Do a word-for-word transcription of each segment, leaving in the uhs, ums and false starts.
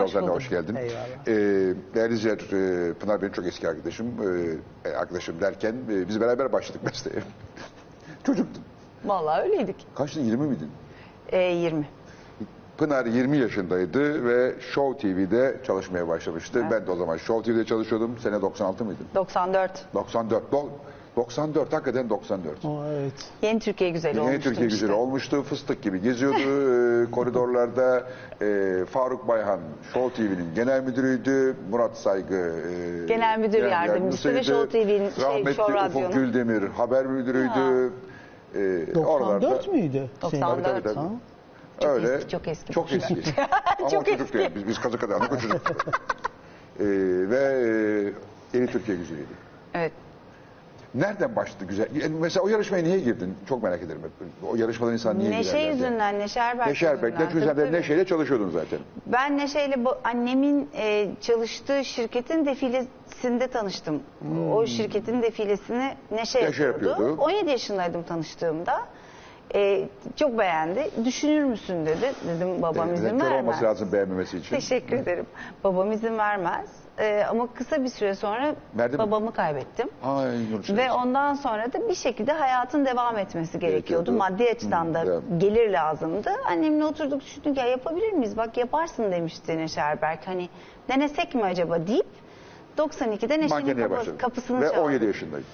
Hoş sen de hoş geldin. Eyvallah. Ee, değerli izleyenler, e, Pınar benim çok eski arkadaşım. Ee, arkadaşım derken e, biz beraber başladık mesleğe. Çocuktun. Vallahi öyleydik. Kaçtın, yirmi miydin? E, yirmi. Pınar yirmi yaşındaydı ve Show T V'de çalışmaya başlamıştı. Evet. Ben de o zaman Show T V'de çalışıyordum. Sene doksan altı mıydın? doksan dört. doksan dört. Do- doksan dört, hakikaten doksan dört. O, evet. Yeni Türkiye güzeli Yeni olmuştum Türkiye işte. güzeli olmuştu. Fıstık gibi geziyordu e, koridorlarda. E, Faruk Bayhan Show T V'nin genel müdürüydü. Murat Saygı e, Genel müdür yardımcısı ve Show T V'nin şey, rahmetli Show Ufuk Radyo'nun. Güldemir haber müdürüydü. E, doksan dört müydü? doksan dört. Tabii, tabii, tabii. Ha? Çok Öyle. eski, çok eski. Çok eski. Ama Çok çocuk eski. değil. Biz, biz kazık adamlık o çocuk. e, ve e, Yeni Türkiye güzeliydi. Evet. Nereden başladı güzel? Yani mesela o yarışmaya niye girdin? Çok merak ederim. O yarışmadan insan niye Neşe girer? yüzünden, Neşe Erberk Neşe Erberk. yüzünden. Çünkü sen Tabii, de tabii. Neşe'yle çalışıyordun zaten. Ben Neşe'yle bu- annemin e, çalıştığı şirketin defilesinde tanıştım. O şirketin defilesini Neşe, Neşe yapıyordu. yapıyordu. on yedi yaşındaydım tanıştığımda. E, çok beğendi. Düşünür müsün dedi. Dedim babam Ee, izin kör vermez. olması lazım beğenmemesi için. Teşekkür ederim. Babam izin vermez. E, ama kısa bir süre sonra Verdi mi? babamı kaybettim. Ay, Nur Ve ondan sonra da bir şekilde hayatın devam etmesi gerekiyordu. Gerekiyordu. Maddi açıdan da Hı, evet. gelir lazımdı. Annemle oturduk düşündük ya yapabilir miyiz? Bak yaparsın demişti Neşe Erberk. Hani denesek mi acaba deyip doksan ikide Neşe'nin Mankenliğe kapı, başladın. kapısını Ve çaldık. on yedi yaşındaydın.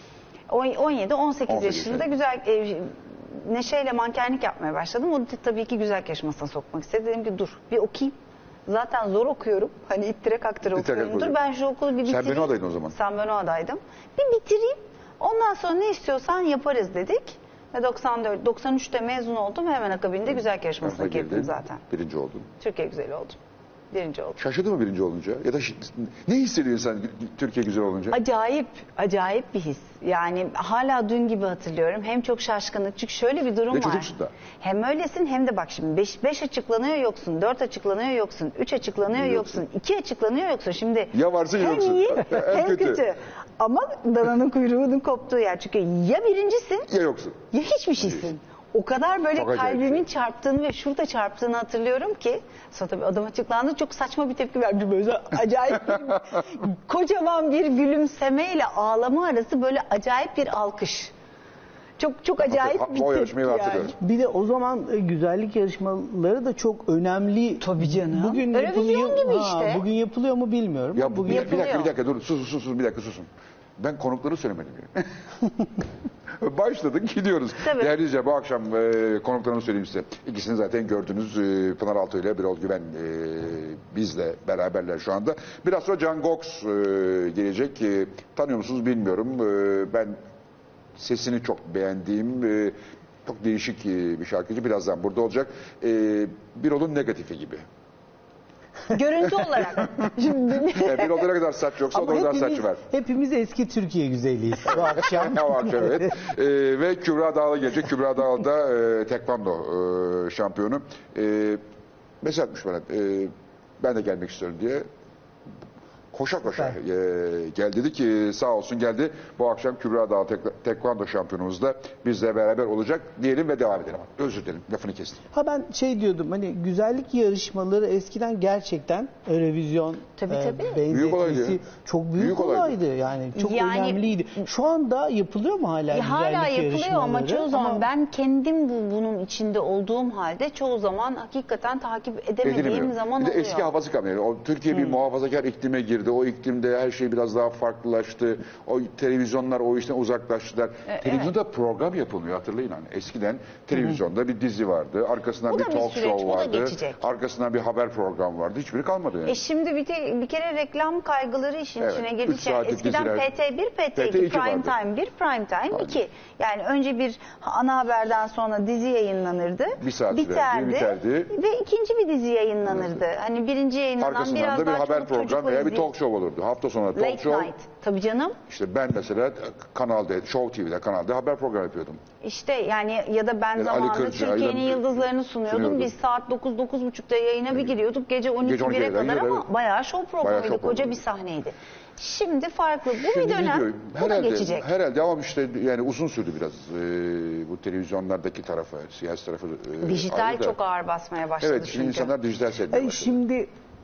on yedi on sekiz on sekiz yaşında yaşında. güzel e, Neşe'yle mankenlik yapmaya başladım. O da tabii ki güzel yarışmasına sokmak istedi. Dedim ki dur bir okuyayım. Zaten zor okuyorum. Hani ittire kaktıra İttire okuyorum. kaktıra. Dur ben şu okulu bir bitireyim. Sen Benoa'daydın o zaman. Sen Benoa'daydım. Bir bitireyim. Ondan sonra ne istiyorsan yaparız dedik. Ve doksan dört doksan üçte mezun oldum. Hemen akabinde güzel yarışmasına Girdin, girdim zaten. Birinci oldun. Türkiye güzeli oldum. Birinci oldum. Şaşırdın mı birinci olunca? Ya da şi- ne hissediyorsun sen Türkiye güzel olunca? Acayip, acayip bir his. Yani hala dün gibi hatırlıyorum. Hem çok şaşkınlık. Çünkü şöyle bir durum Ve var. çocuksun da. Hem öylesin hem de bak şimdi beş açıklanıyor yoksun, dört açıklanıyor yoksun, üç açıklanıyor Yoksun. yoksun, iki açıklanıyor yoksun. Şimdi Ya varsın ya hem yoksun. iyi En hem kötü. kötü. Ama dananın kuyruğunun koptuğu yer. Çünkü ya birincisin Ya yoksun. ya hiçbir şeysin. O kadar böyle Çok acayip kalbimin şey. çarptığını ve şurada çarptığını hatırlıyorum ki sonra tabii adam açıklandı çok saçma bir tepki verdi böyle acayip bir, kocaman bir gülümsemeyle ağlama arası böyle acayip bir alkış. Çok çok acayip Hatır- bir o tepki yarışmayı yani. hatırlıyorum. Bir de o zaman e, güzellik yarışmaları da çok önemli. Tabii canım. Bugün Televizyon yapılıyor, gibi ha, işte. Bugün yapılıyor mu bilmiyorum. Ya ama bu, bugün bir, bir dakika yapılıyor. bir dakika dur sus sus sus bir dakika susun. Ben konukları söylemedim ya. Başladık gidiyoruz. Tabii. Değerli izleyiciler, bu akşam e, konuklarını söyleyeyim size. İkisini zaten gördünüz. E, Pınar Altuğ ile Birol Güven e, bizle beraberler şu anda. Biraz sonra Can Gox e, gelecek. E, tanıyor musunuz bilmiyorum. E, ben sesini çok beğendiğim e, çok değişik e, bir şarkıcı. Birazdan burada olacak. E, Birol'un negatifi gibi. Görüntü olarak. Şimdi E, Birol'da ne kadar saç yoksa o Ama kadar hepimiz, saçı var. hepimiz eski Türkiye güzeliyiz bu akşam. O akşam evet. Ee, ve Kübra Dağlı gelecek. Kübra Dağlı da e, tekvando e, şampiyonu. E, mesaj atmış bana. E, ben de gelmek istiyorum diye. Koşa koşa e, gel dedi ki sağ olsun geldi. Bu akşam Kübra Dağlı tek, tekvando şampiyonumuzla bizle beraber olacak diyelim ve devam edelim. Özür dilerim lafını kestim. Ha ben şey diyordum hani güzellik yarışmaları eskiden gerçekten Eurovision Tabii, tabii. Büyük olaydı. benzetmesi çok büyük, Büyük olaydı. olaydı. Yani çok Yani- önemliydi. Şu anda yapılıyor mu hala Ya güzellik hala yapılıyor ama yarışmaları? çoğu zaman Ama ben kendim bu, bunun içinde olduğum halde çoğu zaman hakikaten takip edemediğim Edilmiyor. zaman Bir de oluyor. eski havası kalmıyor. O Türkiye bir muhafazakar iklime girdi. O iklimde her şey biraz daha farklılaştı. O televizyonlar o işten uzaklaştılar. E, Televizyonda program yapılmıyor hatırlayın hani. Eskiden televizyonda bir dizi vardı. Arkasından Bu bir da bir talk süreç, show bu da vardı. geçecek. Arkasından bir haber programı vardı. Hiçbiri kalmadı yani. E şimdi bir, te- bir kere reklam kaygıları işin Evet, içine üç girdikçe saatlik eskiden diziler. P T bir, P T P T iki, iki Prime vardı. Time bir, Prime Time iki. Yani önce bir ana haberden sonra dizi yayınlanırdı. Bir saat biterdi, sürerdi, biterdi. Ve ikinci bir dizi yayınlanırdı. Hani birinci yayınlanan Arkasından biraz da bir daha haber çoluk çocuk programı veya bir izleyip- talk show olurdu. Hafta sonu talk Late show. night. Tabii canım. İşte ben mesela kanalda, Show T V'de kanalda haber programı yapıyordum. İşte yani ya da ben Ali zamanında Kırca, Türkiye'nin Ali- yıldızlarını sunuyordum. sunuyordum. Biz saat dokuz dokuz buçukta yayına bir giriyorduk. Gece on Gece iki on bire ikiye kadar kadar, ama evet. bayağı show programıydı. show Koca programı. bir sahneydi. Şimdi farklı. Bu Şimdi bir dönem. gidiyor. Bu da Herhalde, geçecek. herhalde ama işte yani uzun sürdü biraz e, bu televizyonlardaki tarafı, siyasi tarafı. E, Dijital ayrı da. çok ağır basmaya başladı Evet, şimdi çünkü. insanlar dijital seyretmeye E, başladı. şimdi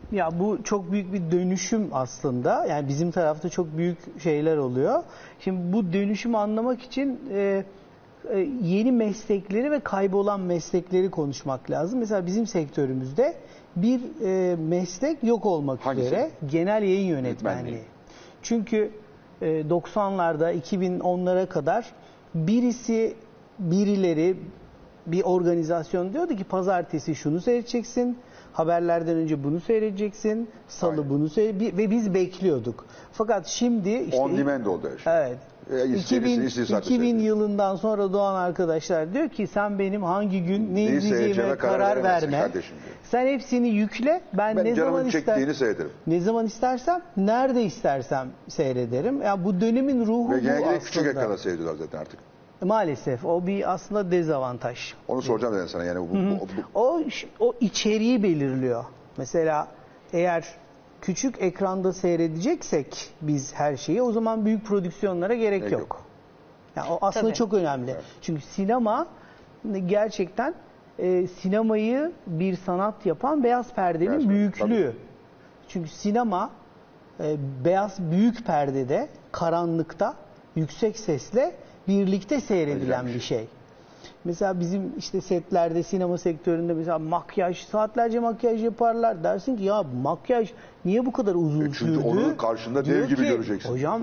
Ya bu çok büyük bir dönüşüm aslında. Yani bizim tarafta çok büyük şeyler oluyor. Şimdi bu dönüşümü anlamak için e, e, yeni meslekleri ve kaybolan meslekleri konuşmak lazım. Mesela bizim sektörümüzde bir e, meslek yok olmak Hangisi? üzere, genel yayın yönetmenliği. Yönetmenliği. Çünkü e, doksanlarda iki bin onlara kadar birisi birileri bir organizasyon diyordu ki pazartesi şunu seyredeceksin, haberlerden önce bunu seyredeceksin, salı Aynen. bunu seyredeceksin ve biz bekliyorduk. Fakat şimdi işte On demand oldu her şey. evet. E, istediğiniz- iki bin, istediğiniz saatte iki bin seyredin. yılından sonra doğan arkadaşlar diyor ki sen benim hangi gün ne Neyi izleyeceğime seyredeceğime karar, karar veremezsin verme. kardeşim diyor. Sen hepsini yükle. Ben, Ben ne canımın zaman ister çektiğini seyrederim. ne zaman istersem, nerede istersem seyrederim. Ya bu dönemin ruhu Ve bu genellikle aslında. küçük ekranda seyrediyorlar zaten artık. Maalesef o bir aslında dezavantaj. Onu soracağım dedim sana yani bu, bu, bu- O o içeriği belirliyor. Mesela eğer küçük ekranda seyredeceksek biz her şeyi, o zaman büyük prodüksiyonlara gerek Gerek yok. yok. Yani o aslında Tabii. çok önemli. Çünkü sinema gerçekten e, sinemayı bir sanat yapan beyaz perdenin Beyaz perde, büyüklüğü. tabii. Çünkü sinema e, beyaz büyük perdede, karanlıkta, yüksek sesle birlikte seyredilen Seyredilen bir bir şey. Mesela bizim işte setlerde, sinema sektöründe mesela makyaj, saatlerce makyaj yaparlar. Dersin ki ya makyaj niye bu kadar uzun E çünkü sürdü? onu karşında Diyor dev gibi ki, göreceksin. Hocam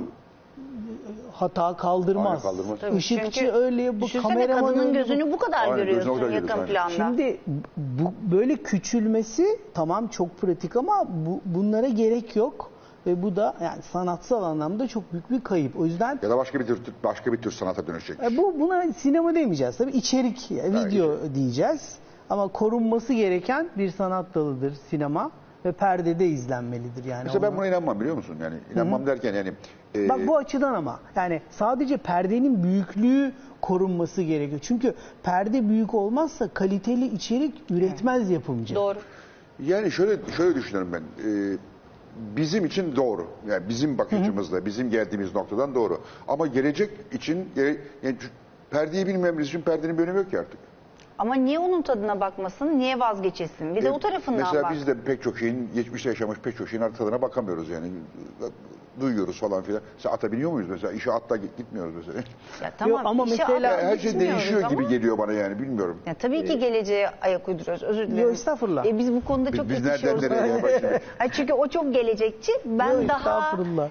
hata kaldırmaz. Aynen, kaldırmaz. Tabii, Işıkçı çünkü öyle, bu düşünsene kameraman kadının öyle, bu- gözünü bu kadar Aynen, gözüne görüyorsun o kadar yakın görüyorsun, aynen. planda. Şimdi bu böyle küçülmesi tamam çok pratik ama bu, bunlara gerek yok ve bu da yani sanatsal anlamda çok büyük bir kayıp. O yüzden ya da başka bir tür başka bir tür sanata dönüşecek. e, bu buna sinema demeyeceğiz tabii, içerik, e, video diyeceğiz. Ama korunması gereken bir sanat dalıdır sinema ve perdede izlenmelidir yani. Mesela ben Onu- buna inanmam biliyor musun? Yani inanmam derken yani e, Bak bu açıdan ama yani sadece perdenin büyüklüğü korunması gerekiyor. Çünkü perde büyük olmazsa kaliteli içerik üretmez yapımcı. Doğru. yani şöyle şöyle düşünüyorum ben. E, bizim için doğru. Yani bizim bakış açımızla, bizim geldiğimiz noktadan doğru. Ama gelecek için gere- yani şu perdeyi bilmemiz için perdenin bir önemi yok ki artık. Ama niye onun tadına bakmasın, niye vazgeçilsin? Bir de E, o tarafından Mesela bak. biz de pek çok şeyin, geçmişte yaşamış pek çok şeyin tadına bakamıyoruz yani. Duyuyoruz falan filan. Mesela ata biniyor muyuz mesela? İşe atla git- gitmiyoruz mesela. Ya tamam, Yok, ama işe mesela- alıp Her şey gitmiyoruz değişiyor gibi ama- geliyor bana yani bilmiyorum. Ya tabii ki geleceğe ayak uyduruyoruz. Özür dilerim. Yok, estağfurullah. E, biz bu konuda Biz, çok biz nereden yetişiyoruz. nereye ya bak şimdi. Ha, çünkü o çok gelecekçi. Ben Yok, daha estağfurullah.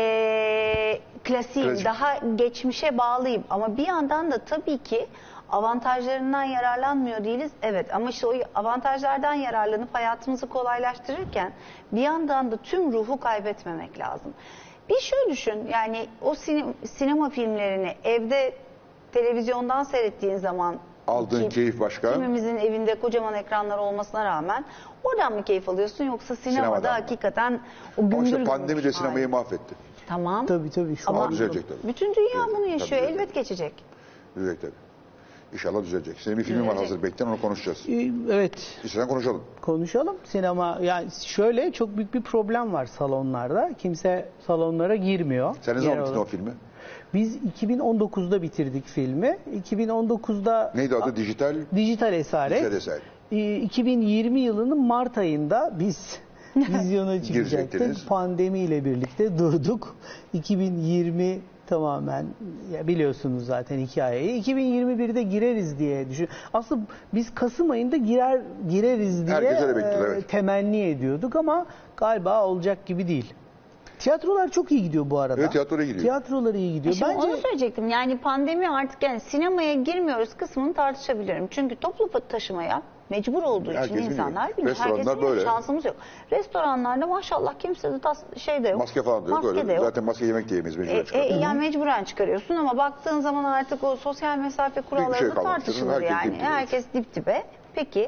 e, klasiğim, Klasik. daha geçmişe bağlıyım. Ama bir yandan da tabii ki avantajlarından yararlanmıyor değiliz. Evet, ama işte o avantajlardan yararlanıp hayatımızı kolaylaştırırken bir yandan da tüm ruhu kaybetmemek lazım. Bir şöyle düşün, yani o sine- sinema filmlerini evde televizyondan seyrettiğin zaman Aldığın keyif başka. Kimimizin evinde kocaman ekranlar olmasına rağmen oradan mı keyif alıyorsun, yoksa sinemada Sinemadan mı? hakikaten o Ama gümbür işte gümbür pandemi de sinemayı hali. mahvetti. Tamam. Tabii tabii şu Ama an. düzelecek tabii. bütün dünya Düzelecek. bunu yaşıyor. Tabii, Elbet geçecek. Düzelecek tabii. İnşallah düzelecek. Senin bir filmin var Düzelecek. hazır bekleyen onu konuşacağız. Ee, Evet. İstersen konuşalım. Konuşalım. Sinema yani şöyle çok büyük bir problem var salonlarda. Kimse salonlara girmiyor. Sen ne Genel zaman bitirdin o olarak. filmi? Biz iki bin on dokuzda bitirdik filmi. iki bin on dokuzda Neydi adı? Dijital Dijital Esaret. Dijital Esaret. Ee, iki bin yirmi yılının Mart ayında biz vizyona çıkacaktık. Girecektiniz. Pandemiyle birlikte durduk. iki bin yirmi tamamen ya biliyorsunuz zaten hikayeyi. iki bin yirmi birde gireriz diye düşün. Aslında biz Kasım ayında girer gireriz diye Herkes öyle bekliyordu, e, evet. temenni ediyorduk ama galiba olacak gibi değil. Tiyatrolar çok iyi gidiyor bu arada. Evet, tiyatroya gidiyor. Tiyatrolar iyi gidiyor. Şimdi Bence onu söyleyecektim. Yani pandemi artık, yani sinemaya girmiyoruz kısmını tartışabilirim. Çünkü toplu taşımaya mecbur olduğu için Herkes insanlar biniyor. biniyor. Restoranlar Herkes biniyor. böyle. Şansımız yok. Restoranlarda maşallah kimse de tas şey de yok. Maske falan da yok. Maske öyle. de yok. Zaten maske yemek de yemeyiz. E, Mecburen e, çıkartıyoruz. yani mecburen çıkarıyorsun ama baktığın zaman artık o sosyal mesafe kuralları şey da kalmadı. tartışılır Herkes yani. dip dibe. Herkes dip dibe. Peki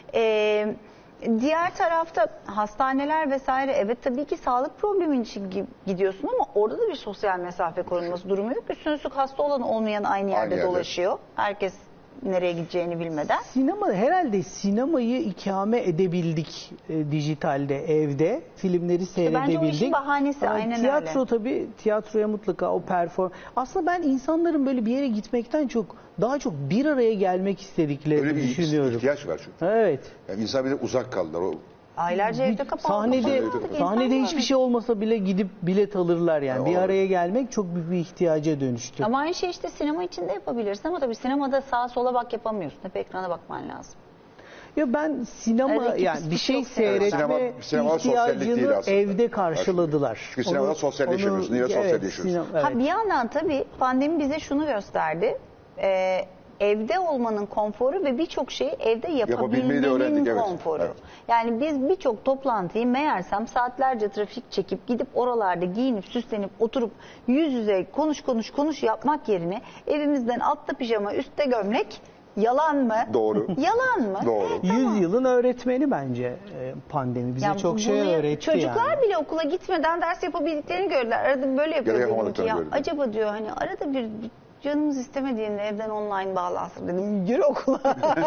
e, diğer tarafta hastaneler vesaire, evet tabii ki sağlık problemi için gi- gidiyorsun ama orada da bir sosyal mesafe korunması durumu yok. Üstüne üstlük hasta olan olmayan aynı yerde, Aynı yerde. dolaşıyor. Herkes nereye gideceğini bilmeden. sinema herhalde sinemayı ikame edebildik e, dijitalde, evde filmleri seyredebildik. bence o işin bahanesi, Ama aynen tiyatro öyle. tabii, tiyatroya mutlaka o perform. Aslında ben insanların böyle bir yere gitmekten çok daha çok bir araya gelmek istediklerini Öyle bir düşünüyorum. ihtiyaç var çünkü. Evet. Yani insan bir de uzak kaldılar. O Aylarca evde kapalı. Sahnede, kapalı. sahnede İnsan hiçbir şey olmasa bile gidip bilet alırlar yani. Bir olabilir. araya gelmek çok büyük bir ihtiyaca dönüştü. Ama aynı şey işte sinema içinde yapabilirsin ama tabii sinemada sağa sola bak yapamıyorsun. Hep ekrana bakman lazım. Ya ben sinema Evet, iki yani bir şey psikolog yani. seyretme Sinema- sinema sosyallik değil ihtiyacını aslında. evde karşıladılar. Çünkü sinemada sosyalleşemiyorsun. Yine sosyalleşiyorsun. sinem- Ha evet. bir yandan tabii pandemi bize şunu gösterdi. Ee, evde olmanın konforu ve birçok şeyi evde Yapabilmeyi de öğrendik, yapabilmenin evet. konforu. Evet. Yani biz birçok toplantıyı meğersem saatlerce trafik çekip gidip oralarda giyinip süslenip oturup yüz yüze konuş konuş konuş yapmak yerine evimizden altta pijama üstte gömlek yalan mı? Doğru. Yalan mı? Doğru. Evet, tamam. Yüzyılın öğretmeni bence e, pandemi. Bize Ya çok bu- şey bunu- öğretti Çocuklar yani. bile okula gitmeden ders yapabildiklerini gördüler. Arada böyle yapıyor Ya da dedim ki yapamadıklarını ya gördüler. acaba diyor hani arada bir bir canımız istemediğinde evden online bağlansın dedim. Gir okula.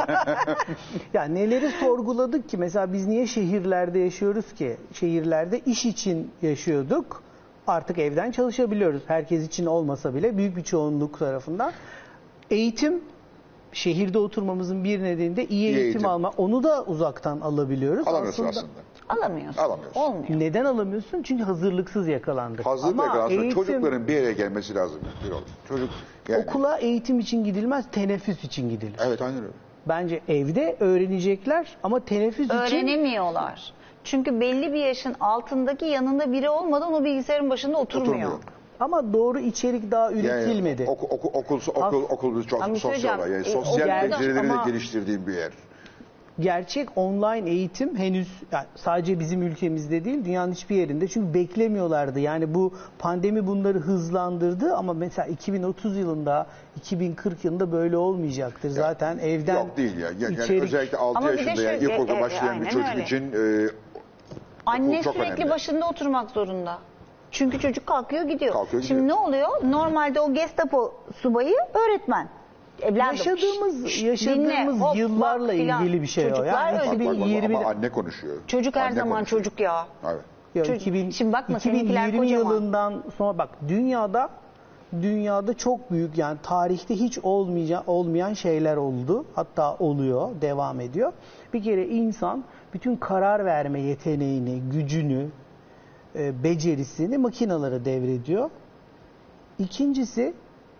Ya neleri sorguladık ki? Mesela biz niye şehirlerde yaşıyoruz ki? Şehirlerde iş için yaşıyorduk. Artık evden çalışabiliyoruz. Herkes için olmasa bile büyük bir çoğunluk tarafından. Eğitim, şehirde oturmamızın bir nedeni de iyi, İyi eğitim, eğitim. alma. Onu da uzaktan alabiliyoruz. Alamıyorsun aslında. Alamıyorsun. Alamıyorsun. Olmuyor. Neden alamıyorsun? Çünkü hazırlıksız yakalandık. Hazırlıkla Ama aslında eğitim, çocukların bir yere gelmesi lazım. Bir olur. Çocuk yani. okula eğitim için gidilmez, teneffüs için gidilir. Evet aynen öyle. Bence evde öğrenecekler ama teneffüs için Öğrenemiyorlar. Çünkü belli bir yaşın altındaki yanında biri olmadan o bilgisayarın başında oturmuyor. Oturmuyor. ama doğru içerik daha üretilmedi. Yani, oku, oku, okul, okul, As- okul çok Ama bir şey sosyal. söyleyeceğim. Yani E, o sosyal gerçek becerileri ama- de geliştirdiğim bir yer. Gerçek online eğitim henüz yani sadece bizim ülkemizde değil dünyanın hiçbir yerinde çünkü beklemiyorlardı. Yani bu pandemi bunları hızlandırdı ama mesela iki bin otuz yılında iki bin kırk yılında böyle olmayacaktır. Zaten evden Yok değil ya. Yani içerik- özellikle altı Ama bir de yaşında şu- yani e, ilkokula e, başlayan bir aynen çocuk öyle. için e, Anne okul çok sürekli önemli. başında oturmak zorunda. Çünkü çocuk kalkıyor gidiyor. Kalkıyor, Şimdi gidiyor. ne oluyor? Normalde o Gestapo subayı öğretmen. Evladım, Yaşadığımız şşş, yaşadığımız dinle, hop, yıllarla bak filan. ilgili bir şey o. Çocuklar Yani öyle. Bak, bak, bak, iki bin yirmi ama anne konuşuyor. Çocuk her Anne zaman konuşuyor. çocuk ya. Evet. Ya Çocuk- iki bin, Şimdi bakma, seninkiler iki bin yirmi kocaman. yılından sonra bak dünyada dünyada çok büyük yani tarihte hiç olmayacak olmayan şeyler oldu. Hatta oluyor, devam ediyor. Bir kere insan bütün karar verme yeteneğini, gücünü, e, becerisini makinalara devrediyor. İkincisi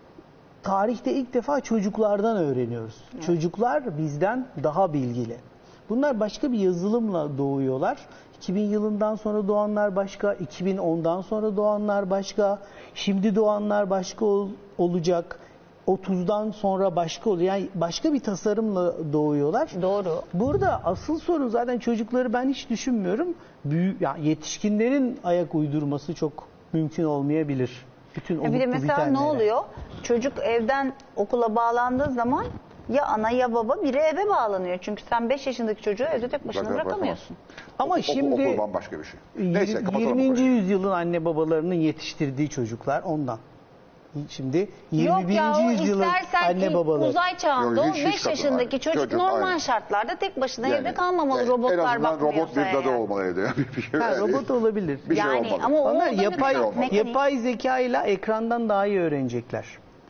tarihte ilk defa çocuklardan öğreniyoruz. Çocuklar bizden daha bilgili. Bunlar başka bir yazılımla doğuyorlar. iki bin yılından sonra doğanlar başka, iki bin ondan sonra doğanlar başka, şimdi doğanlar başka ol- olacak, otuzdan sonra başka oluyor. Yani başka bir tasarımla doğuyorlar. Doğru. Burada asıl sorun zaten çocukları ben hiç düşünmüyorum. Büyük, yani yetişkinlerin ayak uydurması çok mümkün olmayabilir. Bütün Ya bir de olup mesela ne bitenlere. oluyor? Çocuk evden okula bağlandığı zaman ya ana ya baba biri eve bağlanıyor. Çünkü sen beş yaşındaki çocuğu evde tek başına Bırak- bırakamıyorsun. Ama Okul- şimdi okul bambaşka bir şey. Neyse kapatalım. yirminci bu konuyu. yüzyılın anne babalarının yetiştirdiği çocuklar ondan. Şimdi Yok yirmi ya birinci o yüzyılın istersen anne ilk babaları. uzay çağında Yok, o hiç- hiç beş katılmam. yaşındaki çocuk, Çocuk, normal aynen. şartlarda tek başına Yani- evde kalmamalı yani robotlar en azından robot bakmıyorsa bir dadı eğer. olmalı evde. ya. Bir şey- Ha, yani- robot olabilir. Bir şey Yani olmalı. ama o Onlar orada yapay, bir mekanik- yapay zeka ile ekrandan daha iyi öğrenecekler.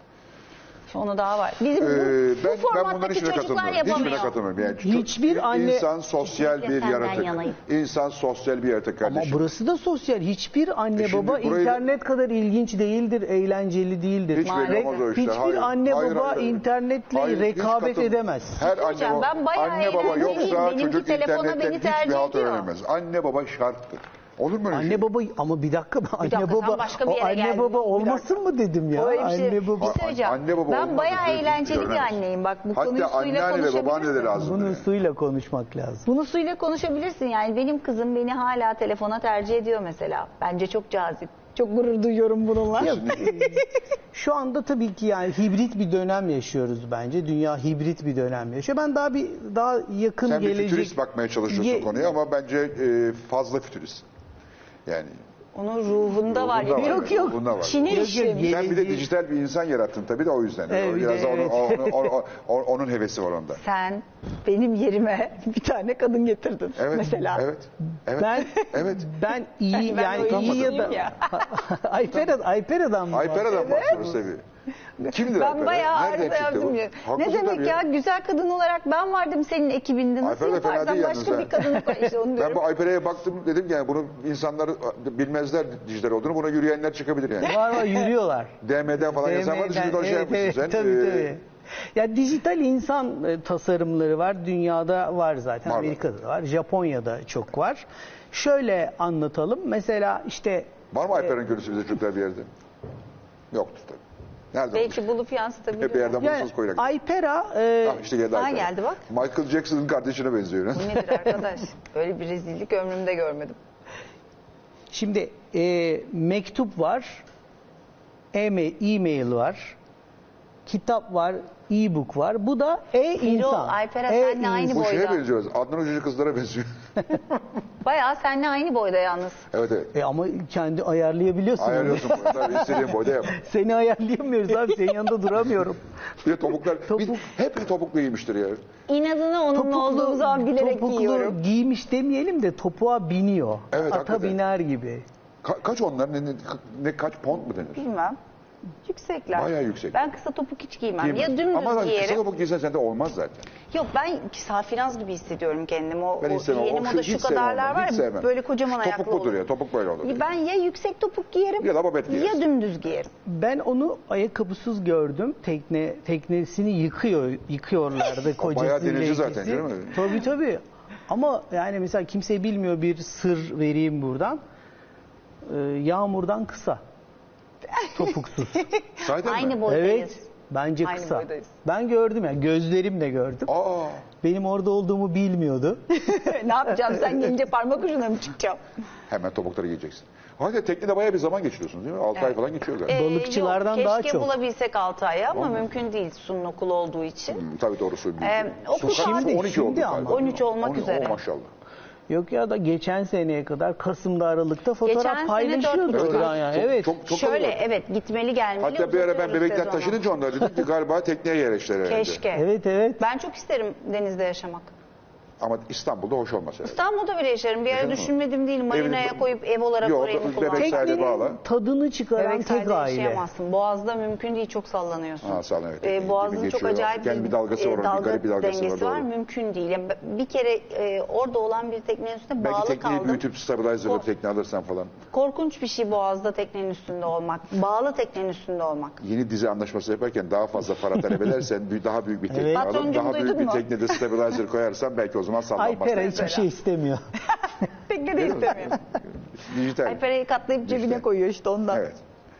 Onu daha var. Bizim Ee, bu, ben, bu ben bunların formattaki hiçbirine çocuklar katılmıyorum. yapamıyor. Hiçbirine katılmıyorum. Yani Hiçbir çocuk- anne- insan sosyal Kesinlikle bir senden yaratık. yanayım. İnsan sosyal bir yaratık Ama kardeşim. burası da sosyal. Hiçbir anne E şimdi baba burayı da- internet kadar ilginç değildir, eğlenceli değildir. Hiç belli Re- olmaz o işler. Hiçbir Hayır, anne hayır, baba hayır, hayır. internetle Hayır, hiç rekabet katılmıyorum. edemez. Her anne söyleyeceğim, baba, ben bayağı anne baba eğlenceliyim. yoksa Benimki çocuk telefona internetten beni hiçbir tercih halt ediyor. öğrenemez. Anne baba şarttır. Olur mu öyle Anne şey? baba ama bir dakika anne dakika, sen baba başka bir o yere anne geldin. baba Bir olmasın mı dedim ya. Öyle bir şey. Anne baba. Bir şey söyleyeceğim. Anne baba ben olmaz, bayağı öyle eğlenceli bir öğrenemez. anneyim. Bak bu konuyu Hatta suyla anneanne ve babaanne de konuşabilirsin. lazım. Bunu suyla konuşmak lazım. Bunu suyla konuşabilirsin yani. Benim kızım beni hala telefona tercih ediyor mesela. Bence çok cazip. Çok gurur duyuyorum bununla. Yok, e, şu anda tabii ki yani hibrit bir dönem yaşıyoruz bence. Dünya hibrit bir dönem yaşıyor. Ben daha bir daha yakın Sen bir gelecek. fütürist bakmaya çalışıyorsun Ye- konuya ama bence e, fazla fütürist. Yani Onun ruhunda var. ruhunda Yok var, yok. ruhunda var. Çin'e Yok, yok, işlemiş. ye- sen bir de Geleceği- dijital bir insan yarattın tabii de o yüzden. Evet, Biraz da onun, evet. onun, onun, onun- onun hevesi var onda. Sen benim yerime bir tane kadın getirdin Evet, mesela. evet, evet, Ben evet. ben iyi Ben yani iyi ya da oyuncuyum ya. Ayper Ayper adam mı? Ayper var? adam var, tabii. Kimdir Ben Alper? bayağı Nereden arıza çıktı yaptım bu? ya. Ne Haklısın demek tabii ya? Güzel kadın olarak ben vardım senin ekibinde. Nasıl Alper de fena yaparsam değil yalnız başka ha. bir kadın koy. İşte onu Ben diyorum. bu Alper'e baktım dedim ki yani bunu insanlar bilmezler dijital olduğunu, buna yürüyenler çıkabilir yani. Var var yürüyorlar. D M'den falan yazan vardı, şimdi de o şey evet, yapmışsın evet, sen. Tabii Ee, tabii. Ya dijital insan e, tasarımları var. Dünyada var zaten. Var. Amerika'da da var. Japonya'da çok var. Şöyle anlatalım. Mesela işte Var mı Alper'in görüntüsü bize çocuklar bir yerde? Yoktur tabii. Nerede? Belki bulup Hep bir yansıtabilirim. yerden yani bulursunuz koyacak. Aypera e, Ah işte geldi Aha Alper. geldi bak. Michael Jackson'ın kardeşine benziyor. Bu nedir arkadaş? Böyle bir rezillik ömrümde görmedim. şimdi e, mektup var. E-mail, e-mail var. Kitap var. E-book var. Bu da e-insan. Birol, Alper Efendi aynı Bu şeye boyda. benziyoruz. Adnan Hoca'cı kızlara benziyor. Bayağı seninle aynı boyda yalnız. Evet evet. E, ama kendi ayarlayabiliyorsun. onu. Ayarlıyorsun bunu. Tabii istediğin boyda yap. Seni ayarlayamıyoruz abi. Senin yanında duramıyorum. Bir de topuklar. Topuk. Bir, hep topuklu giymiştir ya. İnadına onunla olduğum zaman bilerek topuklu giyiyorum. giymiş demeyelim de topuğa biniyor. Evet, Ata hakikaten. biner gibi. Ka- kaç onlar? Ne, ne, ne kaç pont mu denir? Bilmem. Yüksekler. Bayağı yüksek. Ben kısa topuk hiç giymem. Giymez. Ya dümdüz Ama giyerim. kısa topuk giysen sende olmaz zaten. Yok ben safinaz gibi hissediyorum kendimi. O, Ben o istemem. yeni O moda şu hiç sevmem kadarlar onu, var hiç ya sevmem. böyle kocaman Şu ayaklı topuk budur olur. ya. Topuk böyle olur. Ben ya yüksek topuk giyerim Ya da babet ya giyersin. dümdüz giyerim. Ben onu ayakkabısız gördüm. Tekne teknesini yıkıyor, yıkıyorlardı kocasıyla bayağı denizci zaten, ikisi. değil mi? Tabii tabii. Ama yani mesela kimse bilmiyor, bir sır vereyim buradan. Ee, yağmurdan kısa. Topuksuz. Sahiden mi? Aynı boydayız. Evet. Bence Aynı kısa. boydayız. Ben gördüm ya, gözlerimle gördüm. Aa. Benim orada olduğumu bilmiyordu. Ne yapacağım sen gelince parmak ucuna mı çıkacağım? Hemen topukları giyeceksin. Hakikaten teknede bayağı bir zaman geçiriyorsunuz değil mi? altı ay falan geçiyor galiba. Ee, Balıkçılardan yok, daha keşke çok. bulabilsek altı ay ama mümkün değil Sun'un okulu olduğu için. Hmm, tabii doğrusu. Ee, okul Su- saati- Şimdi on iki oldu şimdi ama. galiba. on üç olmak on- üzere. Oh, maşallah. Yok ya da geçen seneye kadar Kasım'da, Aralık'ta fotoğraf Geçen sene paylaşıyorduk. dört buçuk. Yani, yani. Çok- Evet. Çok, çok Şöyle kalabalık. evet gitmeli gelmeli Hatta bir ara ben uzatıyoruz bebekler sezonu. taşınınca onlar dedim ki galiba tekneye yerleştiler herhalde. Keşke. Evet evet. Ben çok isterim denizde yaşamak. Ama İstanbul'da hoş olmaz herhalde. İstanbul'da bile yaşarım. Bir ara Yaşadın mı? düşünmedim değil. Marina'ya Evini- koyup ev olarak Yok, orayı mı bebek kullanmak? sahile Teknenin bağla. tadını çıkaran Bebek tek sahilde aile. yaşayamazsın. Boğaz'da mümkün değil. Çok sallanıyorsun. Ha, sağ olun, evet. Tekne Ee, gibi Boğaz'ın çok geçiyor. acayip Gel bir dalgası var onun, bir dalga garip bir dalgası var, dengesi var. doğru. Mümkün değil. Yani bir kere e, orada olan bir teknenin üstünde Belki bağlı tekneyi kaldım. büyütüp stabilizerlı Ko- tekne alırsan falan. Korkunç bir şey Boğaz'da teknenin üstünde olmak. Bağlı teknenin üstünde olmak. Yeni dizi anlaşması yaparken daha fazla para talep edersen büyük- daha büyük bir tekne Evet. alıp Patroncum, daha büyük duydun bir mu? teknede stabilizer koyarsan belki o zaman sallanmaz. Aypera hiçbir Mesela. şey istemiyor. Tekne de istemiyor. Dijital. Alper'i katlayıp cebine Dijital. koyuyor işte ondan. Evet.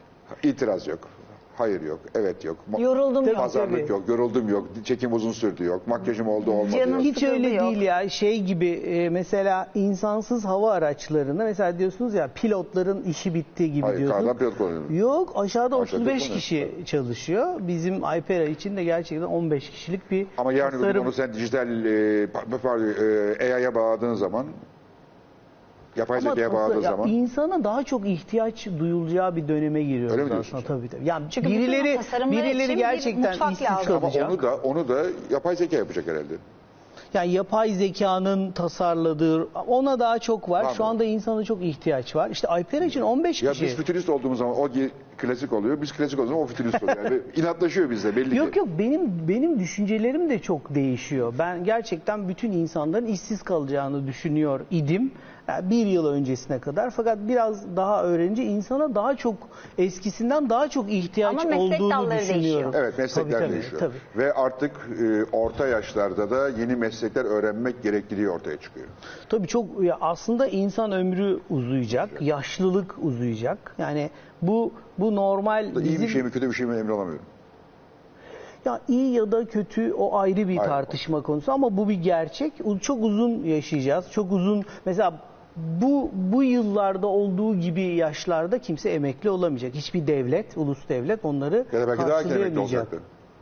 İtiraz yok. Hayır yok. Evet yok. Ma- Yoruldum yok. Pazarlık Tabii. yok. Yoruldum yok. Çekim uzun sürdü yok. Makyajım oldu olmadı Canım yok. Hiç sıkıldı öyle yok. değil ya. Şey gibi e, mesela insansız hava araçlarında mesela diyorsunuz ya pilotların işi bitti gibi Hayır, diyorsunuz. kardan pilot kullanıyorum. Yok, aşağıda Aşağıda otuz beş pilot kişi çalışıyor. Bizim Aypera için de gerçekten on beş kişilik bir Ama yarın öbür gün tasarım. onu sen dijital e, pa- pardon, e, A I'ya bağladığın zaman, yapay Ama zekaya tasa- bağladığın ya zaman insana daha çok ihtiyaç duyulacağı bir döneme giriyoruz Öyle mi aslında diyorsun tabii tabii. Yani Çünkü bütün o birileri tasarımlar birileri için bir gerçekten mutfak işsiz lazım. ama kalacak. onu da onu da yapay zeka yapacak herhalde. Yani yapay zekanın tasarladığı ona daha çok var. Var Şu mı? anda insana çok ihtiyaç var. İşte Aypera için on beş Ya kişi. biz fütürist olduğumuz zaman o ge- klasik oluyor. Biz klasik olduğumuz zaman o fütürist oluyor. Yani inatlaşıyor bizde belli Yok ki. yok benim benim düşüncelerim de çok değişiyor. Ben gerçekten bütün insanların işsiz kalacağını düşünüyor idim. Yani bir yıl öncesine kadar. Fakat biraz daha öğrenince insana daha çok eskisinden daha çok ihtiyaç Ama meslek olduğunu dalları düşünüyorum. değişiyor. Evet, meslekler Tabii, tabii, değişiyor. tabii. Ve artık e, orta yaşlarda da yeni meslekler öğrenmek gerekliliği ortaya çıkıyor. Tabii çok ya aslında insan ömrü uzayacak, yaşlılık uzayacak. Yani bu bu normal İyi bizim bir şey mi kötü bir şey mi emin olamıyorum. ya iyi ya da kötü o ayrı bir Ayrı. tartışma konusu ama bu bir gerçek. U- Çok uzun yaşayacağız. Çok uzun mesela bu bu yıllarda olduğu gibi yaşlarda kimse emekli olamayacak. Hiçbir devlet, ulus devlet onları Ya da belki daha erken emekli karşılayamayacak. olacaklar.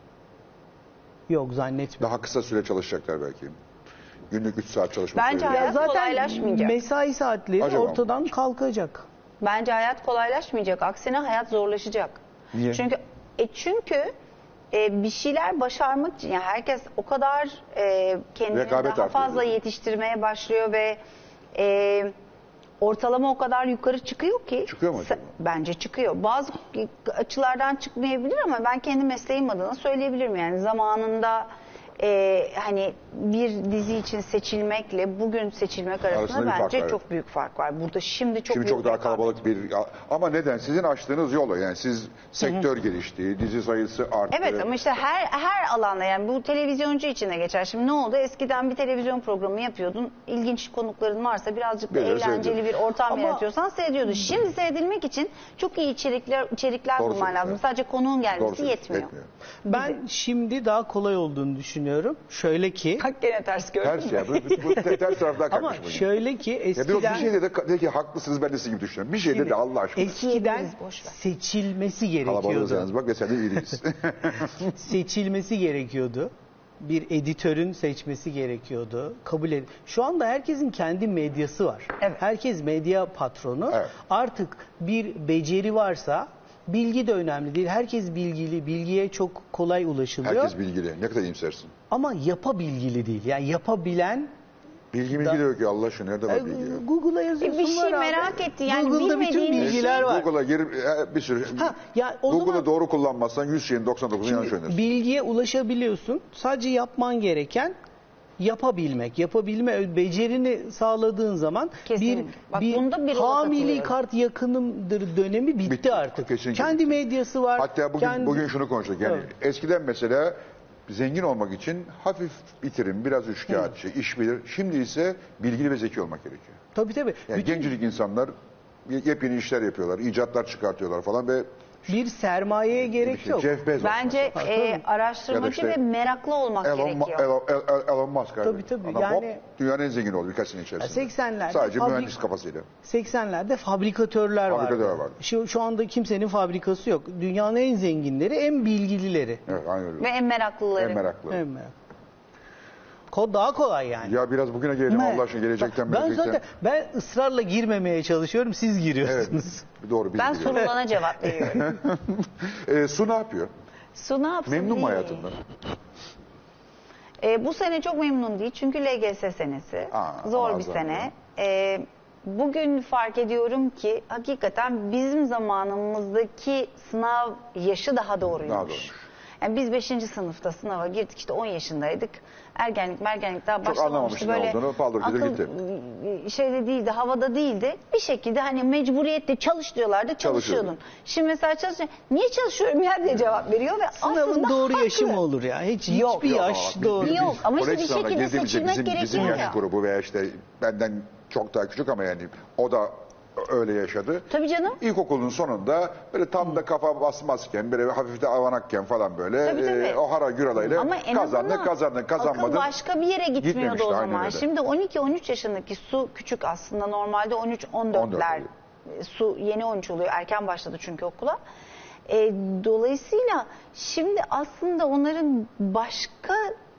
Yok zannetmiyorum. Daha kısa süre çalışacaklar belki. Günlük üç saat çalışmak Bence zorunda. hayat kolaylaşmayacak. mesai saatleri Acaba mı? ortadan kalkacak. Bence hayat kolaylaşmayacak. Aksine hayat zorlaşacak. Niye? Çünkü e çünkü e, bir şeyler başarmak için yani herkes o kadar e, kendini Rekabet daha artıyor fazla diyorsun. yetiştirmeye başlıyor ve e, ortalama o kadar yukarı çıkıyor ki. Çıkıyor mu acaba? Bence çıkıyor. Bazı açılardan çıkmayabilir ama ben kendi mesleğim adına söyleyebilirim. Yani zamanında e, hani bir dizi için seçilmekle bugün seçilmek arasında, Arasında bir fark bence var, çok evet. büyük fark var. Burada şimdi çok Şimdi büyük çok daha rekabet. kalabalık bir... Ama neden? Sizin açtığınız yolu. Yani siz sektör gelişti, dizi sayısı arttı. Evet ama işte her her alanda, yani bu televizyoncu için de geçer. Şimdi ne oldu? Eskiden bir televizyon programı yapıyordun. İlginç konukların varsa, birazcık da Gelir, eğlenceli seyrediyor. bir ortam Ama- yaratıyorsan seyrediyordun. Şimdi seyredilmek için çok iyi içerikler içerikler Doğru bulman söylüyorsun, lazım. evet. Sadece konuğun Doğru gelmesi söylüyorsun, yetmiyor. yetmiyor. Ben şimdi daha kolay olduğunu düşünüyorum. Şöyle ki Bak gene ters gördün Ters mü? ya. Bu, bu, bu ters taraftan ama kalkmış. bugün. şöyle ki Ya bir, bir eskiden şeyde de, de ki haklısınız, ben de sizin gibi düşünüyorum. Bir şeyde Şimdi, de Allah aşkına. eskiden Diyebiliriz, boş ver. seçilmesi Kalabalığız gerekiyordu. yalnız, bak ve sen de iyiliyiz. Seçilmesi gerekiyordu. Bir editörün seçmesi gerekiyordu. Kabul ed. Şu anda herkesin kendi medyası var. Evet. Herkes medya patronu. Evet. Artık bir beceri varsa bilgi de önemli değil. Herkes bilgili, bilgiye çok kolay ulaşılıyor. Herkes bilgili. Ne kadar iyimsersin. Ama yapabilgili değil. Yani yapabilen Bilgi bilgi de yok ya Allah aşkına. Nerede var bilgi ya? Google'a yazıyorsun Bir şey var abi. merak etti. Yani Google'da bütün bilmediğin bir bilgiler şey- var. Google'a girip e, bir sürü... Ha, ya o Google'ı zaman- doğru kullanmazsan yüz şeyin doksan dokuzunu yanlış oynarsın. Bilgiye ulaşabiliyorsun. Sadece yapman gereken yapabilmek. Yapabilme becerini sağladığın zaman Kesinlikle. bir, Bak bir bunda bir yola hamili katılıyorum. kart yakınımdır dönemi bitti, Bitti. artık. Kesinlikle Kendi bitti. medyası var. Hatta bugün kendi- bugün şunu konuştuk. Yani Evet. eskiden mesela zengin olmak için hafif bitirim, biraz üçkağıtçı, iş bilir. Şimdi ise bilgili ve zeki olmak gerekiyor. Tabii tabii. Yani Bütün gencecik insanlar yepyeni işler yapıyorlar, icatlar çıkartıyorlar falan ve bir sermayeye gerek işte yok. Jeff Bezos Bence mesela. e, araştırmacı Ya da işte ve meraklı olmak Elon, gerekiyor. Elon, Elon, Elon Musk abi. Tabii, tabii. Adam Yani- hop, dünyanın en zengin oldu birkaç sene içerisinde. seksenlerde Sadece fabrik- mühendis kafasıyla. seksenlerde fabrikatörler Fabrikatör vardı. vardı. Şu, şu anda kimsenin fabrikası yok. Dünyanın en zenginleri, en bilgilileri. Evet, aynen öyle. Ve en meraklıları. En meraklı. En merak. Ko- Daha kolay yani. Ya biraz bugüne gelelim Ne? Allah aşkına, gelecekten Ben gelecekten. zaten ben ısrarla girmemeye çalışıyorum, siz Evet, giriyorsunuz. doğru. Biz Ben biliyoruz. sorulana cevap veriyorum. Ee, Su ne yapıyor? Su ne yapsın? Memnun mu değil. hayatından? E, bu sene çok memnun değil çünkü L G S senesi. Aa, Zor aman bir Allah'ım sene. ya. E, bugün fark ediyorum ki hakikaten bizim zamanımızdaki sınav yaşı daha doğruymuş. Daha doğruymuş. Yani biz beşinci sınıfta sınava girdik, işte on yaşındaydık. Ergenlik mergenlik daha başlamamıştı. anlamamıştın ne Böyle olduğunu, paldır küldür akıl gitti. şeyde değildi, havada değildi. Bir şekilde hani mecburiyetle çalış diyorlardı, çalışıyordun. Çalışıyordun. Şimdi mesela çalışıyor, niye çalışıyorum ya diye cevap veriyor ve Sınavın aslında doğru haklı. yaşı mı olur ya? Hiç Yok, hiçbir yok. yaş Biz- doğru. biz- Yok, biz ama işte kolej bir sınavına şekilde girdiğimizde seçilmek bizim, bizim gerekiyor yaş ya. grubu veya işte benden çok daha küçük ama yani o da öyle yaşadı. Tabii canım. İlkokulun sonunda böyle tam da kafa basmazken, böyle hafif de avanakken falan böyle Tabii, tabii. e, o hara güralayla Ama en kazandın azından kazandın kazanmadın. akıl başka bir yere gitmiyordu Gitmemişti, o aynen zaman. öyle. Şimdi on iki on üç yaşındaki Su küçük aslında, normalde on üç on dörtler. Su yeni on üç oluyor, erken başladı çünkü okula. E, dolayısıyla şimdi aslında onların başka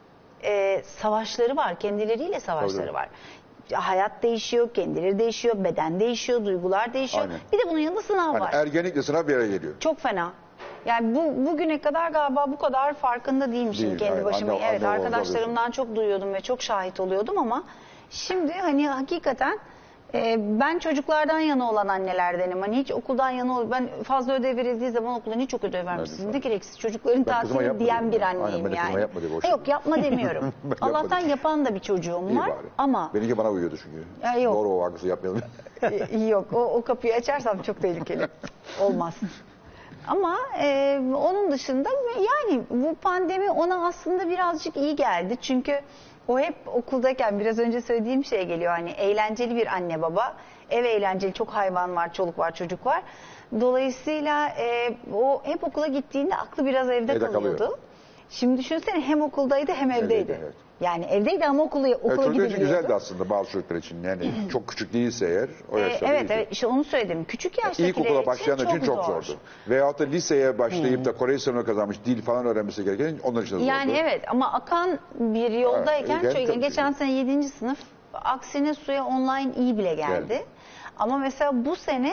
e, savaşları var, kendileriyle savaşları Tabii. var. Hayat değişiyor, kendileri değişiyor, beden değişiyor, duygular değişiyor. Aynen. Bir de bunun yanında sınav Hani var. ergenlikle sınav bir araya geliyor. Çok fena. Yani bu bugüne kadar galiba bu kadar farkında değilmişim Değil, kendi aynen. başıma. Anne- Evet, anne babamızı arkadaşlarımdan çok duyuyordum ve çok şahit oluyordum ama şimdi hani hakikaten e, ben çocuklardan yana olan annelerdenim. Hani hiç okuldan yana ol, ben fazla ödev verildiği zaman okuldan hiç çok ödev vermişsiniz. Ne gereksiz çocukların Ben kızıma tatili yapma diyen diyorum bir ya. Aynen, anneyim ben de kızıma yani. yapma diye boş Ha, ver. yok, yapma demiyorum. Ben Allah'tan yapmadım. yapan da bir çocuğum İyi var bari. ama Benimki bana uyuyordu çünkü. Ya yok. Doğru, o haklısın, yapmayalım. E, yok, o, o kapıyı açarsam çok tehlikeli. Olmaz. Ama e, onun dışında yani bu pandemi ona aslında birazcık iyi geldi. Çünkü o hep okuldayken biraz önce söylediğim şeye geliyor. Hani eğlenceli bir anne baba. Ev eğlenceli, çok hayvan var, çoluk var, çocuk var. Dolayısıyla e, o hep okula gittiğinde aklı biraz evde, Evde kalıyordu. kalıyor. Şimdi düşünsene, hem okuldaydı hem evdeydi. Evdeydi, evet. Yani evdeydi ama okula, okula Evet, çocuklar için gidebiliyordu. güzeldi aslında bazı çocuklar için. Yani çok küçük değilse eğer o E, yaşta evet iyiydi. evet, işte onu söyledim. Küçük yaştakiler İlkokula için başlayanlar için çok zor. zordu. Veyahut da liseye başlayıp da Kore sınavı kazanmış, dil falan öğrenmesi gereken onlar için de zordu. Yani evet, ama akan bir yoldayken Ha, şöyle, tabii. geçen sene yedinci sınıf, aksine Su'ya online iyi bile geldi. Geldi. Ama mesela bu sene,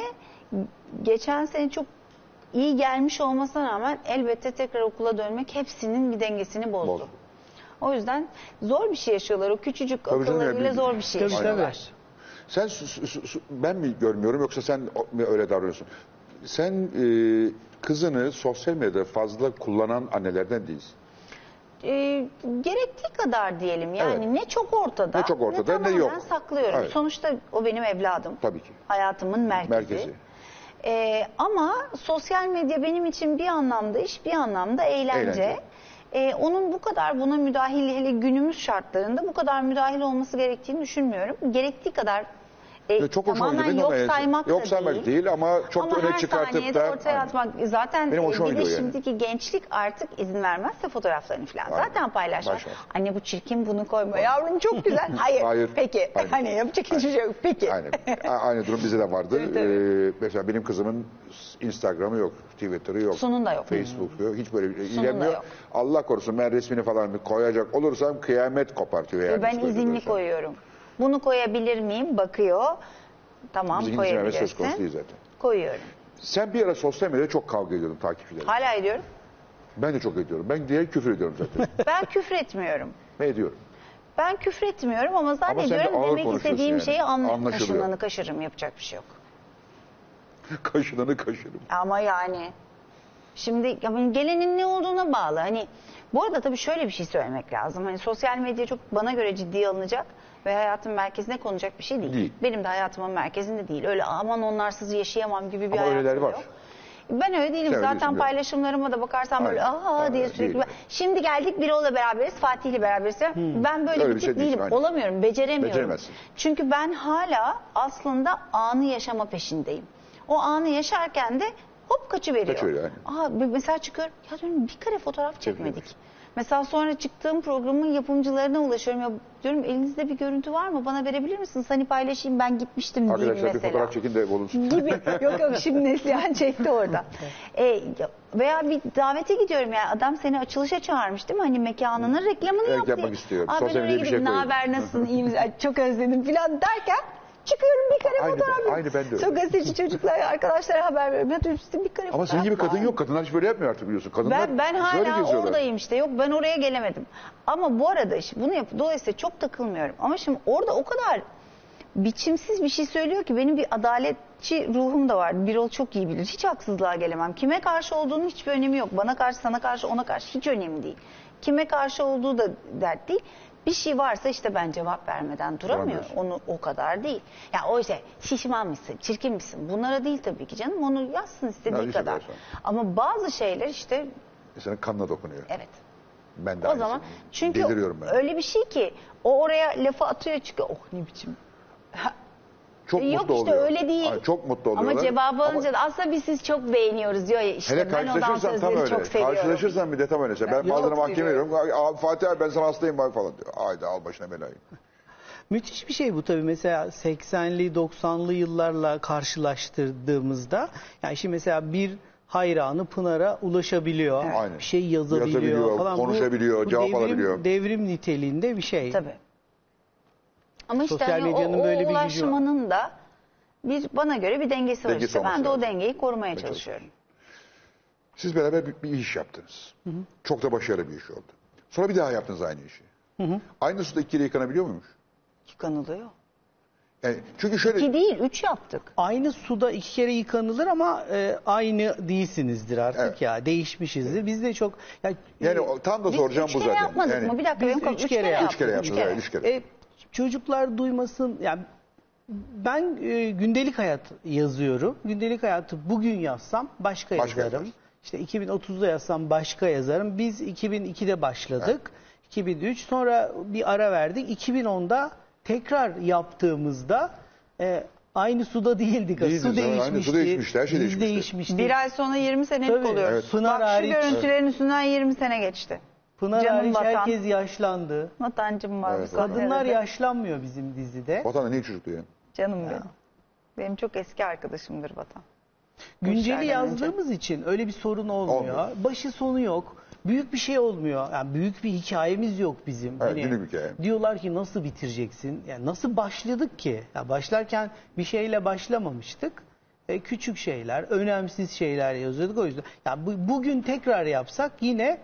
geçen sene çok iyi gelmiş olmasına rağmen elbette tekrar okula dönmek hepsinin bir dengesini bozdu. Bozdu. O yüzden zor bir şey yaşıyorlar. O küçücük Tabii canım ya, akıllarıyla bir- zor bir şey Tabii, yaşıyorlar. tabii. Sen su- su- su- su- ben mi görmüyorum yoksa sen mi öyle davranıyorsun? Sen e, kızını sosyal medyada fazla kullanan annelerden değilsin. E, gerektiği kadar diyelim. Yani Evet. ne çok ortada Ne çok ortada, ne tamamen yok. saklıyorum. Evet. Sonuçta o benim evladım. Tabii ki. Hayatımın merkezi. Merkezi. E, ama sosyal medya benim için bir anlamda iş, bir anlamda eğlence. Eğlence. E, onun bu kadar buna müdahil, hele günümüz şartlarında bu kadar müdahil olması gerektiğini düşünmüyorum. Gerektiği kadar e, Ve çok hoşuma tamamen gidiyor. yok Benim saymak yok da saymak değil. değil, ama çok Ama da öne her çıkartıp saniyede da ortaya Aynen. atmak zaten Benim e, hoşuma bir de gidiyor yani. şimdiki gençlik artık izin vermezse fotoğraflarını falan Aynen. zaten paylaşmaz. Başlar. Anne bu çirkin, bunu koyma. Yavrum çok güzel. Hayır. Hayır. Peki. Aynen. Hani yapacak hiçbir şey yok. Peki. Aynen. A- Aynı durum bize de vardı. Evet, evet. Ee, mesela benim kızımın Instagram'ı yok, Twitter'ı yok. Sunun da yok. Facebook'u yok. Hiç böyle bir Sunun da ilgilenmiyor. yok. Allah korusun ben resmini falan bir koyacak olursam kıyamet kopartıyor yani. Ve ben psikolojik izinli olarak. koyuyorum. Bunu koyabilir miyim? Bakıyor. Tamam, Bizim izin vermemiz söz konusu koyabilirsin. değil zaten. Koyuyorum. Sen bir ara sosyal medyada çok kavga ediyordun takipçilerle. Hala ediyorum. Ben de çok ediyorum. Ben diğer küfür ediyorum zaten. Ben küfür etmiyorum. Ne ediyorum? Ben küfür etmiyorum ama sen de zannediyorum ağır demek konuşuyorsun istediğim yani. şeyi anla Anlaşılıyor. kaşınanı kaşırım. Yapacak bir şey yok. Kaşınanı kaşırım. Ama yani şimdi yani gelenin ne olduğuna bağlı. Hani bu arada tabii şöyle bir şey söylemek lazım. Hani sosyal medya çok bana göre ciddiye alınacak ve hayatın merkezine konacak bir şey değil. Değil. Benim de hayatımın merkezinde değil. Öyle aman onlarsız yaşayamam gibi bir Ama hayatım öyleleri var. yok. Ben öyle değilim. Sen Zaten öylesin, evet. paylaşımlarıma da bakarsan böyle Aynen. aha Aynen, diye sürekli. değil. Şimdi geldik Birol'la beraberiz, Fatih'le beraberiz. Ben böyle Öyle bir bir tip şey değilsin, değilim. aynen. Olamıyorum, beceremiyorum. Beceremezsin. Çünkü ben hala aslında anı yaşama peşindeyim. O anı yaşarken de hop kaçıveriyor. Kaçıveriyor, aynen. Aa, bir- mesela çıkıyorum, ya diyorum bir kare fotoğraf çekmedik. Mesela sonra çıktığım programın yapımcılarına ulaşıyorum. Ya diyorum elinizde bir görüntü var mı? Bana verebilir misiniz? Hani paylaşayım, ben gitmiştim diyeyim Arkadaşlar bir mesela. fotoğraf çekin de bulunsun. Gibi. Yok yok, şimdi Neslihan çekti orada. E, veya bir davete gidiyorum yani, adam seni açılışa çağırmış değil mi? Hani mekanının reklamını Evet, yaptı. yapmak istiyor. Aa, ben Sosyal oraya medyaya bir şey gideyim, ne koyayım. haber, nasılsın, iyi misin? Ay, çok özledim falan derken çıkıyorum, bir kare Aynı fotoğraf. ben- aynı ben de öyle. Çok gazeteci çocuklar, arkadaşlara haber veriyorum. Ya diyorum, bir kare Ama fotoğraf senin gibi kadın var. yok. Kadınlar hiç böyle yapmıyor artık biliyorsun. Kadınlar Ben, ben böyle hala geziyorlar. oradayım işte. Yok, ben oraya gelemedim. Ama bu arada işte bunu yap. Dolayısıyla çok takılmıyorum. Ama şimdi orada o kadar biçimsiz bir şey söylüyor ki benim bir adaletçi ruhum da var. Birol çok iyi bilir. Hiç haksızlığa gelemem. Kime karşı olduğunun hiçbir önemi yok. Bana karşı, sana karşı, ona karşı hiç önemli değil. Kime karşı olduğu da dert değil. Bir şey varsa işte ben cevap vermeden duramıyorum. Duramıyorsun. Onu o kadar değil. Ya o işte şişman mısın, çirkin misin? Bunlara değil tabii ki canım. Onu yazsın istediği Yazı kadar. seversen. Ama bazı şeyler işte İnsanın kanına dokunuyor. evet. Ben de O aynısını. zaman çünkü Deliriyorum ben. öyle bir şey ki o oraya lafı atıyor çıkıyor. Oh ne biçim. Ha, Çok yok mutlu işte oluyor. öyle değil. Ay, çok mutlu oluyorlar. Ama cevabı Ama alınca da aslında biz siz çok beğeniyoruz diyor ya, işte hele ben o karşılaşırsan tam dansözleri öyle. çok seviyorum. Karşılaşırsan bir de tam öyle. Ben Yok, bazen mahkeme seviyorum. veriyorum. Abi Fatih abi ben sana hastayım bak falan diyor. Haydi al başına belayı. Müthiş bir şey bu tabii. Mesela seksenli doksanlı yıllarla karşılaştırdığımızda, yani şimdi mesela bir hayranı Pınar'a ulaşabiliyor, Aynen. bir şey yazabiliyor, Yazabiliyor, falan. konuşabiliyor, bu, bu cevap devrim, alabiliyor. devrim niteliğinde bir şey. Tabii. Ama işte Sosyal hani o, medyanın o böyle bir gücü var. ulaşmanın da bir bana göre bir dengesi var Dengesi işte. Ben olması de o lazım. dengeyi korumaya Ben çalışıyorum. Siz beraber bir, bir iş yaptınız. Çok da başarılı bir iş oldu. Sonra bir daha yaptınız aynı işi. Aynı suda iki kere yıkanabiliyor muymuş? Yıkanılıyor. Yani çünkü şöyle İki değil, üç yaptık. Aynı suda iki kere yıkanılır ama e, aynı değilsinizdir artık Evet. ya. Değişmişizdir. Biz de çok... Ya, yani e, o- tam da Biz soracağım üç bu kere zaten. yapmadık Yani mı? Bir dakika, Biz benim üç üç kere kere yaptık. üç kere yaptık. yaptınız. Evet, üç kere. E, çocuklar duymasın, yani ben e, gündelik hayat yazıyorum. Gündelik hayatı bugün yazsam başka, Başka yazarım. yazarsın. İşte iki bin otuzda yazsam başka yazarım. Biz iki bin ikide başladık. iki bin üç, sonra bir ara verdik. iki bin onda tekrar yaptığımızda e, aynı suda değildik. Değildiniz, Su evet, aynı değişmişti. su değişmişti, her şey Biz değişmişti. değişmiştik. Bir ay sonra yirmi senelik Tabii, oluyoruz. evet. Pınar Bak hariç- şu görüntülerin üstünden yirmi sene geçti. Pınar Canım hariç vatan. herkes yaşlandı. Vatancım var. Evet, bu sahnede. Kadınlar yaşlanmıyor bizim dizide. Vatan ne çocuktu yani? Canım benim. Benim çok eski arkadaşımdır Vatan. Günceli işlerden yazdığımız için öyle bir sorun olmuyor. Olmuyor. Başı sonu yok. Büyük bir şey olmuyor. Yani büyük bir hikayemiz yok bizim. Evet, günlük bir hikaye. Diyorlar ki nasıl bitireceksin? Yani nasıl başladık ki? Ya başlarken bir şeyle başlamamıştık. E, küçük şeyler, önemsiz şeyler yazıyorduk o yüzden. Ya bu, bugün tekrar yapsak yine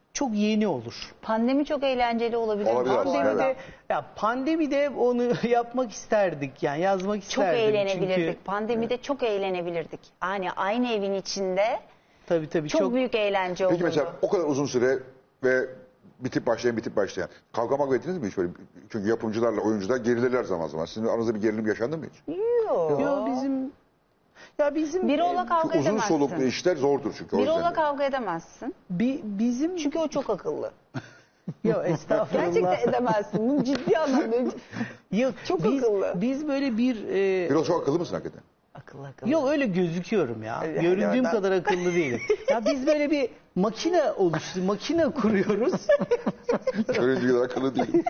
çok yeni olur. Pandemi çok eğlenceli olabilir. Olabilir bu aslında, arada. Pandemide ya pandemide onu yapmak isterdik yani yazmak Çok isterdim. eğlenebilirdik. Çünkü, Pandemide çok eğlenebilirdik. Yani aynı evin içinde tabii tabii çok, çok, büyük eğlence Peki olurdu. mesela o kadar uzun süre ve bitip başlayan bitip başlayan. Kavga mavga ettiniz mi hiç böyle? Çünkü yapımcılarla oyuncular gerilirler zaman zaman. Sizin aranızda bir gerilim yaşandı mı hiç? Yok. Yo, bizim ya bizim Bir ola kavga Çünkü uzun edemezsin. soluklu işler zordur çünkü. o Bir yüzden ola de. kavga edemezsin. bi, bizim Çünkü o çok akıllı. yok estağfurullah. Gerçekten edemezsin. Bunu ciddi anlamda. Yok Çok biz, akıllı. Biz böyle bir e, Biraz çok akıllı mısın hakikaten? Akıllı akıllı. yok öyle gözüküyorum ya. Yani Göründüğüm oradan- kadar akıllı değilim. Ya biz böyle bir makine oluştu, makine kuruyoruz. Göründüğü kadar akıllı değilim.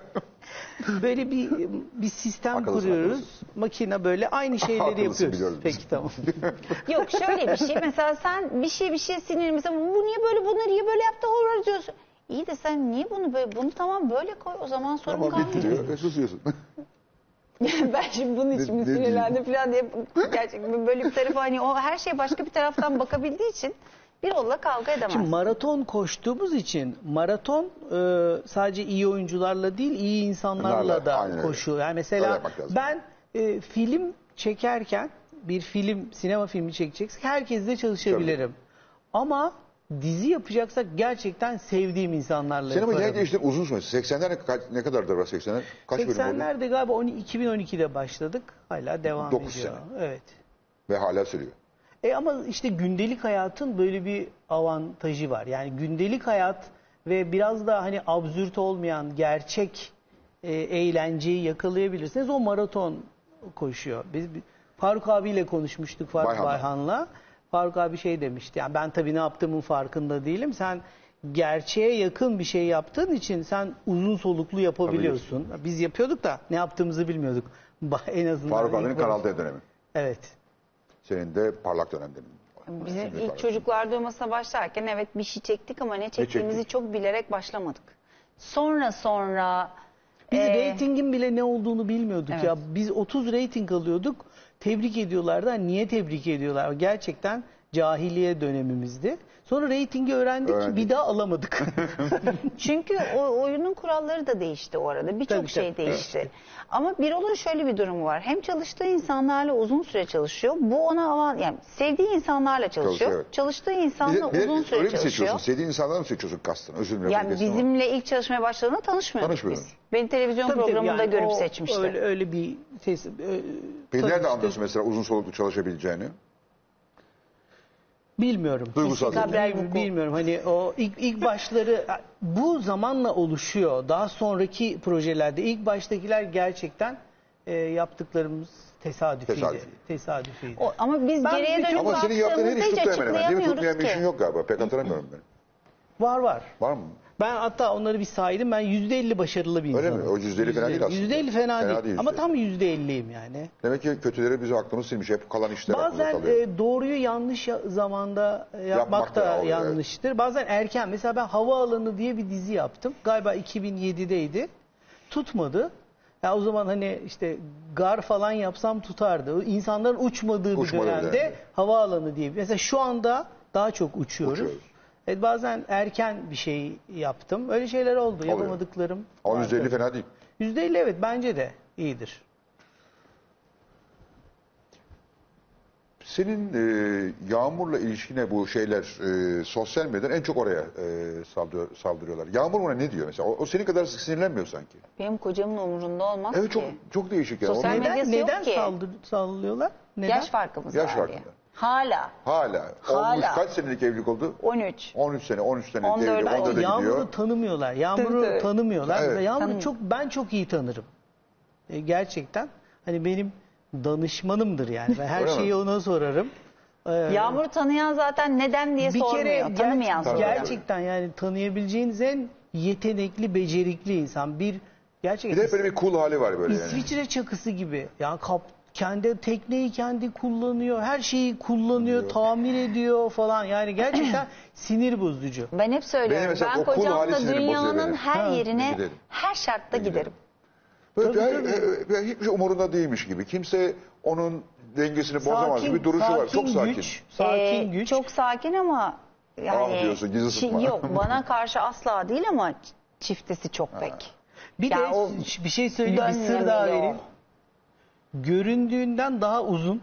Böyle bir bir sistem Akıllısın, kuruyoruz. akıllısın. Makine böyle aynı şeyleri Akıllısın, yapıyoruz. biliyoruz biz. Peki tamam. Yok şöyle bir şey. Mesela sen bir şey bir şey sinirli. Mesela bu niye böyle bunu niye böyle yaptı horror diyorsun. İyi de sen niye bunu böyle bunu tamam böyle koy o zaman sorun Tamam bitti kalmayacak. diyor ve susuyorsun. Ben şimdi bunun için Ne- mi ne sinirlendim falan diye gerçekten böyle bir tarafı hani o her şeye başka bir taraftan bakabildiği için bir olla kavga edemez. Şimdi maraton koştuğumuz için maraton e, sadece iyi oyuncularla değil iyi insanlarla Bunlarla, da aynen öyle. koşuyor. Yani Öyle mesela yapmak lazım. ben e, film çekerken bir film sinema filmi çekeceksek herkesle çalışabilirim. Ama dizi yapacaksak gerçekten sevdiğim insanlarla Sinema yaparım. yeni değişti uzun süre. seksenler ne, kaç- ne kadardır var seksenler? Kaç bölüm oldu? seksenlerde galiba on- iki bin on ikide başladık. Hala devam Dokuz ediyor. sene. Evet. Ve hala sürüyor. E ama işte gündelik hayatın böyle bir avantajı var. Yani gündelik hayat ve biraz da hani absürt olmayan gerçek e, eğlenceyi yakalayabilirsiniz. O maraton koşuyor. Biz Faruk abiyle konuşmuştuk, Faruk Bayhan'la. Bayhan'la. Faruk abi şey demişti. Yani ben tabii ne yaptığımın farkında değilim. Sen gerçeğe yakın bir şey yaptığın için sen uzun soluklu yapabiliyorsun. Biz yapıyorduk da ne yaptığımızı bilmiyorduk. En azından. Faruk ilk abinin başta. Kanal D dönemi. Evet. Senin de parlak dönemlerin. Bizim Şimdi ilk parlak. çocuklar duymasına başlarken evet bir şey çektik ama ne çektiğimizi çektik? çok bilerek başlamadık. Sonra sonra Biz e, reytingin bile ne olduğunu bilmiyorduk Evet. ya. Biz otuz reyting alıyorduk. Tebrik ediyorlardı. Hani niye tebrik ediyorlar? Gerçekten cahiliye dönemimizdi. Sonra reytingi öğrendik, Öğrendik. bir daha alamadık. çünkü o oyunun kuralları da değişti o arada. Birçok Tabii, şey tabii. değişti. Ama Birol'un şöyle bir durumu var. Hem çalıştığı insanlarla uzun süre çalışıyor. Bu ona avan yani sevdiği insanlarla çalışıyor. Çalışıyor, evet. Çalıştığı Bir de, insanla bir de uzun süre öyle mi çalışıyor. seçiyorsun? Sevdiğin insanları mı seçiyorsun kastın? Özür dilerim. Yani kestim ama. bizimle ilk çalışmaya başladığında tanışmıyorduk Tanışmıyordun. biz. Beni televizyon Tabii, tabii, programında yani görüp o seçmişti. Öyle, öyle bir ses. e, Peki nerede tanıştık. anlıyorsun mesela uzun soluklu çalışabileceğini? Bilmiyorum. Duygusal Hiç- değil. bil- Gabriel Bilmiyorum. Hani o ilk ilk başları bu zamanla oluşuyor. Daha sonraki projelerde ilk baştakiler gerçekten e, yaptıklarımız tesadüfiydi. Tesadüfi. Tesadüfiydi. O, ama biz Ben geriye bütün- dönüp Ama senin yaptığın her baktığımızda iş hiç tuttu hemen hemen. Değil mi? Tutmayan açıklayamıyoruz bir işin ki. yok galiba. Pek hatırlamıyorum ben. Var var. Var mı? Ben hatta onları bir saydım. Ben yüzde elli başarılı bir Öyle insanım. mi? O yüzde elli fena değil aslında. yüzde elli fena, Fena değil. değil Ama yüzde tam yüzde elliyim yani. Demek ki kötüleri bizi aklımız silmiş. Hep kalan işler aklımızda Bazen kalıyor. e, doğruyu yanlış ya- zamanda e, yapmak, Yapmak da da oluyor, evet. yanlıştır. Bazen erken. Mesela ben Havaalanı diye bir dizi yaptım. Galiba iki bin yedideydi. Tutmadı. Ya o zaman hani işte gar falan yapsam tutardı. O İnsanların uçmadığı bir Uçmadığı dönemde dönemde. Havaalanı diye. Mesela şu anda daha çok uçuyoruz. Uçuyoruz. Evet, bazen erken bir şey yaptım. Öyle şeyler oldu. Yapamadıklarım. Ama var yüzde elli tabii. fena değil. yüzde elli evet bence de iyidir. Senin e, Yağmur'la ilişkine bu şeyler e, sosyal medyadan en çok oraya e, saldırıyor, saldırıyorlar. Yağmur buna ne diyor mesela? O, o senin kadar sık sinirlenmiyor sanki. Benim kocamın umurunda olmaz Evet çok ki. çok değişik yani. Sosyal Onun- medya- Neden, Medyası yok neden ki. saldır, sallıyorlar? Neden? Yaş farkımız Yaş var farkı diye. var. Hala. Hala. Hala. Olmuş kaç senelik evlilik oldu? on üç. on üç sene, on üç sene on dört evlilik. ay. onda da Yağmur'u gidiyor. tanımıyorlar. Yağmur'u Tabii, tabii. tanımıyorlar. Evet. Mesela Yağmur'u Tanımıyor. çok ben çok iyi tanırım. E, gerçekten hani benim danışmanımdır yani. Ben her Öyle mi? şeyi ona sorarım. Ee, Yağmur'u tanıyan zaten neden diye bir sormuyor. kere ger- Tanımayan soruyor. gerçekten yani tanıyabileceğiniz en yetenekli, becerikli insan. Bir Bir gerçekten de hep böyle bir cool hali var böyle yani. İsviçre çakısı gibi. Yani kap, kendi tekneyi kendi kullanıyor. Her şeyi kullanıyor, tamir ediyor falan. Yani gerçekten sinir bozucu. Ben hep söylüyorum. Benim mesela Ben o cool hali kocamla sinirim bozuyor dünyanın benim. her Ha, yerine, giderim. her şartta Giderim. giderim. Böyle Tabii, bir- tabii. e, e, hiçbir şey umurunda değilmiş gibi. Kimse onun dengesini bozamaz gibi bir duruşu var. Çok sakin. Güç, sakin Ee, güç. Çok sakin ama Ah diyorsun, gizli çi- sıkma. Yok, bana karşı asla değil ama çiftesi çok pek. Bir Ya de o bir şey söyleyeyim, bir sır daha dönmüyor. vereyim. Göründüğünden daha uzun.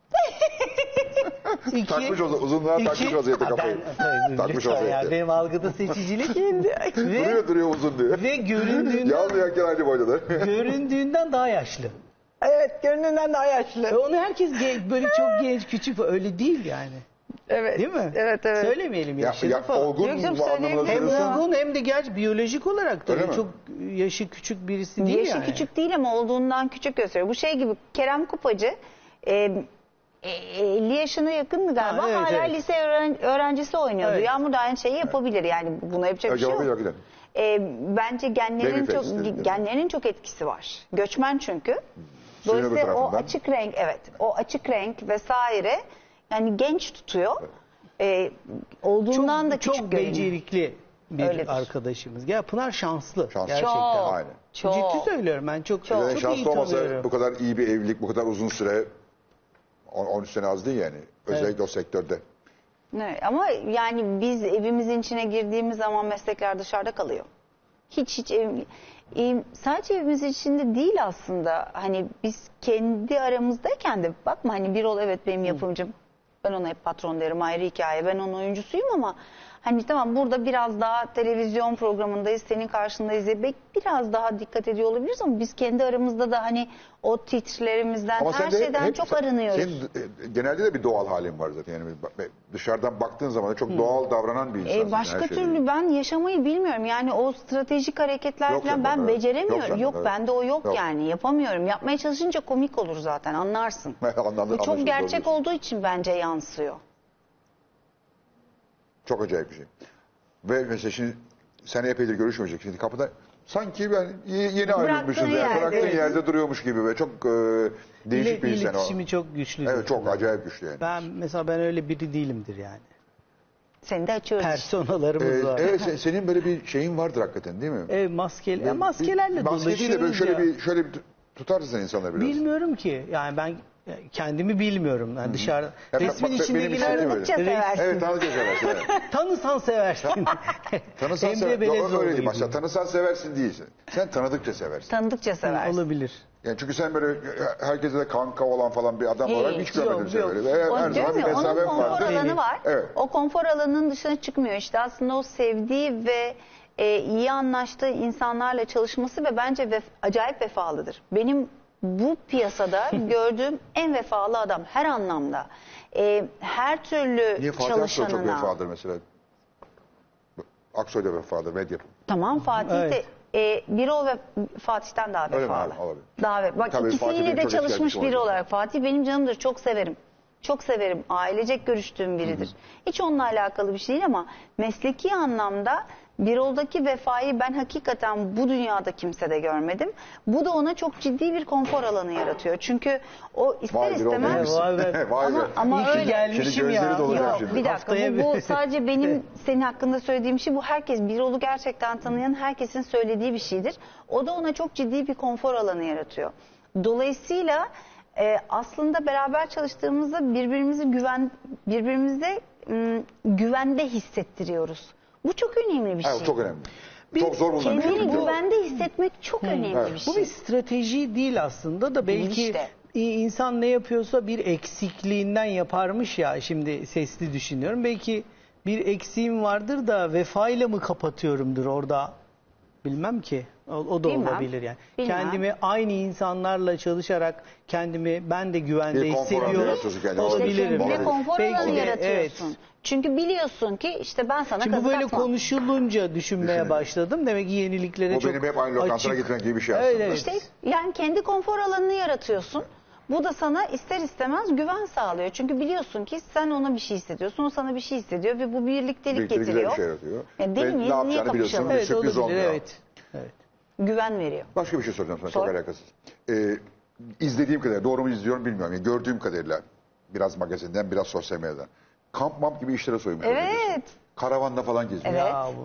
İki, Takmış o- uzunluğa takmış vaziyette Ha, kafayı. ben- tabii, Takmış lütfen vaziyette. ya, benim algıda seçicilik ve, Duruyor duruyor uzun diyor. ve göründüğünden, Yalnız yakken aynı boydadır. göründüğünden daha yaşlı. Evet, görününden daha yaşlı. E onu herkes ge- böyle çok genç, küçük öyle değil yani. Evet. Değil mi? Evet, evet. Söylemeyelim Ya, yaşını ya, falan. olgun Yok, yok, mu anlamına söyleyeyim. Hem söylüyorsun? olgun hem de gerçi biyolojik olarak da Öyle öyle mi? çok yaşı küçük birisi değil Yaşı yani. küçük değil ama olduğundan küçük gösteriyor. Bu şey gibi, Kerem Kupacı e, e, elli yaşına yakındı galiba. Ha, evet, Hala evet. lise öğren- öğrencisi oynuyordu. Evet. Yağmur da aynı şeyi yapabilir. Yani buna yapacak bir şey Yok, yok. yok, yok. E, bence genlerin çok Babyface dedikleri. genlerin çok etkisi var. Göçmen çünkü. Suyun öbür Dolayısıyla o tarafından. açık renk, evet, o açık renk vesaire yani genç tutuyor. E, olduğundan çok, da küçük çok görünüyor. becerikli bir Öyledir. arkadaşımız. Ya Pınar şanslı. Şanslı. Gerçekten. Çok, Aynen. çok. Ciddi söylüyorum, ben çok Çok. çok, Yani iyi şanslı olmasa tanıyorum. bu kadar iyi bir evlilik, bu kadar uzun süre, on- on üç sene az değil yani. Özellikle o sektörde. Evet, ama yani biz evimizin içine girdiğimiz zaman meslekler dışarıda kalıyor. Hiç hiç ev, ev- sadece evimizin içinde değil aslında. Hani biz kendi aramızdayken de bakma hani bir ol evet benim yapımcım. Ben ona hep patron derim, ayrı hikaye. Ben onun oyuncusuyum ama hani tamam burada biraz daha televizyon programındayız, senin karşındayız diye belki biraz daha dikkat ediyor olabiliriz ama biz kendi aramızda da hani o titrlerimizden, her de şeyden hep- çok arınıyoruz. Senin e, genelde de bir doğal halin var zaten. Yani bak- dışarıdan baktığın zaman da çok doğal davranan bir insansın. E başka her şeyde. türlü ben yaşamayı bilmiyorum. Yani o stratejik hareketler Yok falan sende, ben evet. beceremiyorum. Yok Yok, sende, evet. bende o yok, Yok. yani. Yapamıyorum. Yapmaya çalışınca komik olur zaten, anlarsın. Anladım, Bu çok anlaşıldı, gerçek doğru. olduğu için bence yansıyor. Çok acayip bir şey. Ve mesela şimdi sen epeydir görüşmeyecek. Şimdi kapıda sanki ben y- yeni ayrılmışız. Yani. yerde, Bıraktığın evet. yerde duruyormuş gibi ve çok e, değişik İle- bir insan o. İletişimi çok güçlü. Evet çok acayip güçlü yani. Ben mesela ben öyle biri değilimdir yani. Seni de açıyoruz. Personalarımız Ee, var. evet se- senin böyle bir şeyin vardır hakikaten değil mi? E, maskeli, Bir- e, maskelerle bir- maske değil de böyle dolaşıyoruz şöyle ya. bir şöyle bir tut- tutarsın insanları biraz. Bilmiyorum ki. Yani ben e, kendimi bilmiyorum. Yani dışarı Ya ben- resmin bak, benim içindekiler hissettiğim Tanıdıkça öyle. seversin. Evet tanıdıkça seversin. Evet. tanısan seversin. Tanısan Emre seversin. Belezoğlu'ydu. Öyle değil. Mesela tanısan seversin değilsin. Sen tanıdıkça seversin. Tanıdıkça seversin. Olabilir. Yani çünkü sen böyle herkese de kanka olan falan bir adam olarak hiç görmedim yok, seni yok. öyle. Ve her O, zaman diyorum bir ya, onun mesafen konfor var. alanı var. Evet. O konfor alanının dışına çıkmıyor. İşte aslında o sevdiği ve e, iyi anlaştığı insanlarla çalışması ve bence vef- acayip vefalıdır. Benim bu piyasada gördüğüm en vefalı adam her anlamda. E, her türlü Niye Fatih Aksoy çok çalışanına. vefalıdır mesela? Aksoy da vefalıdır medya. Tamam, Fatih de Evet. e, Birol ve Fatih'ten daha Öyle mi vefalı. abi? Olabilir. Daha ve bak Tabii Fatih ikisiyle benim de çok çalışmış eski biri arkadaşım olarak. Fatih benim canımdır. Çok severim. Çok severim. Ailecek görüştüğüm biridir. Hiç onunla alakalı bir şey değil ama mesleki anlamda Birol'daki vefayı ben hakikaten bu dünyada kimsede görmedim. Bu da ona çok ciddi bir konfor alanı yaratıyor. Çünkü o ister Vay Birol istemez... demişsin. Vay be. Vay Ama- be. ama İyi ki öyle. gelmişim Şimdi gözleri ya. dolacak Yok şimdi. bir dakika Haftaya bu, bu bir- sadece benim senin hakkında söylediğim şey, bu herkes Birol'u gerçekten tanıyan herkesin söylediği bir şeydir. O da ona çok ciddi bir konfor alanı yaratıyor. Dolayısıyla e, aslında beraber çalıştığımızda birbirimizi güven birbirimize m, güvende hissettiriyoruz. Bu çok önemli bir şey. Evet, çok önemli. Bir- çok zor bulunan bir şey. Kendini çünkü. güvende hissetmek çok önemli Evet. bir şey. Bu bir strateji değil aslında da Değil belki işte. i- insan ne yapıyorsa bir eksikliğinden yaparmış ya, şimdi sesli düşünüyorum. Belki bir eksiğim vardır da vefayla mı kapatıyorumdur orada, bilmem ki. O, o da Bilmem. olabilir yani. Bilmem. Kendimi aynı insanlarla çalışarak kendimi ben de güvende Bir konfor alanı hissediyorum. yaratıyorsun kendine. Olabilirim. Kendine Olabilir. konfor Belki alanı de, yaratıyorsun. evet. Çünkü biliyorsun ki işte ben sana Şimdi bu kazık böyle atmam. konuşulunca düşünmeye Düşünelim. başladım. Demek ki yeniliklere O çok benim hep aynı lokantara açık. gitmek gibi bir şey Evet, aslında. evet. İşte yani kendi konfor alanını yaratıyorsun. Bu da sana ister istemez güven sağlıyor. Çünkü biliyorsun ki sen ona bir şey hissediyorsun, o sana bir şey hissediyor ve bu birliktelik Birlikte güzel getiriyor. bir şey yaratıyor. Ya deli Ve miyiz? ne Niye yapacağını biliyorsun. kapışalım? Bir Evet, sürpriz olabilir. olmuyor. Evet. Evet. Güven veriyor. Başka bir şey soracağım sana, Sor. çok alakasız. Ee, izlediğim kadarıyla, doğru mu izliyorum bilmiyorum. Yani gördüğüm kadarıyla biraz magazinden, biraz sosyal medyadan. Kamp mamp gibi işlere soyunmuş. Evet. oluyorsun. Karavanla falan geziyor. Evet. Ya bu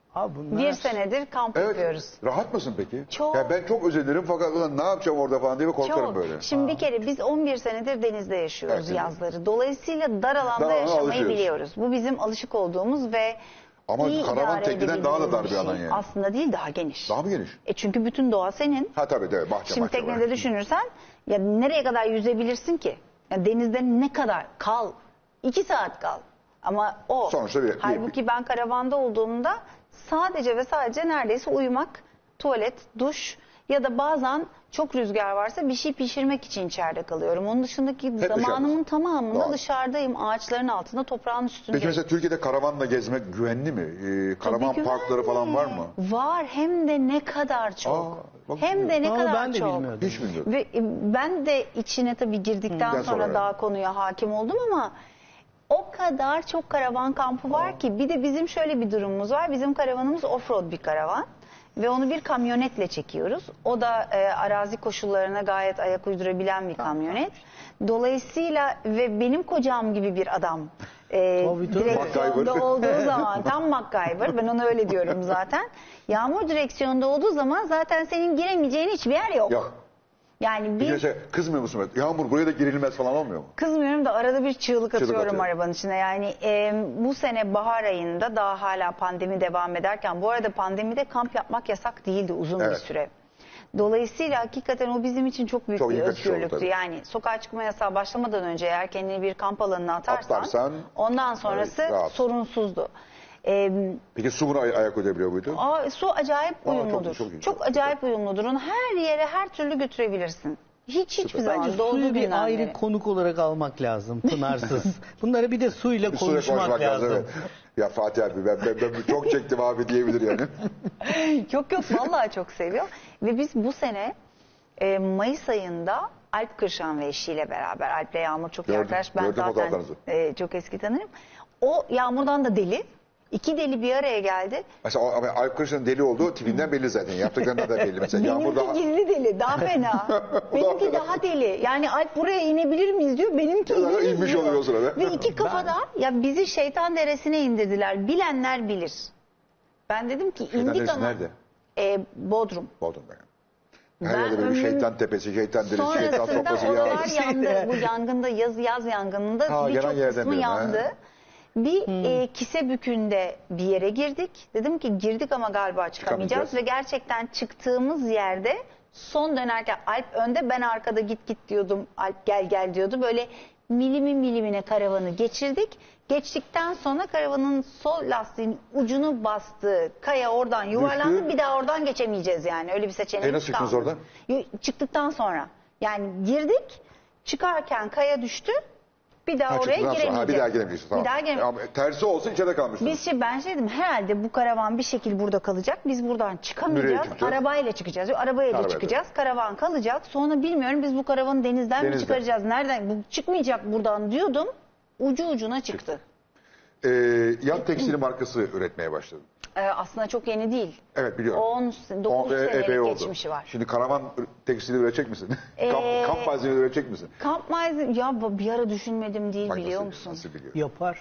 Abi bunlar... Bir senedir kamp Evet. yapıyoruz. Rahat mısın peki? Çok. Ya ben çok özenirim fakat ulan ne yapacağım orada falan diye korkarım Çok. böyle. Şimdi bir kere biz on bir senedir denizde yaşıyoruz Evet. yazları. Dolayısıyla dar alanda Dar alana yaşamayı alışıyoruz. biliyoruz. Bu bizim alışık olduğumuz ve Ama iyi karavan idare tekneden daha da edebildiğimiz dar bir şey. alan yani. Aslında değil, daha geniş. Daha mı geniş? E çünkü bütün doğa senin. Ha tabii tabii bahçe Şimdi bahçe teknede var. düşünürsen ya nereye kadar yüzebilirsin ki? Ya denizde ne kadar kal? İki saat kal. Ama o. Sonuçta bir- bir- Halbuki ben karavanda olduğumda sadece ve sadece neredeyse uyumak, tuvalet, duş ya da bazen çok rüzgar varsa bir şey pişirmek için içeride kalıyorum. Onun dışındaki dışarıdasın. zamanımın tamamında Doğru. dışarıdayım. Ağaçların altında, toprağın üstünde. Peki mesela Türkiye'de karavanla gezmek güvenli mi? Ee, karavan Tabii parkları güvenli. falan var mı? Var, hem de ne kadar çok. Aa, bak hem de ne Ama kadar ben de çok. bilmiyordum. Hiç bilmiyorum. Ve e, ben de içine tabii girdikten Hı, sonra sonra daha konuya hakim oldum ama o kadar çok karavan kampı var ki. Bir de bizim şöyle bir durumumuz var. Bizim karavanımız offroad bir karavan. Ve onu bir kamyonetle çekiyoruz. O da e, arazi koşullarına gayet ayak uydurabilen bir kamyonet. Dolayısıyla ve benim kocam gibi bir adam. E, Tabii, tabii. direksiyonda MacGyver. olduğu zaman tam MacGyver, ben ona öyle diyorum zaten. Yağmur direksiyonda olduğu zaman zaten senin giremeyeceğin hiçbir yer yok. Yok. Yani Bir bir mesela kızmıyor musun? Yağmur buraya da girilmez falan olmuyor mu? kızmıyorum da arada bir çığlık atıyorum atıyor. arabanın içine. Yani e, bu sene bahar ayında daha hala pandemi devam ederken, bu arada pandemide kamp yapmak yasak değildi uzun bir Evet. süre. Dolayısıyla hakikaten o bizim için çok büyük Çok bir iyi kaçış oldu özgürlüktü. tabii. Yani sokağa çıkma yasağı başlamadan önce eğer kendini bir kamp alanına atarsan, Atlarsan, ondan sonrası evet, rahat. sorunsuzdu. E, Peki su buna ay- ayak uydurabiliyor muydu? Aa, su acayip Aa, çok- uyumludur. çok iyi, çok çok- acayip uyumludur. Onu her yere her türlü götürebilirsin. Hiç hiçbir zaman Bence doğduğu suyu bir günden ayrı beri. konuk olarak almak lazım, pınarsız. Bunları bir de suyla Bir suyla konuşmak, lazım. evet. Ya Fatih abi ben, ben, ben çok çektim abi diyebilir yani. Yok yok, vallahi çok seviyor. Ve biz bu sene e, Mayıs ayında Alp Kırşan ve eşiyle beraber, Alp'le Yağmur çok iyi Gördüm, arkadaş. Ben gördüm zaten fotoğraflarınızı. e, çok eski tanırım. O Yağmur'dan da deli. İki deli bir araya geldi. Mesela o- ama Alp Kırşan'ın deli olduğu tipinden belli zaten. Yaptıklarından da belli. Mesela Yağmur Benimki daha... gizli deli, daha fena. Benimki fena. daha deli. Yani Alp buraya inebilir miyiz diyor, benimki Ya da ineriz inmiş diyor. oluyor o sırada. Ve iki kafada ya bizi şeytan deresine indirdiler. Bilenler bilir. Ben dedim ki Şeytan indik Deresi ama... nerede? E, Bodrum. Bodrum'da yani. Her Ben yerde böyle bir ömrüm- şeytan tepesi, şeytan deresi, şeytan Sonrasında sopası bir yer oralar var. yandı. Bu yangında, yaz yaz yangınında Ha, birçok yanan yerden kısmı diyorum, yandı. ha. Bir e, Kisebükü'nde bir yere girdik. Dedim ki girdik ama galiba çıkamayacağız. Çıkamayacağız. Ve gerçekten çıktığımız yerde son dönerken Alp önde, ben arkada git git diyordum. Alp gel gel diyordu. Böyle milimi milimine karavanı geçirdik. Geçtikten sonra karavanın sol lastiğin ucunu bastığı kaya oradan yuvarlandı. Düştü. Bir daha oradan geçemeyeceğiz yani. Öyle bir seçeneğimiz E, nasıl çıktınız kalmadı. oradan? Yo- Çıktıktan sonra. Yani girdik, çıkarken kaya düştü. Bir daha Ha, oraya çıktıktan sonra, ha, giremeyeceğiz. bir daha giremeyeceksin. Tamam. Bir daha giremeyeceğiz. Ama tersi olsa içeride kalmışsınız. Biz şey, ben şey dedim, herhalde bu karavan bir şekil burada kalacak. Biz buradan Nereye çıkamayacağız. çıkacağız? Arabayla çıkacağız. Yok, arabayla Arabayla. çıkacağız. Karavan kalacak. Sonra bilmiyorum biz bu karavanı denizden mi Denizde. çıkaracağız? Nereden? Bu çıkmayacak buradan diyordum. Ucu ucuna çıktı. Ee, yat tekstili markası üretmeye başladın. Ee, aslında çok yeni değil. Evet biliyorum. on, dokuz O, e, epey senelik oldu. geçmişi var. Şimdi karavan tekstili üretecek misin? Ee, kamp, kamp malzemeleri üretecek misin? Kamp malzeme, ya bir ara düşünmedim değil, Bak biliyor nasıl, musun? Nasıl biliyor? Yapar.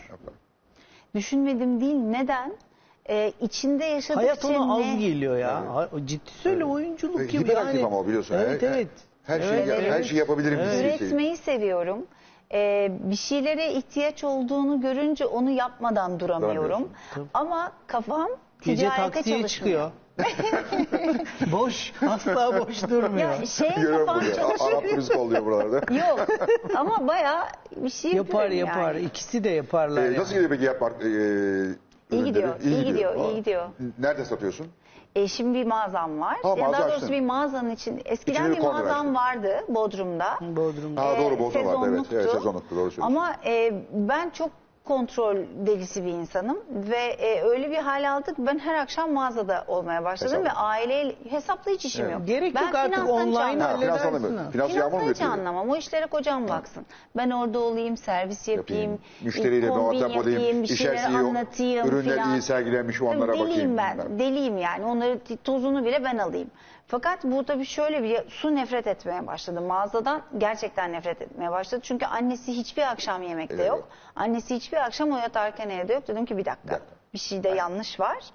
Düşünmedim değil. Neden? Ee, içinde yaşadıkça Hayat ona az ne? geliyor ya. Ha- Ciddi söyle, oyunculuk E, gibi hiperaktif yani. ama o biliyorsun. Evet Her- evet. Her şeyi, Evet, her evet. şeyi yapabilirim. Evet. biz şey. Üretmeyi seviyorum. Ee, bir şeylere ihtiyaç olduğunu görünce onu yapmadan duramıyorum. Duramıyorsun. Ama kafam Gece ticarete taksiye çalışmıyor. çıkıyor. Boş. Asla boş durmuyor. Ya şey Görüyorum kafam bunu. çalışıyor. Arap turist oluyor buralarda. Yok. Ama bayağı bir şey Yapar yapıyorum yapar. yani. İkisi de yaparlar. Ee, yani. nasıl gidiyor peki yapmak? E, İyi ürünleri? gidiyor, iyi gidiyor, iyi Aa, gidiyor. Nerede satıyorsun? E, şimdi bir mağazam var. Ha, Ya mağaza daha doğrusu açtın. bir mağazanın için. Eskiden İçine bir bir korner mağazam açtın. vardı Bodrum'da. Bodrum'da. Ha, doğru, Ee, Bodrum vardı, evet. sezonluktu. Evet, sezonluktu, doğru söylüyorsun. Ama e, ben çok kontrol delisi bir insanım ve e, öyle bir hal aldık. Ben her akşam mağazada olmaya başladım Hesap. ve aileyle hesapla hiç işim Evet. yok. Gerek ben yok artık, finanstan hiç online anlamam. Ha, halledersin. finans alamıyor. ha. Finans yağmur Finanstan mu hiç getiriyor? anlamam. O işlere kocam baksın. Ben orada olayım, servis yapayım, Yapayım. Müşteriyle kombin muhatap olayım. yapayım, bir şeyleri İçerisi iyi, anlatayım ürünler filan. iyi sergilenmiş, onlara Tabii bakayım. deliyim ben. Ben- Deliyim yani. Onları tozunu bile ben alayım. Fakat burada bir şöyle bir su nefret etmeye başladı. Mağazadan gerçekten nefret etmeye başladı. Çünkü annesi hiçbir akşam yemekte Evet. yok. Annesi hiçbir akşam o yatarken evde yok. Dedim ki bir dakika. Bir dakika. Bir şeyde yanlış var.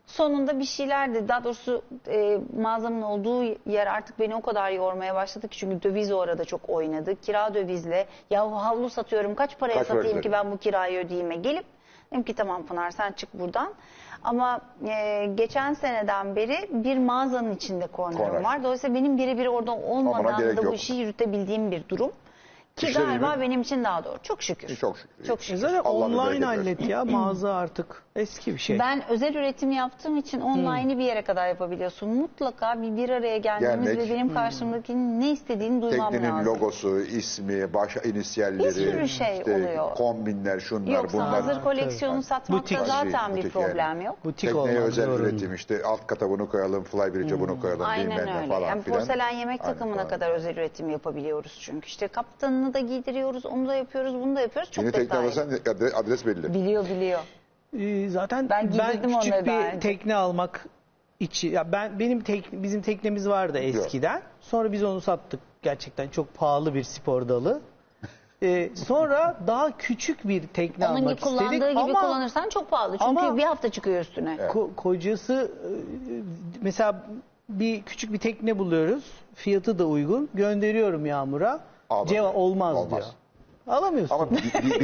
sonunda bir şeylerdi. Daha doğrusu e, mağazamın olduğu yer artık beni o kadar yormaya başladı ki, çünkü döviz o arada çok oynadı. Kira dövizle, ya havlu satıyorum, kaç paraya Kaç para satayım ki ödedin? ben bu kirayı ödeyeyime, gelip dedim ki tamam Pınar sen çık buradan. Ama e, geçen seneden beri bir mağazanın içinde kornerim Korner. var. Dolayısıyla benim birebir orada olmadan gerek da bu yok. işi yürütebildiğim bir durum. Ki İşleri galiba mi? benim için daha doğru. Çok şükür. Çok şükür. Çok E şükür. zaten Allah bir online bereket hallet versin. ya, mağaza artık eski bir şey. Ben özel üretim yaptığım için online'ı bir yere kadar yapabiliyorsun. Mutlaka bir bir araya gelmemiz Gelmek. ve benim karşımdakinin ne istediğini duymam Teknenin lazım. logosu, ismi, baş inisiyalleri, Bir sürü şey işte oluyor. kombinler, şunlar, Yoksa bunlar. hazır koleksiyonu Tabii. satmakta Butik. zaten bir Butik problem yani. yok. Butik Tekneye olmak özel zorunda. üretim, işte alt kata bunu koyalım, flybridge'e bunu koyalım, Aynen bilmem ne öyle. falan Yani filan. porselen yemek Aynen takımına falan. kadar özel üretim yapabiliyoruz çünkü. İşte kaptanını da giydiriyoruz, onu da yapıyoruz, bunu da yapıyoruz. Çok Yeni tekne detaylı. alırsan adres, adres belli. Biliyor biliyor. Ee, zaten Ben ben, giydirdim küçük onları daha bir önce. tekne almak için, ya ben benim tek, bizim teknemiz vardı eskiden. Sonra biz onu sattık. Gerçekten çok pahalı bir spor dalı. Ee, sonra daha küçük bir tekne Onun almak gibi kullandığı istedik gibi ama kullanırsan çok pahalı. Çünkü ama- bir hafta çıkıyor üstüne. ko- kocası e, mesela bir küçük bir tekne buluyoruz. Fiyatı da uygun. Gönderiyorum Yağmur'a. Almaz. Cevap olmaz, Olmaz. diyor. Alamıyorsun. Ama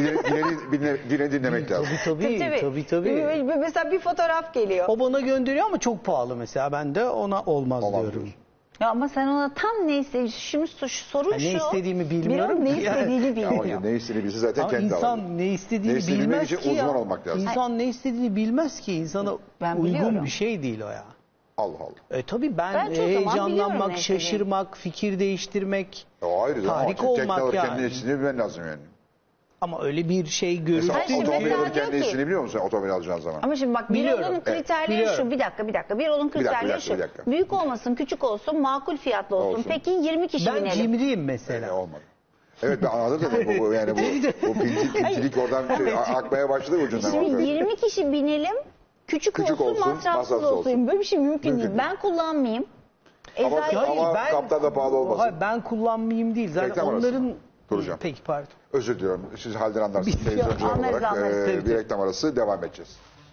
bileni dinlemek lazım. Tabii tabii. tabii, tabii. Ve- ve Mesela bir fotoğraf geliyor. O bana gönderiyor ama çok pahalı mesela. Ben de ona olmaz, Olmaz diyorum. diyorsun. Ya ama sen ona tam ne istediğini, şimdi şu sorun Ya ne şu. istediğimi bir bilmiyorum an ne ki yani. istediğini Ama bilmiyor. ne istediğini bilse zaten Ama kendi alır. insan ne istediğini Ne istediğini bilmek bilmez için ki ya. uzman olmak lazım. İnsan ne istediğini bilmez ki. İnsana Ben uygun biliyorum. bir şey değil o ya. Allah Allah. E tabii ben, Ben çoğu zaman biliyorum heyecanlanmak, ne istediğini. şışırmak, fikir değiştirmek. O ayrı da ama Tahrik tekne olmak alırken yani. ne istediğini bilmen lazım yani. Ama öyle bir şey Mesela görürsün. Hayır, şimdi otomobil mesela alırken diyor ne ki- istediğini biliyor musun otomobil alacağın zaman? Ama şimdi bak bir Biliyorum, yolun evet, kriterleri biliyorum. şu. Bir dakika bir dakika. Bir yolun dakika, bir kriterleri dakika, şu. bir dakika. Büyük olmasın, küçük olsun, makul fiyatlı olsun. Olsun. Peki yirmi kişi Ben binelim. cimriyim E, mesela. olmadı. Evet ben anladım da bu, bu yani bu, bu pintilik, pintilik oradan şey, akmaya başladı ucundan. Şimdi ortaya. yirmi kişi binelim. Küçük, Küçük olsun, olsun, masrafsız masrafsız olsun. olsun. Böyle bir şey mümkün, Mümkün değil. değil. Ben kullanmayayım. Ama- Eczacı- ama- kaptan da pahalı olmasın. Hayır, ben kullanmayayım değil. Zaten Reklam arası onların... mı? Duracağım. Peki pardon. Özür diliyorum. Siz halden anlarsınız. Bir- Televizyoncular Anlarız, olarak anlarız. e, Tabii, bir tabii. reklam arası devam edeceğiz.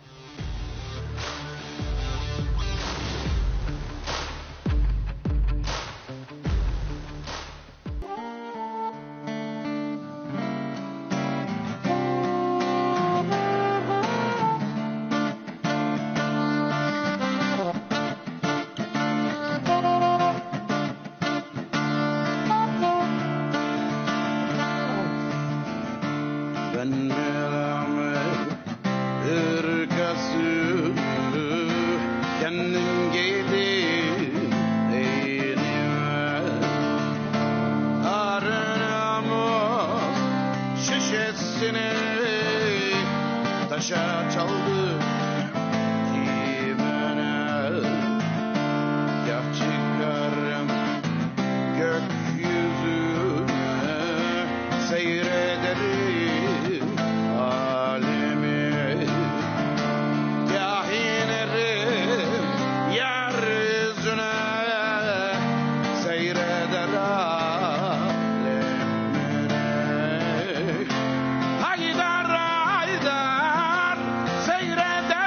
Ben melamet ırkası kendim giydim eynime aranamaz şişesini taşa çaldı kimene kâr çıkarım gökyüzüne seyrederim alemi kâh inerim yeryüzüne seyreder alemine haydar haydar seyreder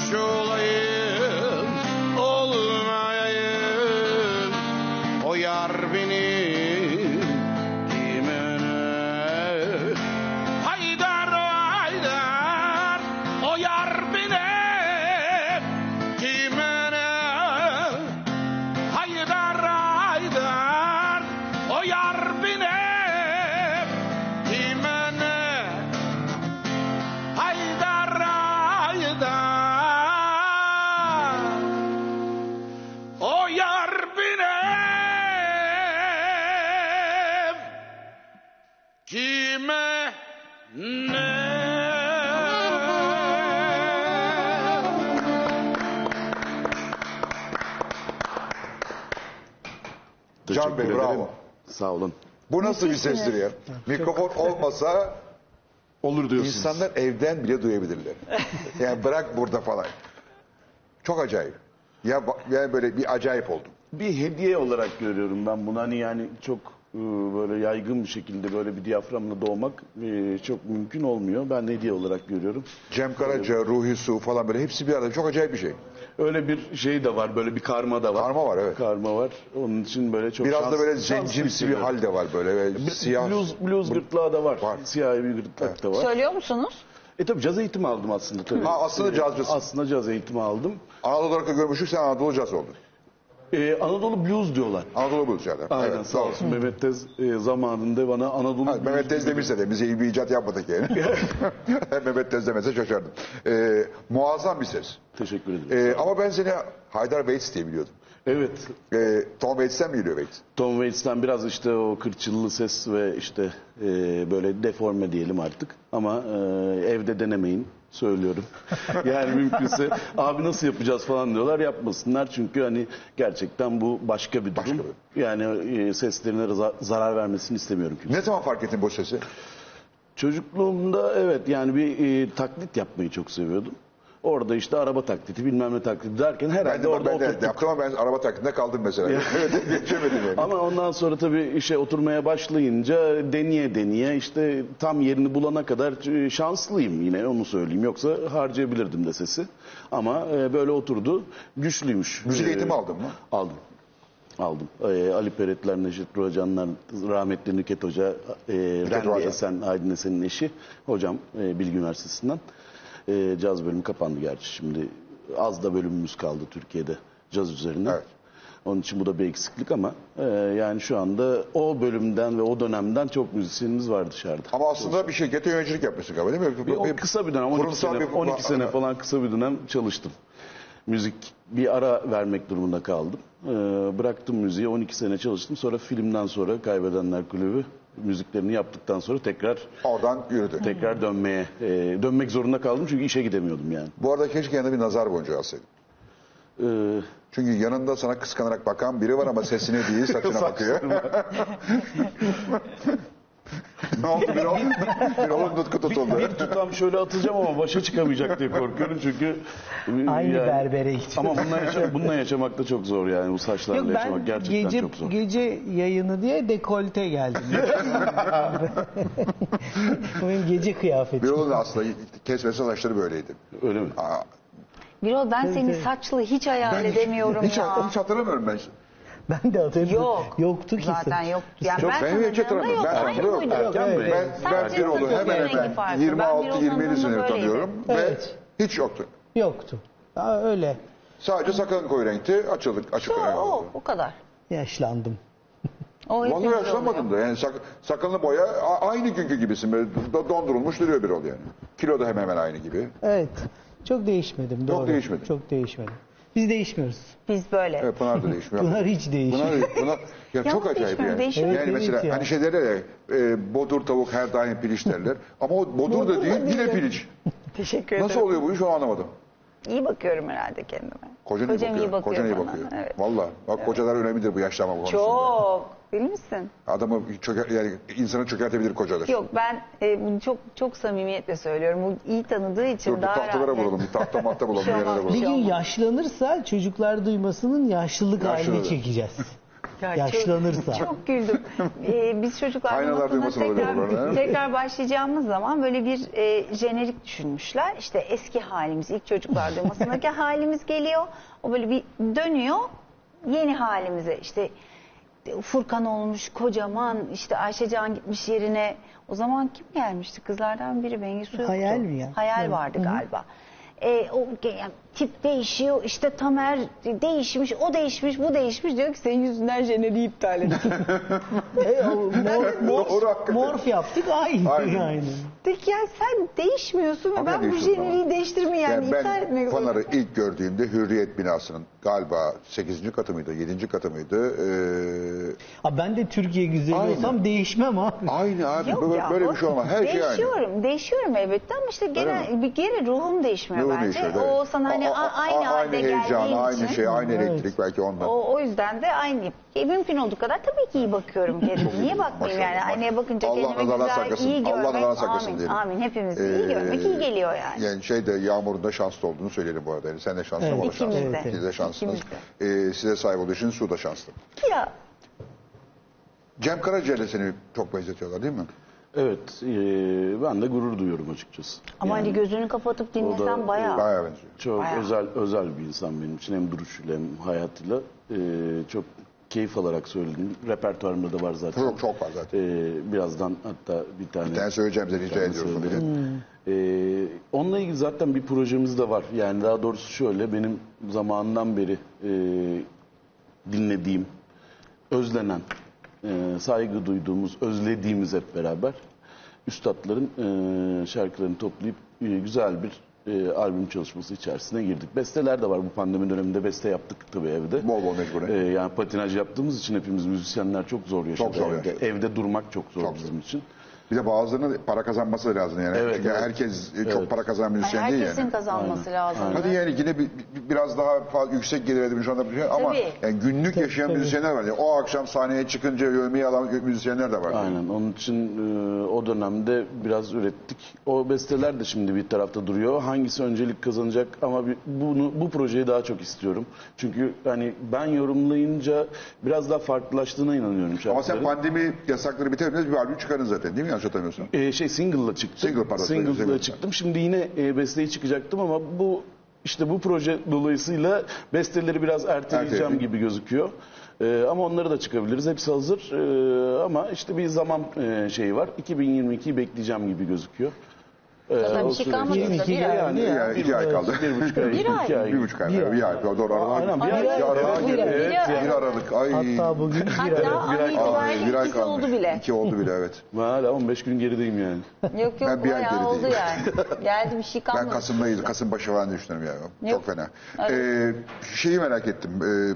Sarhoş olayım, olmayayım. O yar benim dimene. Haydar haydar, o yar benim dimene. Haydar haydar, o yar benim dimene. Haydar haydar, o yar benim kime ne? Can Bey, Teşekkür ederim. bravo. Sağ olun. Bu nasıl bir sestir ya? Mikrofon olmasa Olur diyorsunuz. insanlar evden bile duyabilirler. Yani bırak burada falan. Çok acayip. Ya ba- yani böyle bir acayip oldum. Bir hediye olarak görüyorum ben bunu. Hani yani çok e, böyle yaygın bir şekilde böyle bir diyaframla doğmak e, çok mümkün olmuyor. Ben hediye olarak görüyorum. Cem Karaca, Ruhi Su falan böyle hepsi bir arada. Çok acayip bir şey. Öyle bir şey de var, böyle bir karma da var. Karma var, evet. Karma var. Onun için böyle çok Biraz şans- da böyle şans zencimsi bir hissediyorum. hal de var böyle. Ve Bir- siyah. Blues, blues gırtlağı da var. Var. Siyahi bir gırtlak da var. Söylüyor musunuz? E tabii caz eğitimi aldım aslında tabii. Ha, aslında cazcısın. Aslında caz eğitimi aldım. Anadolu olarak da görmüştük, sen Anadolu Caz oldun. Ee, Anadolu Blues diyorlar. Anadolu Blues yani. Aynen, Evet, sağ doğru. olsun Mehmet Tez e, zamanında bana Anadolu Ha, Blues Mehmet Tez dedi. demişse de bize iyi bir icat yapmadık yani. Mehmet Tez demese şaşardım. Ee, muazzam bir ses. Teşekkür ederim. Ee, ama ben seni Haydar Waits diye biliyordum. Evet, Ee, Tom Waits'ten mi geliyor Waits? Tom Waits'ten biraz işte o kırçıllı ses ve işte e, böyle deforme diyelim artık. Ama e, evde denemeyin, söylüyorum. Yani mümkünse abi nasıl yapacağız falan diyorlar, yapmasınlar. Çünkü hani gerçekten bu başka bir durum. Başka Yani e, seslerine za- zarar vermesini istemiyorum kimse. Ne zaman fark ettin bu sesi? Çocukluğumda evet yani bir e, taklit yapmayı çok seviyordum. Orada işte araba taklidi bilmem ne taklidi derken herhalde Ben de, orada ben de oturttuk. yaptım ama ben araba taklidinde kaldım mesela. Evet, geçemedim yani. Ama ondan sonra tabii işe oturmaya başlayınca deneye deneye işte tam yerini bulana kadar e, şanslıyım yine onu söyleyeyim. Yoksa harcayabilirdim de sesi. Ama e, böyle oturdu. Güçlüymüş. Müzik E, eğitimi aldın mı? Aldım. Aldım. E, Ali Peretler, Neşet Rocanlar, rahmetli Nüket Hoca, e, Rendi Rocan. Esen, Aydın Esen'in eşi. Hocam e, Bilgi Üniversitesi'nden. E, caz bölümü kapandı gerçi şimdi. Az da bölümümüz kaldı Türkiye'de caz üzerine. Evet. Onun için bu da bir eksiklik ama e, yani şu anda o bölümden ve o dönemden çok müzisyenimiz var dışarıda. Ama aslında bir şirkete yöneticilik yapmışsın galiba değil mi? Bir, o kısa bir dönem, on iki kurumsal sene, bir- on iki sene falan kısa bir dönem çalıştım. Müzik bir ara vermek durumunda kaldım. E, bıraktım müziği, on iki sene çalıştım. Sonra filmden sonra Kaybedenler Kulübü müziklerini yaptıktan sonra tekrar Oradan yürüdü. tekrar dönmeye e, dönmek zorunda kaldım çünkü işe gidemiyordum yani. Bu arada keşke yanında bir nazar boncuğu alsaydın. E, Çünkü yanında sana kıskanarak bakan biri var ama sesine değil saçına bakıyor. Ne oldu bir ol? Bir olun nutku tutuldu. bir tutam şöyle atacağım ama başa çıkamayacak diye korkuyorum çünkü e, Aynı yani- berbere gidiyoruz. Ama bununla, yaşa, bununla yaşamak da çok zor yani bu saçlarla Yok, yaşamak ben gerçekten gece çok zor. gece yayını diye dekolte geldim. Bu benim gece Bir kıyafetim. olun aslında kesmesi saçları böyleydi. Öyle mi? Aa, Birol ben seni tabii. saçlı hiç hayal ben hiç, edemiyorum hiç, ya. hiç hatırlamıyorum ben. Ben de hatırlıyorum. Yok. Yoktu ki. Zaten yok. Yani Çok- ben ben hiç tanıdığımda hatırlamıyorum. yok. Ben Aynı hatırlıyorum. buydu. Erken Evet. mi? Ben, ben Sadece bir oldu saçın hemen rengi hemen farklı. yirmi altı Ben bir yirmi yedi olmadığında senedir böyleydi. tanıyorum Evet. ve hiç yoktu. Yoktu. Aa, öyle. Sadece sakalın koyu renkti, açıldık, açık O, renk o, oldu. o kadar. Yaşlandım. O hepimiz Vallahi yaşlanmadım oluyor. da yani sak, sakalını boya a- aynı günkü gibisin böyle do- dondurulmuş duruyor bir ol yani. Kilo da hemen hemen aynı gibi. Evet. Çok değişmedim. Çok Doğru. değişmedin. Çok değişmedim. Biz değişmiyoruz. Biz böyle. Evet, Pınar da değişmiyor. Bunlar hiç değişmiyor. Pınar, Pınar ya Ya çok bu acayip değişmiyor, yani. değişiyor. Yani Evet, mesela evet ya. hani şey derler ya e, bodur tavuk her daim piliç derler. Ama o bodur, Bodur da da değil değil. yine piliç. Teşekkür ederim. Nasıl oluyor bu iş onu anlamadım. İyi bakıyorum herhalde kendime. Kocan iyi Kocam bakıyor. iyi bakıyor Kocan iyi bana. bakıyor. Evet. Vallahi bak kocalar önemlidir bu yaşlanma konusunda. Çok. Bilir misin? Adamı çöker, yani insanı çökertebilir kocadır. Yok ben e, bunu çok çok samimiyetle söylüyorum. Bu iyi tanıdığı için Dur bir daha tahtalara rahat. bulalım. Bir tahta mahta bulalım. Şey bir yerlere olmaz. Bir bulalım. gün yaşlanırsa çocuklar duymasının yaşlılık Yaşlılığı. halini çekeceğiz. Ya Yaşlanırsa. Çok, çok güldüm. Ee, biz çocuklar Aynalar duymasın oluyor tekrar, oralar, he? tekrar başlayacağımız zaman böyle bir e, jenerik düşünmüşler. İşte eski halimiz, ilk çocuklar duymasındaki halimiz geliyor. O böyle bir dönüyor yeni halimize. İşte Furkan olmuş kocaman, işte Ayşecan gitmiş yerine. O zaman kim gelmişti? Kızlardan biri, Bengisu yoktu. Hayal mi ya? Hayal Evet. vardı Hı hı. galiba. E, o yani, tip değişiyor, işte Tamer değişmiş, o değişmiş, bu değişmiş. Diyor ki senin yüzünden jeneriği iptal ettik. E, o mor, mor, Doğru, hakikaten. morf yaptık aynı. Aynen. Aynı. Peki ya sen değişmiyorsun ve Hakikaten ben bu değişiyorsun jeneriği ama. değiştirmeyi yani, Yani iptal etmek ben zorundayım. Pınar'ı ilk gördüğümde Hürriyet binasının galiba sekizinci katı mıydı, yedinci katı mıydı? Ee, Ha, ben de Türkiye güzeli Aynen. olsam değişmem abi. aynı abi, Yok böyle, ya, böyle o- bir şey olmaz. Her şey aynı. Değişiyorum, değişiyorum elbette ama işte Öyle gene bir gene ruhum değişmiyor Ruhun bence. değişiyor, O evet. sana hani A- a- a- aynı a- halde heyecan, geldiğin aynı için. şey, aynı Evet. elektrik belki ondan. O, o yüzden de aynıyım. E, mümkün olduğu kadar tabii ki iyi bakıyorum kendime. Niye bakmayayım yani? Maşallah. Aynaya bakınca Allah kendime nazardan güzel, saklasın. iyi görmek. Allah nazardan saklasın amin, diyelim. amin. Hepimiz Ee, iyi görmek iyi geliyor yani. Yani şey de Yağmur'un da şanslı olduğunu söyleyelim bu arada. Yani sen de şanslı Evet. ama o da İkimiz şanslı. de. İkiniz de şanslısınız. İkimiz Ee, size sahip olduğu için Su da şanslı. Ya Cem Karaca ile seni çok benzetiyorlar değil mi? Evet, e, ben de gurur duyuyorum açıkçası. ama Yani hani gözünü kapatıp dinlesen da- bayağı. Bayağı benziyor. çok Bayağı. özel özel bir insan benim için, hem duruşuyla hem hayatıyla. E, çok keyif alarak söyledim. Repertuarımda da var zaten. Çok çok var zaten. E, birazdan hatta bir tane... Bir tane söyleyeceğimize rica tane ediyoruz diye. söyleyeyim. Ee, onunla ilgili zaten bir projemiz de var. Yani daha doğrusu şöyle, benim zamanından beri e, dinlediğim, özlenen, e, saygı duyduğumuz, özlediğimiz hep beraber üstadların e, şarkılarını toplayıp e, güzel bir e, albüm çalışması içerisine girdik. Besteler de var, bu pandemi döneminde beste yaptık tabii evde. Bol bol mecburen. E, yani patinaj yaptığımız için hepimiz müzisyenler çok zor yaşadı. Çok zor evde. yaşadı. Evde durmak çok zor Çok bizim için. Bir de bazılarının para kazanması lazım yani. Evet, Çünkü evet. herkes e, çok Evet. para kazanan Ay, müzisyen değil herkesin yani. kazanması lazım. Hadi yani yine bir, bir- biraz daha fazla yüksek gelir edilmiş şu anda bir şey ama Tabii. yani günlük yaşayan müzisyenler var. Yani o akşam sahneye çıkınca övmeyi alan müzisyenler de var. Aynen. Onun için e, o dönemde biraz ürettik. O besteler de şimdi bir tarafta duruyor. Hangisi öncelik kazanacak ama bir- bunu bu projeyi daha çok istiyorum. Çünkü hani ben yorumlayınca biraz daha farklılaştığına inanıyorum Ama şarkıların. sen pandemi yasakları bitermez bir albüm çıkarın zaten değil mi? Yanlış hatırlamıyorsun. Ee, şey single'la çıktım. Single, pardon, Single'la single. çıktım. Şimdi yine e, besteye çıkacaktım ama bu işte bu proje dolayısıyla besteleri biraz erteleyeceğim Erteledim. gibi gözüküyor. Ee, ama onları da çıkabiliriz. Hepsi hazır. Ee, ama işte bir zaman e, şeyi var. iki bin yirmi ikiyi bekleyeceğim gibi gözüküyor. Ee, Zaten o bir şey süreç- kalmadı da yirmi iki bir ay. geldi ya. Yani iki ay kaldı. Bir buçuk ay. Bir iki ay. ay. Bir buçuk ay. Bir Bir, ay. ay. Doğru. Aynen, bir Bir ay. ay. Evet, Bir ay. evet, Bir ay. Bir Aralık. Ay. Hatta bugün bir Hatta ara. an itibariyle bir ay ikisi kalmış. oldu bile. İki oldu bile evet. Ben hala on beş gün gerideyim yani. Yok yok Ben bir ay bayağı oldu gerideyim. yani. Geldi bir şey kalmadı. Ben Kasım'dayız. Kasım başı falan diye düşünüyorum yani. Yok. Çok fena. Evet. Ee, şeyi merak ettim. Ee,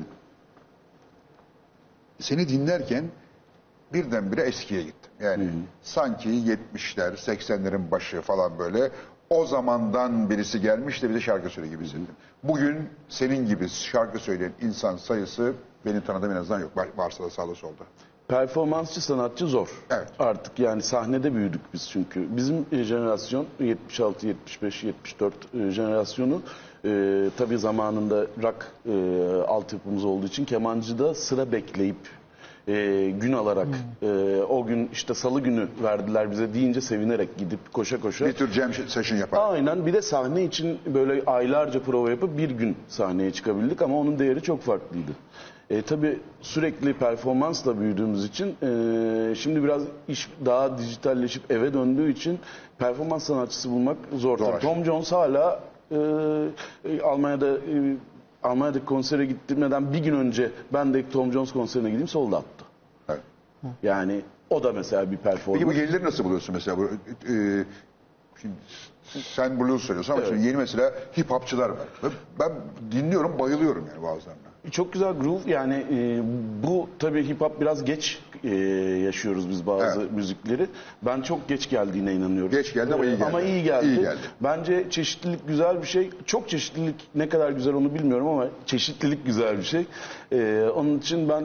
seni dinlerken birdenbire eskiye gittim. Yani sanki yetmişler, seksenlerin başı falan böyle. O zamandan birisi gelmiş de bize şarkı söylüyor gibi hissettim. Bugün senin gibi şarkı söyleyen insan sayısı benim tanıdığım en azından yok. Var- Varsa da sağda solda. Performansçı sanatçı zor. Evet. Artık yani sahnede büyüdük biz çünkü. Bizim e, jenerasyon yetmiş altı, yetmiş beş, yetmiş dört e, jenerasyonu e, tabii zamanında rock e, altyapımız olduğu için kemancıda sıra bekleyip e, gün alarak e, o gün işte salı günü verdiler bize deyince sevinerek gidip koşa koşa. Bir tür jam session yapar. Aynen, bir de sahne için böyle aylarca prova yapıp bir gün sahneye çıkabildik ama onun değeri çok farklıydı. E, tabii sürekli performansla büyüdüğümüz için e, şimdi biraz iş daha dijitalleşip eve döndüğü için performans sanatçısı bulmak zor. Zor. Tabii Tom Jones hala e, e, Almanya'da e, Almanya'daki konsere gitmeden bir gün önce ben de Tom Jones konserine gideyim, solda attı. Evet. Yani o da mesela bir performans. Peki bu yenileri nasıl buluyorsun mesela? Bu, e, şimdi sen blues söylüyorsun ama Evet. şimdi yeni mesela hip hopçılar var. Ve ben dinliyorum, bayılıyorum yani bazılarına. Çok güzel groove yani e, bu tabii hip hop biraz geç e, yaşıyoruz biz bazı Evet. müzikleri. Ben çok geç geldiğine inanıyorum. Geç geldi ama iyi geldi. Ama iyi geldi. İyi geldi. Bence çeşitlilik güzel bir şey. Çok çeşitlilik ne kadar güzel onu bilmiyorum ama çeşitlilik güzel bir şey. E, onun için ben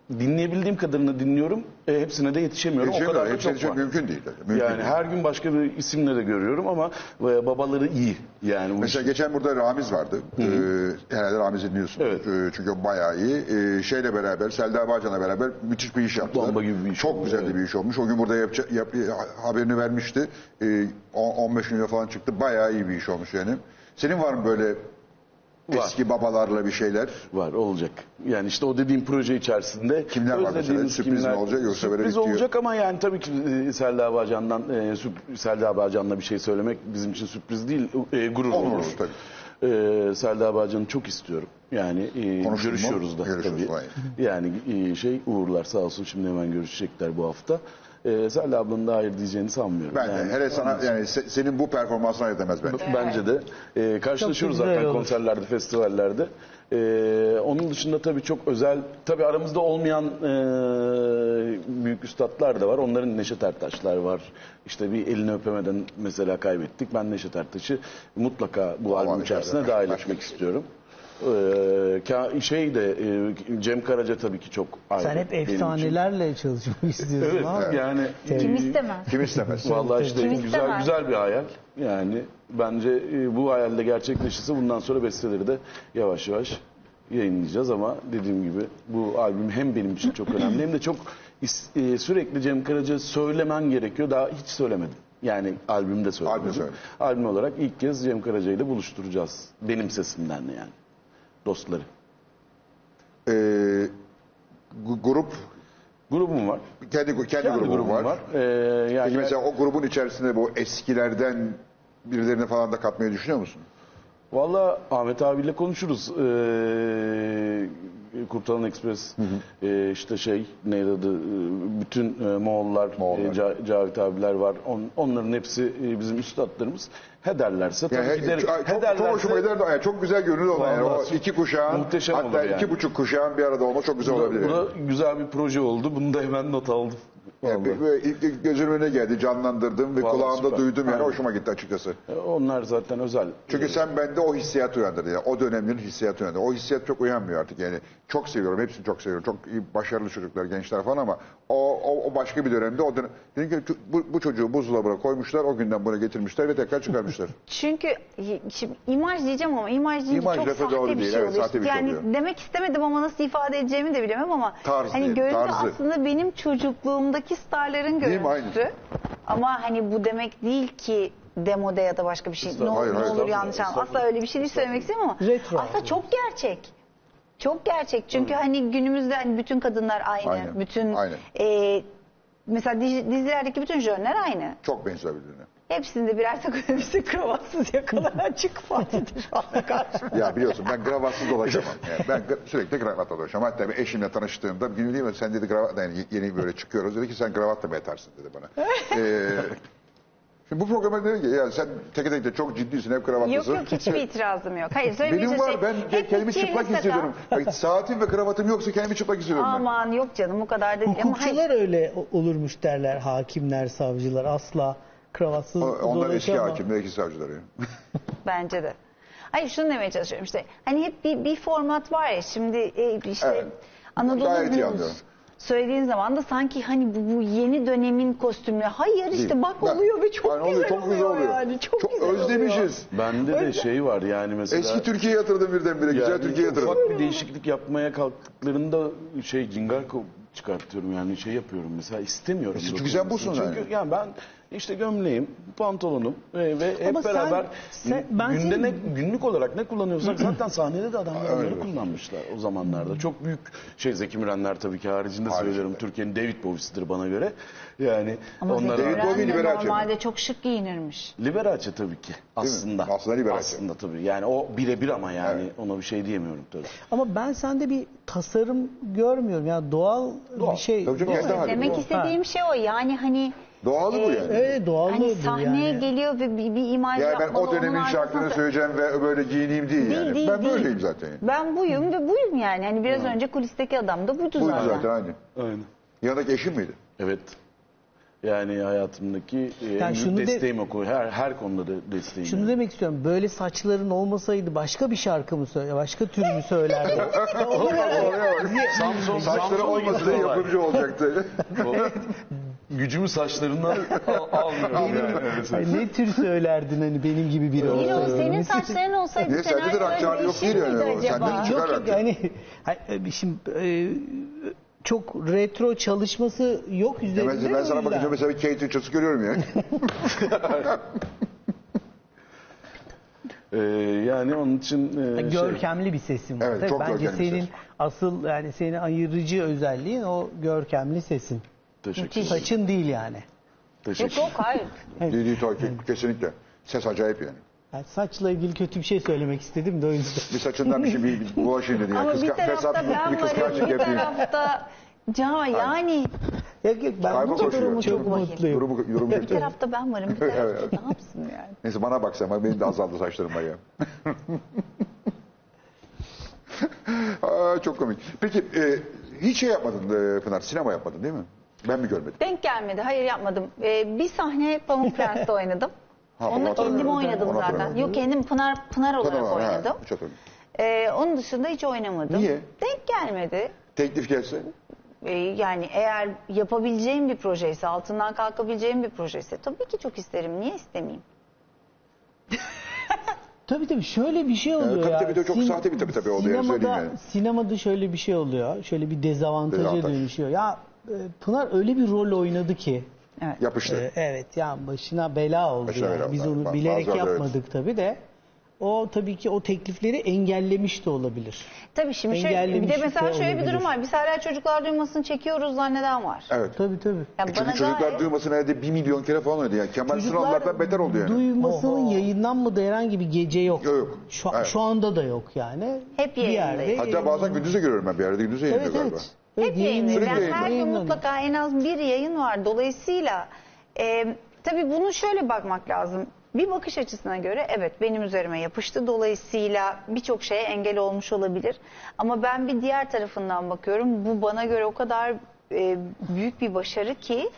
dinleyebildiğim kadarını dinliyorum. E, hepsine de yetişemiyorum. O kadar da Hepsini çok çok var. mümkün değil. Mümkün Yani değil. her gün başka bir isimle de görüyorum ama e, babaları iyi. Yani bu Mesela geçen burada Ramiz vardı. Ee, herhalde Ramiz'i dinliyorsun. Evet. Ee, çünkü o bayağı iyi. Ee, şeyle beraber, Selda Bağcan'la beraber müthiş bir iş yaptılar. Bomba gibi bir iş Çok oldu, güzel de evet. bir iş olmuş. O gün burada yapça- yap- haberini vermişti. Ee, on- on beş milyon falan çıktı. Bayağı iyi bir iş olmuş yani. Senin var mı böyle eski babalarla bir şeyler? Var, olacak. Yani işte o dediğim proje içerisinde Kimler var mesela? özlediğimiz Sürpriz mi olacak yoksa böyle sürpriz bitiyor? olacak ama yani tabii ki e, Selda Bağcan'dan e, sürp- Selda Bağcan'la bir şey söylemek bizim için sürpriz değil, e, gurur Olur, olur. tabii. E, Selda Bağcan'ı çok istiyorum. Yani e, Konuştun mu? görüşüyoruz da Görüşüyoruz, tabii. vay. Yani e, şey Uğurlar sağ olsun şimdi hemen görüşecekler bu hafta. E, Selda ablanın da hayır diyeceğini sanmıyorum. Ben de. Yani- Hele sana yani se- senin bu performansına hayır demez bence. Bence de. Ee, karşılaşıyoruz Çok güzel zaten olur. konserlerde, festivallerde. Ee, onun dışında tabii çok özel, tabii aramızda olmayan e, büyük üstadlar da var. Onların Neşet Ertaşlar var. İşte bir elini öpemeden mesela kaybettik. Ben Neşet Ertaş'ı mutlaka bu Aman albüm içerisine inşallah. dahil etmek istiyorum. Ee, ka- şey de e, Cem Karaca tabii ki çok ayrı. Sen hep benim için. efsanelerle çalışmak istiyorsun Evet, abi. yani Kim e, istemez? Kim istemez? Vallahi işte Kim güzel istemez? güzel bir hayal. Yani bence e, bu hayalde gerçekleşirse bundan sonra besteleri de yavaş yavaş yayınlayacağız ama dediğim gibi bu albüm hem benim için çok önemli hem de çok is- e, sürekli Cem Karaca söylemen gerekiyor. Daha hiç söylemedim. Yani albümde söylemedim. Albüm söyle. Albüm olarak ilk kez Cem Karaca ile buluşturacağız. Benim sesimden de yani. Dostları. Ee, gu- grup Grubum var. kendi kendi, Kendi grubum grubum var. var. Ee, yani Peki mesela o grubun içerisinde bu eskilerden birilerini falan da katmayı düşünüyor musun? Valla Ahmet abiyle konuşuruz. Ee, Kurtalan Express, ee, işte şey neydi adı, ee, bütün e, Moğollar, Moğollar. e, Ca- Cavit abiler var. On, onların hepsi e, bizim üstadlarımız. Hederlerse tabii Yani ki he- derim. çok, çok, çok hoşuma gider de yani çok güzel görünür olan yani. O Vallahi iki kuşağın muhteşem hatta olur yani. iki buçuk kuşağın bir arada olması çok güzel Bu da, olabilir. bu yani. da güzel bir proje oldu. Bunu da hemen not aldım. Yani Vallahi. böyle ilk, ilk gözümün önüne geldi, canlandırdım ve Vallahi kulağımda süper. duydum yani Aynen. hoşuma gitti açıkçası. E, Onlar zaten özel. Çünkü sen bende o hissiyat uyandırdı. Yani. O dönemlerin hissiyatı uyandırdı. O hissiyat çok uyanmıyor artık yani. Çok seviyorum, hepsini çok seviyorum. Çok iyi, başarılı çocuklar, gençler falan ama o, o, o başka bir dönemde o dönem. Dedim ki bu, bu çocuğu buzdolabına koymuşlar, o günden buna getirmişler ve tekrar çıkarmışlar. Çünkü y- şimdi imaj diyeceğim ama imaj deyince İmaj çok lafı sahte doğru bir değil, şey evet, oluyor. sahte bir şey yani oluyor. demek istemedim ama nasıl ifade edeceğimi de bilemem ama Tarz hani diyelim, görüntü tarzı. aslında benim çocukluğumdaki starların Değil mi? görüntüsü. Ama hani bu demek değil ki demode ya da başka bir şey. Ne, olur- Hayır, ne hayır, olur yanlış estağfurullah, anlama. Asla öyle bir şey değil söylemek istemiyorum ama Retro. aslında çok gerçek. Çok gerçek. Çünkü hani günümüzde hani bütün kadınlar aynı. Aynen, Bütün aynen. e, mesela dizi- dizilerdeki bütün jönler aynı. Çok benziyor birbirine. Hepsinde birer takım elbise kravatsız yakalanan çık Fatih'te şu anda karşımda. Ya biliyorsun ben gravatsız dolaşamam. Yani ben gra- sürekli gravatla dolaşamam. Hatta bir eşimle tanıştığımda bir gün değil mi sen dedi gravat yani yeni böyle çıkıyoruz dedi ki sen gravatla mı yatarsın dedi bana. ee, şimdi bu programa dedi ki ya sen teke tek de çok ciddisin hep Yok gravatlısın. yok hiçbir itirazım yok. Hayır söyleyeyim Benim var ben hep kendimi kirli çıplak sakal. hissediyorum. Bak, saatim ve kravatım yoksa kendimi çıplak hissediyorum ben. Aman yok canım o kadar değil. Ama hayır, Hukukçular öyle o- olurmuş derler. Hakimler, savcılar asla kravatsız O- Onlar eski dolaşamaz. hakimler, eski savcıları. bence de. Hayır şunu demeye çalışıyorum işte. Hani hep bir, bir format var ya şimdi e, işte Evet. Anadolu Gayet iyi Blues anlıyorum. söylediğin zaman da sanki hani bu, bu yeni dönemin kostümü. Hayır işte Değil. bak Ben- oluyor ve çok Aynen güzel oluyor, çok güzel oluyor. yani. Çok, Çok güzel oluyor. özlemişiz. Bende de şey var yani mesela. Eski Türkiye'ye yatırdım birdenbire. Güzel Yani Türkiye'ye yatırdım. ufak bir değişiklik yapmaya kalktıklarında şey cingar ko- çıkartıyorum yani şey yapıyorum mesela istemiyorum. Çünkü dokunmasını. sen busun Çünkü yani. yani ben işte gömleğim, pantolonum ve, ve hep Ama sen- beraber sen- ben günde senin- ne, günlük olarak ne kullanıyorsak zaten sahnede de adamlar onları Öyle. kullanmışlar o zamanlarda. Çok büyük şey Zeki Mürenler tabii ki haricinde Haricinde. söylüyorum. Türkiye'nin David Bowie'sidir bana göre. Yani Ama onlar Zeki David Müren Bowie de Liberace mi? normalde çok şık giyinirmiş. Liberace tabii ki aslında. Aslında Liberace. Aslında tabii. Yani o birebir ama yani ona bir şey diyemiyorum tabii. Ama ben sende bir tasarım görmüyorum. Yani doğal, Doğal. bir şey. Tabii canım, doğal. kendi hali. Demek bu. istediğım şey o yani hani Doğalı bu yani. Evet doğal hani bu sahneye yani. geliyor ve bir, bir imaj Yani ben yapmalı, o dönemin onun şarkılarını arkasında- söyleyeceğim ve böyle giyineyim değil, Değil, yani. değil, ben değil. böyleyim zaten. Ben buyum ve buyum yani. Hani biraz önce kulisteki adam da buydu Buydu zaten. zaten aynı. Aynen. Yanındaki eşim miydi? Evet. Yani hayatımdaki e, en Yani büyük şunu de- desteğim o. Her, her konuda da desteğim. Şunu yani. demek istiyorum. Böyle saçların olmasaydı başka bir şarkı mı söyle, başka tür mü söylerdi? Samsun, Saçları Samsun olmasa da gitti olay. yapımcı olacaktı. O gücümü saçlarından al- almıyorum. Yani, öyle söyleyeyim. Ay, ne tür söylerdin hani benim gibi biri Yine o olsaydı? senin Mesela- saçların olsaydı Niye sende de senaryo rockçılar yok değişir değil yani miydi o? Senden acaba? çıkar Yok yok artık. yani hani, şimdi e, çok retro çalışması yok üzerinde. Ben, ben o sana yüzden. bakınca mesela bir Kate Richards'ı görüyorum ya. Ee, yani onun için e, şey, Görkemli bir sesin var. Evet, Tabii çok bence görkemli bir senin ses. asıl yani seni ayırıcı özelliğin o görkemli sesin. teşekkür, Saçın değil yani. teşekkür. Yok yok hayır. Değil değil tabii, kesinlikle. Ses acayip yani. Yani saçla ilgili kötü bir şey söylemek istedim de o yüzden. Bir saçından bir şey bir, bir bulaşayım dedi. Yani. Ama bir Kıska- tarafta fesat ben bir kıskançlık varım, bir yapayım. tarafta Can yani Yok yok ben Kayma bu koşuyor. durumu çok Çok vahim. mutluyum. Yorumu, yorumu bir kötü. tarafta ben varım, bir tarafta Evet. ne yapsın yani? Neyse bana bak sen bak benim de azaldı saçlarım bayağı. Aa, çok komik. Peki e, hiç şey yapmadın e, Pınar, sinema yapmadın değil mi? Ben mi görmedim? Denk gelmedi, hayır yapmadım. Ee, bir sahne Pamuk Prens'te oynadım. Ha, Onu onu hatırlamıyorum. kendim oynadım Onu zaten. hatırlamıyorum. Yok kendim Pınar Pınar olarak Pınar var, ha, oynadım. hiç hatırlamıyorum. Ee, onun dışında hiç oynamadım. Niye? Denk gelmedi. Teklif gelse. Ee, yani eğer yapabileceğim bir projeyse, altından kalkabileceğim bir projeyse tabii ki çok isterim. Niye istemeyeyim? Tabii tabii şöyle bir şey oluyor tabii ya. tabii de çok sahte bir tabii tabii oluyor, Sinemada, söyleyeyim yani. sinemada şöyle bir şey oluyor. Şöyle bir dezavantaja Dezavantaj. dönüşüyor. Ya e, Pınar öyle bir rol oynadı ki. Yapıştı. e, evet ya başına bela oldu. Başına yani. bela Biz oldu. onu Bazı- bilerek bazıları yapmadık tabii de. O tabii ki o teklifleri engellemiş de olabilir. Tabii şimdi şöyle, bir de Engellemiş mesela de şöyle bir olabilir. durum var. Biz hala çocuklar duymasını çekiyoruz zanneden var. Evet. Tabii tabii. Ya E çünkü bana çocuklar gayet- duymasın herhalde bir milyon kere falan oynadı. Yani Kemal Sunal'lardan beter oldu yani. Duymasının yayınlanmadığı herhangi bir gece yok. Yok, yok. Şu, Evet. şu anda da yok yani. Hep Bir yayındayız. yerde Hatta bazen gündüzde görüyorum ben bir yerde gündüz yayınlıyor Evet galiba. evet. Evet, Hep yayındayız. Sürekli Yani her gün yayınlanıyor. mutlaka en az bir yayın var. Dolayısıyla e, tabii bunu şöyle bakmak lazım. Bir bakış açısına göre evet benim üzerime yapıştı. Dolayısıyla birçok şeye engel olmuş olabilir. Ama ben bir diğer tarafından bakıyorum. Bu bana göre o kadar e, büyük bir başarı ki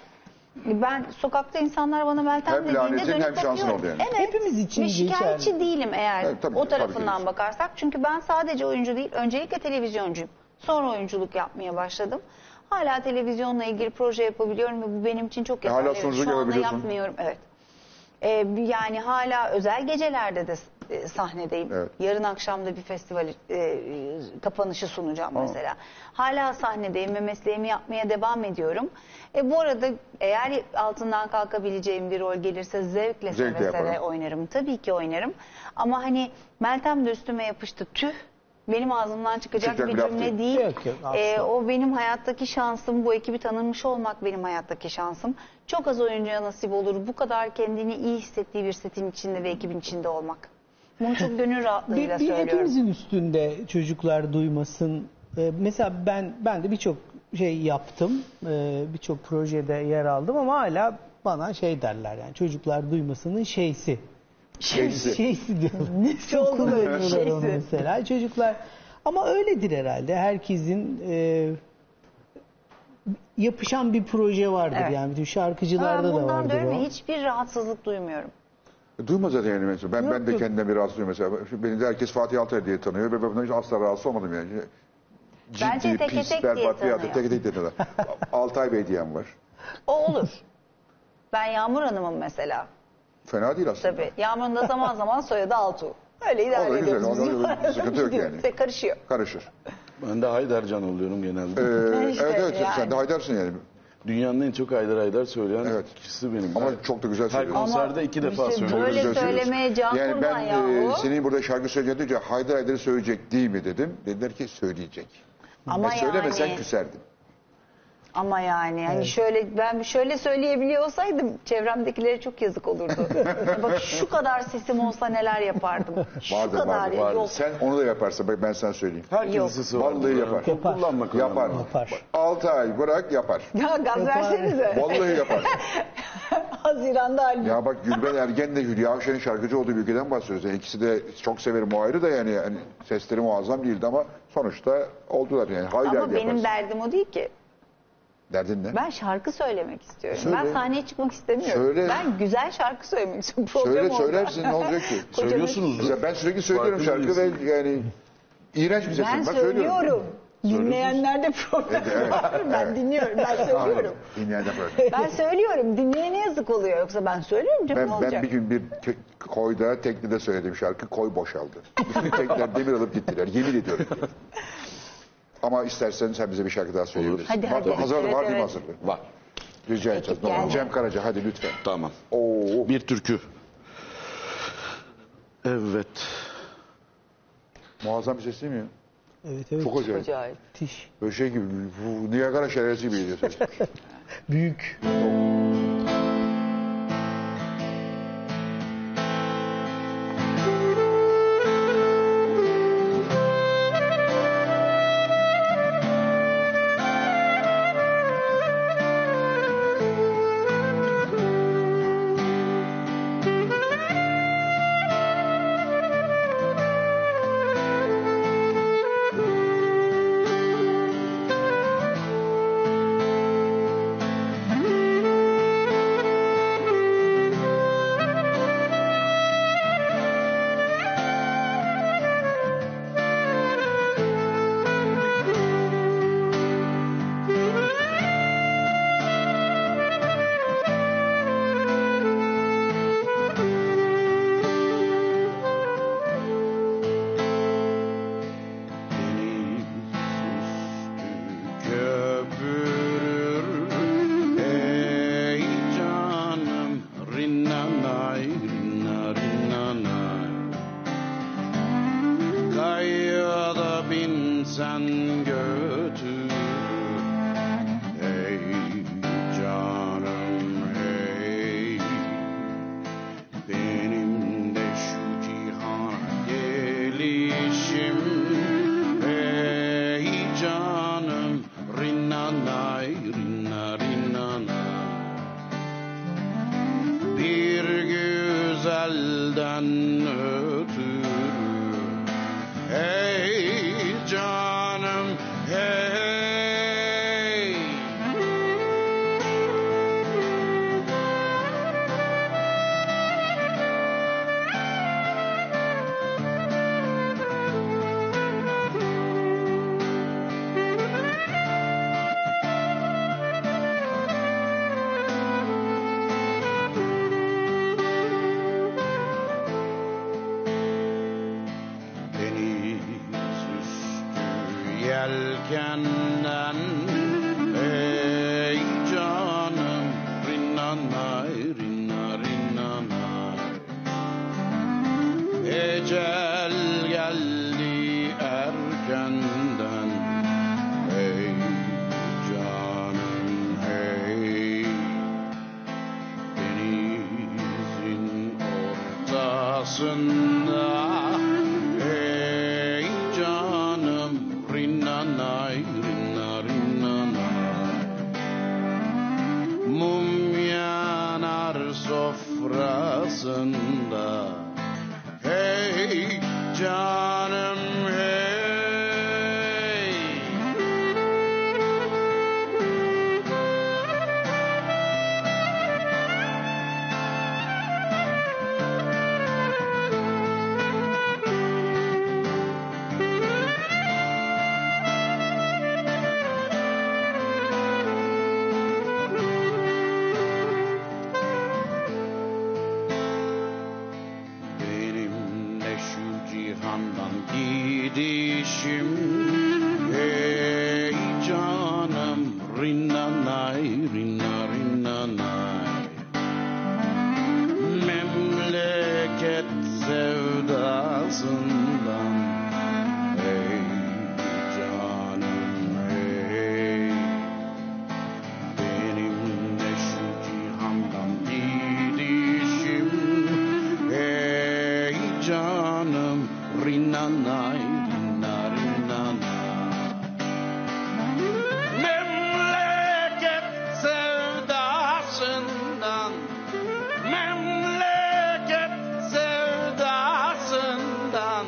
ben sokakta insanlar bana Meltem Hem dediğinde lanetin dönüp hem şansın bakıyorum. oldu yani. Evet. Hepimiz için Ve şikayetçi geçerli. değilim eğer Evet, tabii o ki, tabii ki tarafından değilsin. bakarsak. Çünkü ben sadece oyuncu değil, öncelikle televizyoncuyum. Sonra oyunculuk yapmaya başladım. Hala televizyonla ilgili proje yapabiliyorum ve bu benim için çok E, hala yeterli. sonucu Şu anda görebiliyorsun. yapmıyorum. Evet. Ee, yani hala özel gecelerde de e, sahnedeyim. Evet. Yarın akşam da bir festival e, e, kapanışı sunacağım mesela. Hala sahnedeyim ve mesleğimi yapmaya devam ediyorum. E, bu arada eğer altından kalkabileceğim bir rol gelirse zevkle Zevkle seve seve yaparım. oynarım. Tabii ki oynarım. Ama hani Meltem de üstüme yapıştı. Tüh. Benim ağzımdan çıkacak Çıkacak bir bir laf cümle değil. değil. Yok, yok, asla. E, o benim hayattaki şansım. Bu ekibi tanınmış olmak benim hayattaki şansım. Çok az oyuncuya nasip olur. Bu kadar kendini iyi hissettiği bir setin içinde ve ekibin içinde olmak. Bunu çok gönül Bir, rahatlığıyla bir söylüyorum. hepimizin üstünde çocuklar duymasın. Ee, mesela ben ben de birçok şey yaptım. Ee, birçok projede yer aldım ama hala bana şey derler yani çocuklar duymasının şeysi. Şeysi. Şeysi diyorlar. Çok kullanıyorlar onu mesela. Çocuklar ama öyledir herhalde. Herkesin e, yapışan bir proje vardır Evet. yani bütün Ben şarkıcılarda da bundan vardır diyorum o. ya, hiçbir rahatsızlık duymuyorum. Duyma zaten yani mesela. Ben, Yok, ben de yok. kendimden bir rahatsız duyuyorum mesela. Şu Beni de herkes Fatih Altaylı diye tanıyor ve ben bundan hiç asla rahatsız olmadım yani. Bence Ciddi, teke pis, tek diye berbat bir adı. tanıyor. Teke tek diye tanıyorlar. Altay Bey diyen var. O olur. Ben Yağmur Hanım'ım mesela. Fena değil aslında. Tabii. Yağmur'un da zaman zaman soyadı Altuğ. Öyle idare Olur, güzel, ediyoruz. olur, biz. olur. Sıkıntı yok Gidiyor, yani. işte karışıyor. Karışır. Ben de Haydarcan oluyorum genelde. Ee, İşte evet evet yani. sen de Haydar'sın yani. Dünyanın en çok Haydar Haydar söyleyen Evet. kişisi benim. Ama Her- çok da güzel Her söylüyorsun. konserde iki defa işte söylüyorum. böyle Güzel söylüyorsun. söylemeye can Yani kurban ben yahu. e, senin burada şarkı söyleyeceğin deyince Haydar Haydar'ı söyleyecek değil mi dedim. Dediler ki söyleyecek. Ama e, söylemesen yani- küserdim. Ama yani hani şöyle ben şöyle söyleyebiliyor olsaydım çevremdekilere çok yazık olurdu. Bak şu kadar sesim olsa neler yapardım. Şu Vardır kadar vardır ya, vardır. yok. Sen onu da yaparsan bak ben sana söyleyeyim. Herkesin Yok. sesi var. Vallahi yapar. Yapar. Kullanmak Yapar. önemli. Yapar. altı ay bırak yapar. Ya gaz versenize. Vallahi yapar. Haziran'da albüm. Ya bak Gülben Ergen de Hülya Avşar'ın şarkıcı olduğu bir ülkeden bahsediyoruz. Yani ikisi de çok severim o ayrı da yani, yani sesleri muazzam değildi ama sonuçta oldular yani. Haydi Ama haydi benim yaparsın. derdim o değil ki. Derdin ne? Ben şarkı söylemek istiyorum. Söyle. Ben sahneye çıkmak istemiyorum. Söyle. Ben güzel şarkı söylemek istiyorum. Problem Söyle orada. söylersin ne olacak ki? Kocamın- Söylüyorsunuz. Mesela ben sürekli söylüyorum şarkı ve Farkındayız. yani iğrenç bir sesim Ben var söylüyorum. söylüyorum. Dinleyenlerde problem Evet, evet, var. Ben evet. dinliyorum. Ben söylüyorum. Dinleyende böyle. Ben söylüyorum. Dinleyene yazık oluyor. Yoksa ben söylüyorum canım, ne Ben, olacak? ben bir gün bir te- koyda teknede söylediğim şarkı koy boşaldı. Bütün tekneler demir alıp gittiler. Yemin ediyorum. Ama istersen sen bize bir şarkı daha söyleyebilirsin. Hadi, Var- hadi. Hazır Evet, var değil mi evet. hazırlığı? Var. Rica edeceğiz. Ne olur. geldi. Cem Karaca hadi lütfen. Tamam. Oo. Bir türkü. Evet. Muazzam bir ses değil mi ya? Evet evet. Çok acayip. Acayip. Müthiş. Böyle şey gibi. Bu Niagara şelalesi gibi geliyor ses. Büyük. Deniz üstü köpürür. Ey canım rinnanay rinna rinnanay. Kayada binsen götür. Ey canım hey. Benim de şu cihana gelişim. Ey canım rinnanay rinna rinnanay. Bir güzelden ötürü. Hey canım hey. Deniz üstü yelkenden. Ey canım rinnanay rinna rinnanay. Ecel geldi erkenden. Ey canım hey. Denizin ortasında. Ey canım rinnanay rinna rinnanay. Mum yanar sofrasında. Hey canım hey. Benim de şu cihandan gidişim. Ey canım rinnanay rinna rinnanay. Memleket sevdasından. Ey canım hey. Benim de şu cihandan gidişim. Ey canım rinnanay rinna rinnanay. Memleket sevdasından. Memleket sevdasından.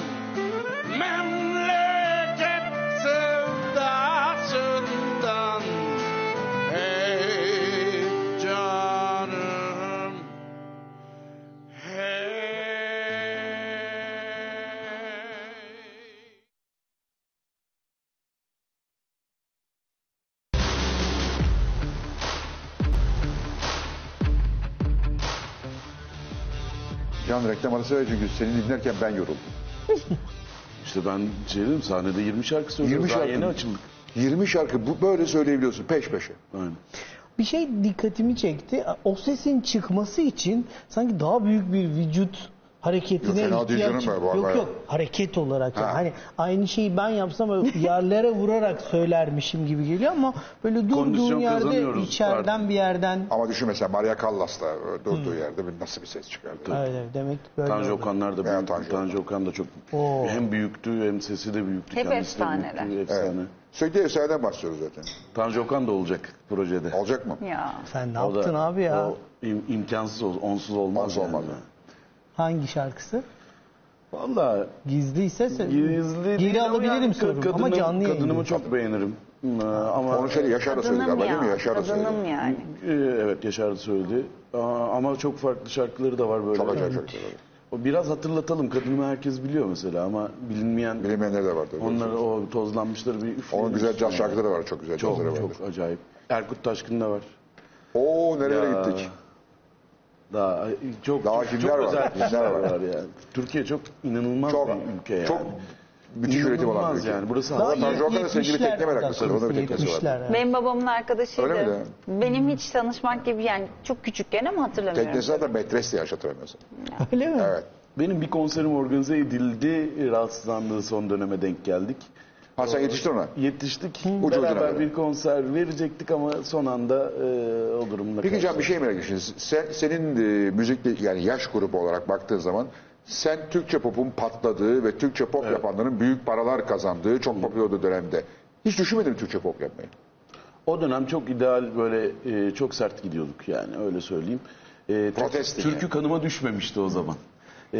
Memleket sevdasından. Can reklam arası ver çünkü seni dinlerken ben yoruldum. İşte ben şey dedim, sahnede yirmi şarkı söylüyorum. yirmi Daha şarkı. yeni açıldık. yirmi şarkı bu böyle söyleyebiliyorsun peş peşe. Aynen. Bir şey dikkatimi çekti. O sesin çıkması için sanki daha büyük bir vücut hareketine Yok, fena değil ihtiyaç canım be, yok bayağı. yok hareket olarak yani. Ha. Hani aynı şeyi ben yapsam böyle yerlere vurarak söylermişim gibi geliyor ama böyle durduğun Kondisyon yerde kazanıyoruz içeriden artık. bir yerden Ama düşün mesela Maria Callas da e, durduğu yerde bir nasıl bir ses çıkardı. öyle demek böyle Tanju oldu. Okanlar da Veya büyük. Tanju Tanju Okan da çok Oo. hem büyüktü hem sesi de büyüktü. Hep kendisi de efsaneler. büyüktü, Evet. efsane. Sürekli efsaneden bahsediyoruz zaten. Tanju Okan da olacak projede. Olacak mı? Ya. Sen ne O da- yaptın abi ya? O im- imkansız, ol- onsuz olmaz. Onsuz yani. olmaz. Hangi şarkısı? Vallahi Gizliyse sen- gizli geri değil ama alabilirim yani sorumu kadınım- ama canlı yayın. Kadınımı çok beğenirim. Ee, Ama Onu şöyle Yaşar da söyledi Kadınım galiba değil mi? ya. Yaşar da söyledi. Kadınım yani. Ee, evet, Yaşar da söyledi. Aa, Ama çok farklı şarkıları da var böyle. Çok acayip şarkılar var. O biraz hatırlatalım. Kadınımı herkes biliyor mesela ama bilinmeyen, Bilinmeyenler de vardı. onları o tozlanmışları bir üfleyelim. Onun güzel caz şarkıları var. Çok güzel Çok cazları var. çok acayip. Erkut Taşkın da var. Oo nerelere Ya, gittik. Daha çok Daha çok, kimler çok var, özel kimler kişiler var. var yani. Türkiye çok inanılmaz Çok, bir ülke yani. çok müthiş üretim olan bir İnanılmaz ülke. yani. Burası Daha hava Tanju Okan'ın senin gibi tekne yetmişler meraklısı var, onun bir teknesi var. yetmişler, evet. Benim babamın arkadaşıydı. Öyle mi Benim hiç tanışmak gibi yani çok küçükken ama hatırlamıyorum. Teknesi de metres diye yanlış hatırlamıyorsam. Öyle mi? Evet. Benim bir konserim organize edildi. Rahatsızlandığı son döneme denk geldik. Ha sen yetiştin ona. Yetiştik. Ucu ucuna Beraber böyle. bir konser verecektik ama son anda e, o durumda Peki Can karşılaştık. bir şey merak ediyorum. Sen, senin e, müzikle yani yaş grubu olarak baktığın zaman sen Türkçe pop'un patladığı ve Türkçe pop yapanların büyük paralar kazandığı çok popüler olduğu dönemde hiç düşünmedin mi Türkçe pop yapmayı? O dönem çok ideal, böyle e, çok sert gidiyorduk yani, öyle söyleyeyim. E, Protestin Türkü yani. kanıma düşmemişti o zaman. E,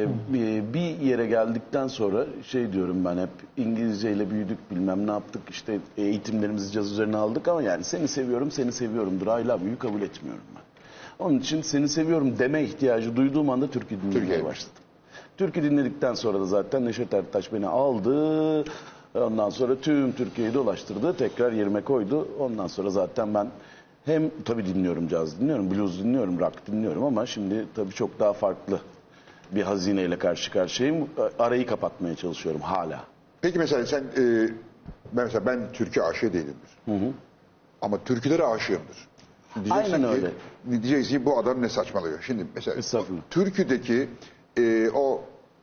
e, bir yere geldikten sonra şey diyorum ben hep, İngilizceyle büyüdük, bilmem ne yaptık, işte eğitimlerimizi caz üzerine aldık ama yani seni seviyorum, seni seviyorumdur, I love you'yu kabul etmiyorum ben. Onun için seni seviyorum deme ihtiyacı duyduğum anda türkü dinlemeye Türkiye'ye başladım. Türkü dinledikten sonra da zaten Neşet Ertaş beni aldı. Ondan sonra tüm Türkiye'yi dolaştırdı. Tekrar yerime koydu. Ondan sonra zaten ben hem tabii dinliyorum, caz dinliyorum, blues dinliyorum, rock dinliyorum ama şimdi tabii çok daha farklı bir hazineyle karşı karşıyayım. Arayı kapatmaya çalışıyorum hala. Peki mesela sen e, ben mesela ben Türkiye aşığı değilimdir. Ama türkülere aşığımdır. Diyeceksin Aynen ki- öyle. Diyeceksin ki bu adam ne saçmalıyor. Şimdi mesela Estağfurullah. türküdeki e, o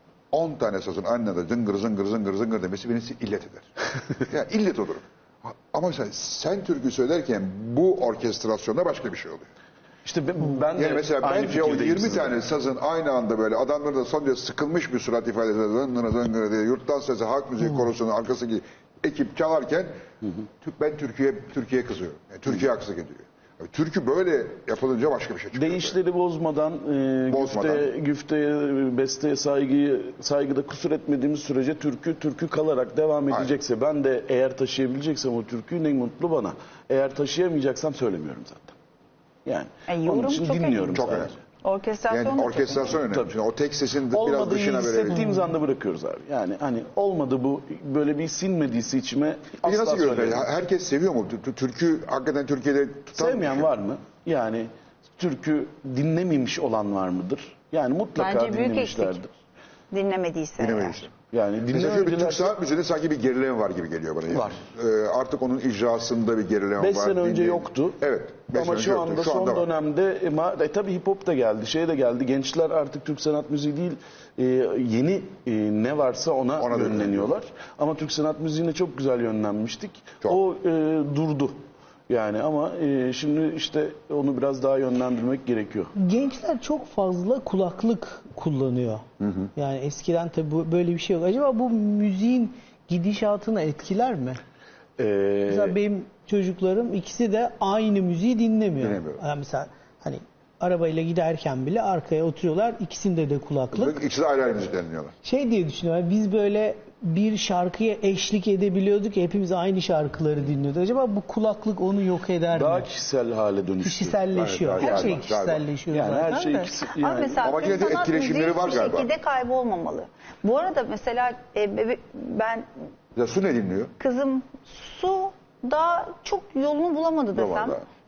on tane sazın aynı anda zıngır zıngır zıngır zıngır demesi beni illet eder. Yani illet olurum. Ha- Ama mesela sen türkü söylerken bu orkestrasyonda başka bir şey oluyor. İşte ben, ben de Yani mesela aynı bence o fikirdeyim yirmi sizinle. tane sazın aynı anda böyle adamların da son derece sıkılmış bir surat ifadesi zıngır zıngır diye yurttan sesi halk müziği korosunun arkasındaki ekip çalarken Türk- ben Türkiye Türkiye kızıyorum. Yani Türkiye haksızlık ediyor. Yani türkü böyle yapılınca başka bir şey çıkıyor. Değişleri bozmadan, e, Bozmadan. güfte, güfteye, besteye saygıyı, saygıda kusur etmediğimiz sürece türkü, türkü kalarak devam Aynen. edecekse, ben de eğer taşıyabileceksem o türküyü ne mutlu bana. Eğer taşıyamayacaksam söylemiyorum zaten. Yani E, onun yorum için çok dinliyorum önemli. Çok sadece. önemli. Orkestrasyon Yani da çok orkestrasyon önemli. Tabii. Şimdi o tek sesin biraz Olmadığı dışına verebiliriz. hissettiğimiz anda bırakıyoruz abi. Yani hani olmadı bu, böyle bir sinmediyse içime Peki asla nasıl görüyorsun? söylemem. Herkes seviyor mu? Tü- Türkü hakikaten Türkiye'de tutan Sevmeyen bir şey. var mı? Yani türkü dinlememiş olan var mıdır? Yani mutlaka Bence büyük dinlemişlerdir. eksik. dinlemediyse. Dinlemediyse. Yani Mesela şöyle bir Türk dinlemediler. sanat müziğinde sanki bir gerileme var gibi geliyor bana. Var. Ee, artık onun icrasında bir gerileme var. Beş sene önce Dinleyin. yoktu. Evet. beş Ama sene önce şu yoktu. anda Şu son anda var. dönemde e, ma- e, tabii hip hop da geldi, şey de geldi. Gençler artık Türk sanat müziği değil, e, yeni e, ne varsa ona, Ona yönleniyorlar. Ama Türk sanat müziğine çok güzel yönlenmiştik. Çok. O e, durdu. Yani ama e, şimdi işte onu biraz daha yönlendirmek gerekiyor. Gençler çok fazla kulaklık kullanıyor. Yani eskiden tabii bu- böyle bir şey yok. Acaba bu müziğin gidişatını etkiler mi? E, Mesela benim çocuklarım ikisi de aynı müziği dinlemiyor. Dinlemiyor. Yani mesela hani arabayla giderken bile arkaya oturuyorlar. İkisinde de kulaklık. İkisi de ayrı ayrı müzikler dinliyorlar. Şey diye düşünüyorum. Biz böyle bir şarkıya eşlik edebiliyorduk. Hepimiz aynı şarkıları dinliyorduk. Acaba bu kulaklık onu yok eder mi? daha kişisel hale dönüştü. Kişiselleşiyor. Galiba, Her şey galiba. kişiselleşiyor Yani zaten her şey de. ikisi, Ama yani mesela Ama yine de Türk sanat etkileşimleri müziği var hiçbir galiba. şekilde kaybolmamalı. Bu arada mesela e, bebe- ben Ya Su ne dinliyor? kızım Su daha çok yolunu bulamadı desem. Bulamadı.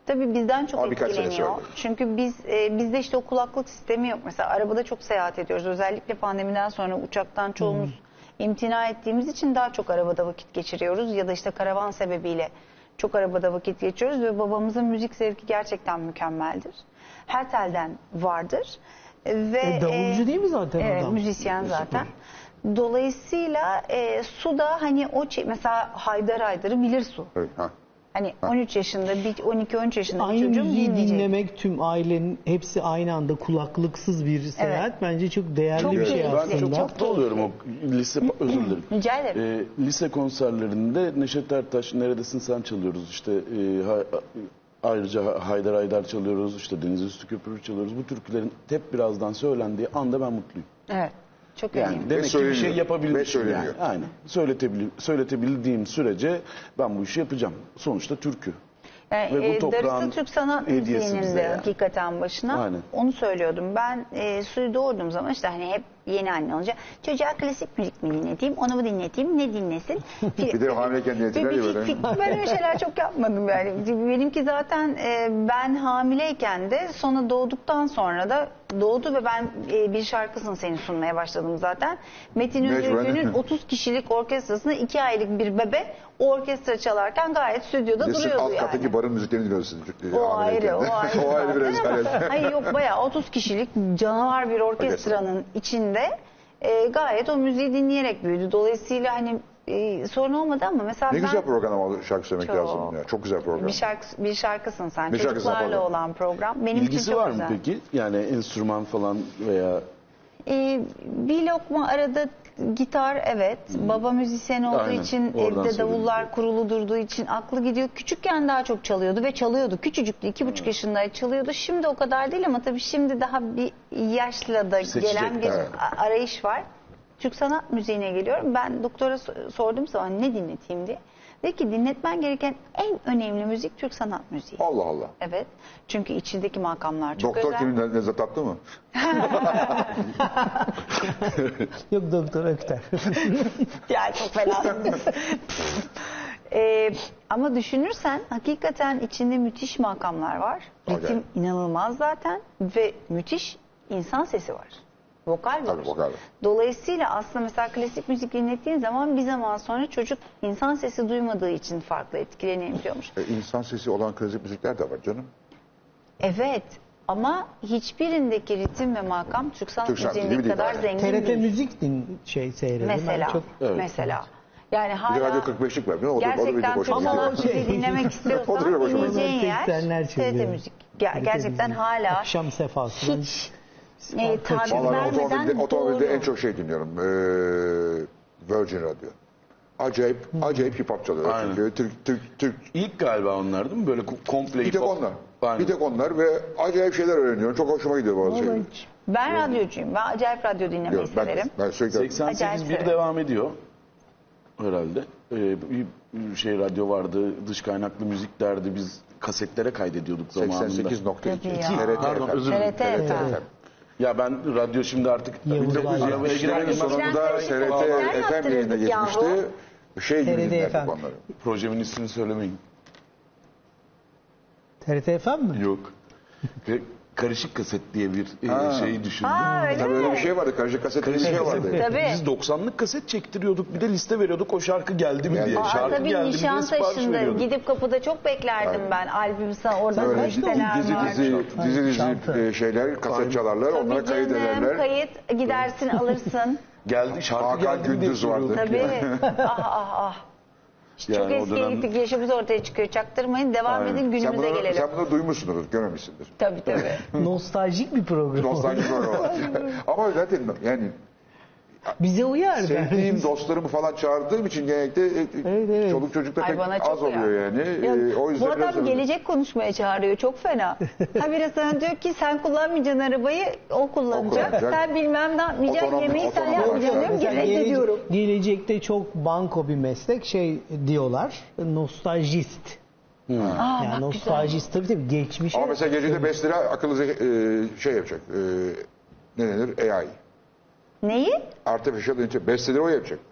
Tabii bizden çok Ama birkaç sene etkileniyor. sonra. Çünkü biz e, bizde işte o kulaklık sistemi yok. Mesela arabada çok seyahat ediyoruz. Özellikle pandemiden sonra uçaktan çoğumuz imtina ettiğimiz için daha çok arabada vakit geçiriyoruz. Ya da işte karavan sebebiyle çok arabada vakit geçiriyoruz. Ve babamızın müzik zevki gerçekten mükemmeldir. Her telden vardır. Ve, E, davulcu e, değil mi zaten evet, adam? müzisyen zaten. Dolayısıyla e, su da hani o çe- mesela Haydar Haydar'ı bilir su. Evet, ha. Hani on üç yaşında, bir on iki on üç yaşında bir Aynı çocuğum müziği dinleyecek. dinlemek tüm ailenin hepsi aynı anda kulaklıksız bir seyahat bence çok değerli Çok bir şey keyifli, aslında. Ben çok çok mutlu oluyorum o lise, özür dilerim. Rica ederim. Ee, lise konserlerinde Neşet Ertaş, Neredesin Sen çalıyoruz. İşte e, ha- ayrıca Haydar Haydar çalıyoruz. İşte Deniz Üstü Köprü çalıyoruz. Bu türkülerin hep birazdan söylendiği anda ben mutluyum. Evet. Çok Yani önemli. demek ki bir söyleniyor. şey Ve yapabilmişim yani. söyleniyor. Aynen. Söyletebil söyletebildiğim sürece ben bu işi yapacağım. Sonuçta türkü. Yani, Ve bu e, toprağın Darısı Türk Sanat hediyesi Müziği'nin bize de yani. hakikaten başına Aynen. onu söylüyordum. Ben e, suyu doğurduğum zaman işte hani hep yeni anne olunca çocuğa klasik müzik mi dinleteyim, onu mu dinleteyim, ne dinlesin? Bir de hamileyken dinletirler ya böyle. Ben öyle şeyler çok yapmadım yani. Benimki zaten e, ben hamileyken de sonra doğduktan sonra da doğdu ve ben e, bir şarkısını seni sunmaya başladım zaten. Metin Mecburen. Özülfü'nün otuz kişilik orkestrasında iki aylık bir bebe o orkestra çalarken gayet stüdyoda Bir de sırf duruyordu alt yani. kattaki barın müziklerini dinliyorsun. O ayrı, o ayrı. o ayrı bir zaten ama- rezalet. Hayır yok bayağı otuz kişilik canavar bir orkestranın içinde e, gayet o müziği dinleyerek büyüdü. Dolayısıyla hani e, sorun olmadı ama mesela Ne ben güzel program ama şarkı söylemek Çok. lazım. Ya. Çok güzel program. bir şarkı bir şarkısın sen. Bir şarkısın, Çocuklarla pardon. olan program. Benim için İlgisi çok var mı güzel. peki? Yani enstrüman falan veya Ee, bir lokma arada gitar evet. Baba müzisyen olduğu Aynen, için oradan evde söyledim. davullar kurulu durduğu için aklı gidiyor. Küçükken daha çok çalıyordu ve çalıyordu. Küçücüktü. iki buçuk yaşındaydı çalıyordu. Şimdi o kadar değil ama tabii şimdi daha bir yaşla da Seçecek, gelen bir evet. a- arayış var. Türk sanat müziğine geliyorum. Ben doktora so- sorduğum zaman ne dinleteyim diye. Dedi ki dinletmen gereken en önemli müzik Türk sanat müziği. Allah Allah. Evet. Çünkü içindeki makamlar çok Doktor özel. kimin Nezzet attı mı? Yok Doktor Ökter. Ya çok fenasınız. Ee, ama düşünürsen hakikaten içinde müthiş makamlar var. Ritim Acayip. inanılmaz zaten ve müthiş insan sesi var. Vokal var. Tabii, vokal. Dolayısıyla aslında mesela klasik müzik dinlettiğin zaman bir zaman sonra çocuk insan sesi duymadığı için farklı etkilenebiliyormuş. E, insan sesi olan klasik müzikler de var canım. Evet ama hiçbirindeki ritim ve makam Türk sanat Türk sanat müziğindeki müziği değil, kadar aynen. zengin T R T değil. Müzik din şey seyredim. Ben Mesela. çok Evet. Mesela. Yani Bir de hala Radyo kırk beşlik var. O da, o da gerçekten benim Türk hoşuma sanat gidiyor. müziği dinlemek O istiyorsan da benim hoşuma gidiyor. dinleyeceğin yer seksenler T R T çalıyor. müzik. Ger- T R T gerçekten müzik. hala Akşam sefası. Ben hiç e, taviz Vallahi vermeden otomobilde, otomobilde doğru. en çok şey dinliyorum. Ee, Virgin Radio. Acayip, acayip hip hop çalıyor. Aynen. Çünkü Türk, Türk, Türk. ilk galiba onlar değil mi? Böyle ko- komple Bir tek hip hop. onlar. Aynen. Bir tek onlar ve acayip şeyler öğreniyorum. Çok hoşuma gidiyor bazı şeyler. Ben radyocuyum. Ben acayip radyo dinlemeyi Diyorum, ben, severim. ben sürekli seksen sekiz Acayip bir severim. devam ediyor herhalde. Ee, bir bir şey radyo vardı, dış kaynaklı müzik derdi. Biz kasetlere kaydediyorduk zamanında. seksen sekiz nokta iki. Tabii ya. T R T Pardon, F M. özür dilerim. T R T F M. Ya ben radyo şimdi artık Yavuz bin dokuz yüz Bayram. yirmiye girer İşlerin girmez sonunda Sen T R T kasetler F M yayına yaptırırdık yahu. geçmişti. Şey gibi T R T dinlerdik F M. onları. projemin ismini söylemeyin. T R T F M mi? Yok. Ve karışık kaset diye bir e, Ha. şeyi düşündüm. Aa, öyle Tabii mi? öyle bir şey vardı. Karışık kaset diye bir şey vardı. Tabii. Biz doksanlık kaset çektiriyorduk. Bir de liste veriyorduk o şarkı geldi mi Geldi. diye. Aa, Aa, Şarkı tabii geldi mi diye sipariş Nişantaşı'nda veriyorduk. gidip kapıda çok beklerdim Aynen. ben. Albüm sana orada Böyle listeler dizi var. dizi, dizi dizi Şarkı. e, şeyler, kaset çalarlar. Onlara Tabii kayıt canım, ederler. kayıt gidersin alırsın. Geldi şarkı Hakan geldi mi diye Gündüz vardı. soruyorduk. Tabii. ah ah ah. İşte Yani çok o eskiye dönem- gittik. Yaşımız ortaya çıkıyor. Çaktırmayın. Devam Aynen. edin. Sen Günümüze bunu, gelelim. sen bunu duymuşsundur, görmemişsindir. Tabii tabii. Nostaljik bir program. Nostaljik program. Ama zaten yani Bize uyar. sevdiğim dostlarımı falan çağırdığım için genellikle e, Evet, evet. çoluk çocukta Ay pek bana çok az oluyor uyar. yani. Ya, E, o yüzden bu biraz adam gelecek konuşmaya çağırıyor. Çok fena. Ha biraz sana diyor ki sen kullanmayacaksın arabayı. O kullanacak. kullanacak. Sen bilmem ne yapmayacaksın. Otonom- Yemeği sen otonom yapmayacaksın araçlar. diyorum. Mesela Gene ediyorum. gelece- gelecekte çok banko bir meslek şey diyorlar. Nostaljist. Aa, Yani bak güzel. nostaljist tabii tabii geçmişe. Ama mesela gecede beş lira akıllı ze- e, şey yapacak. E, ne denir? A I. Neyi? Artificial Intelligence. beş lira o yapacak.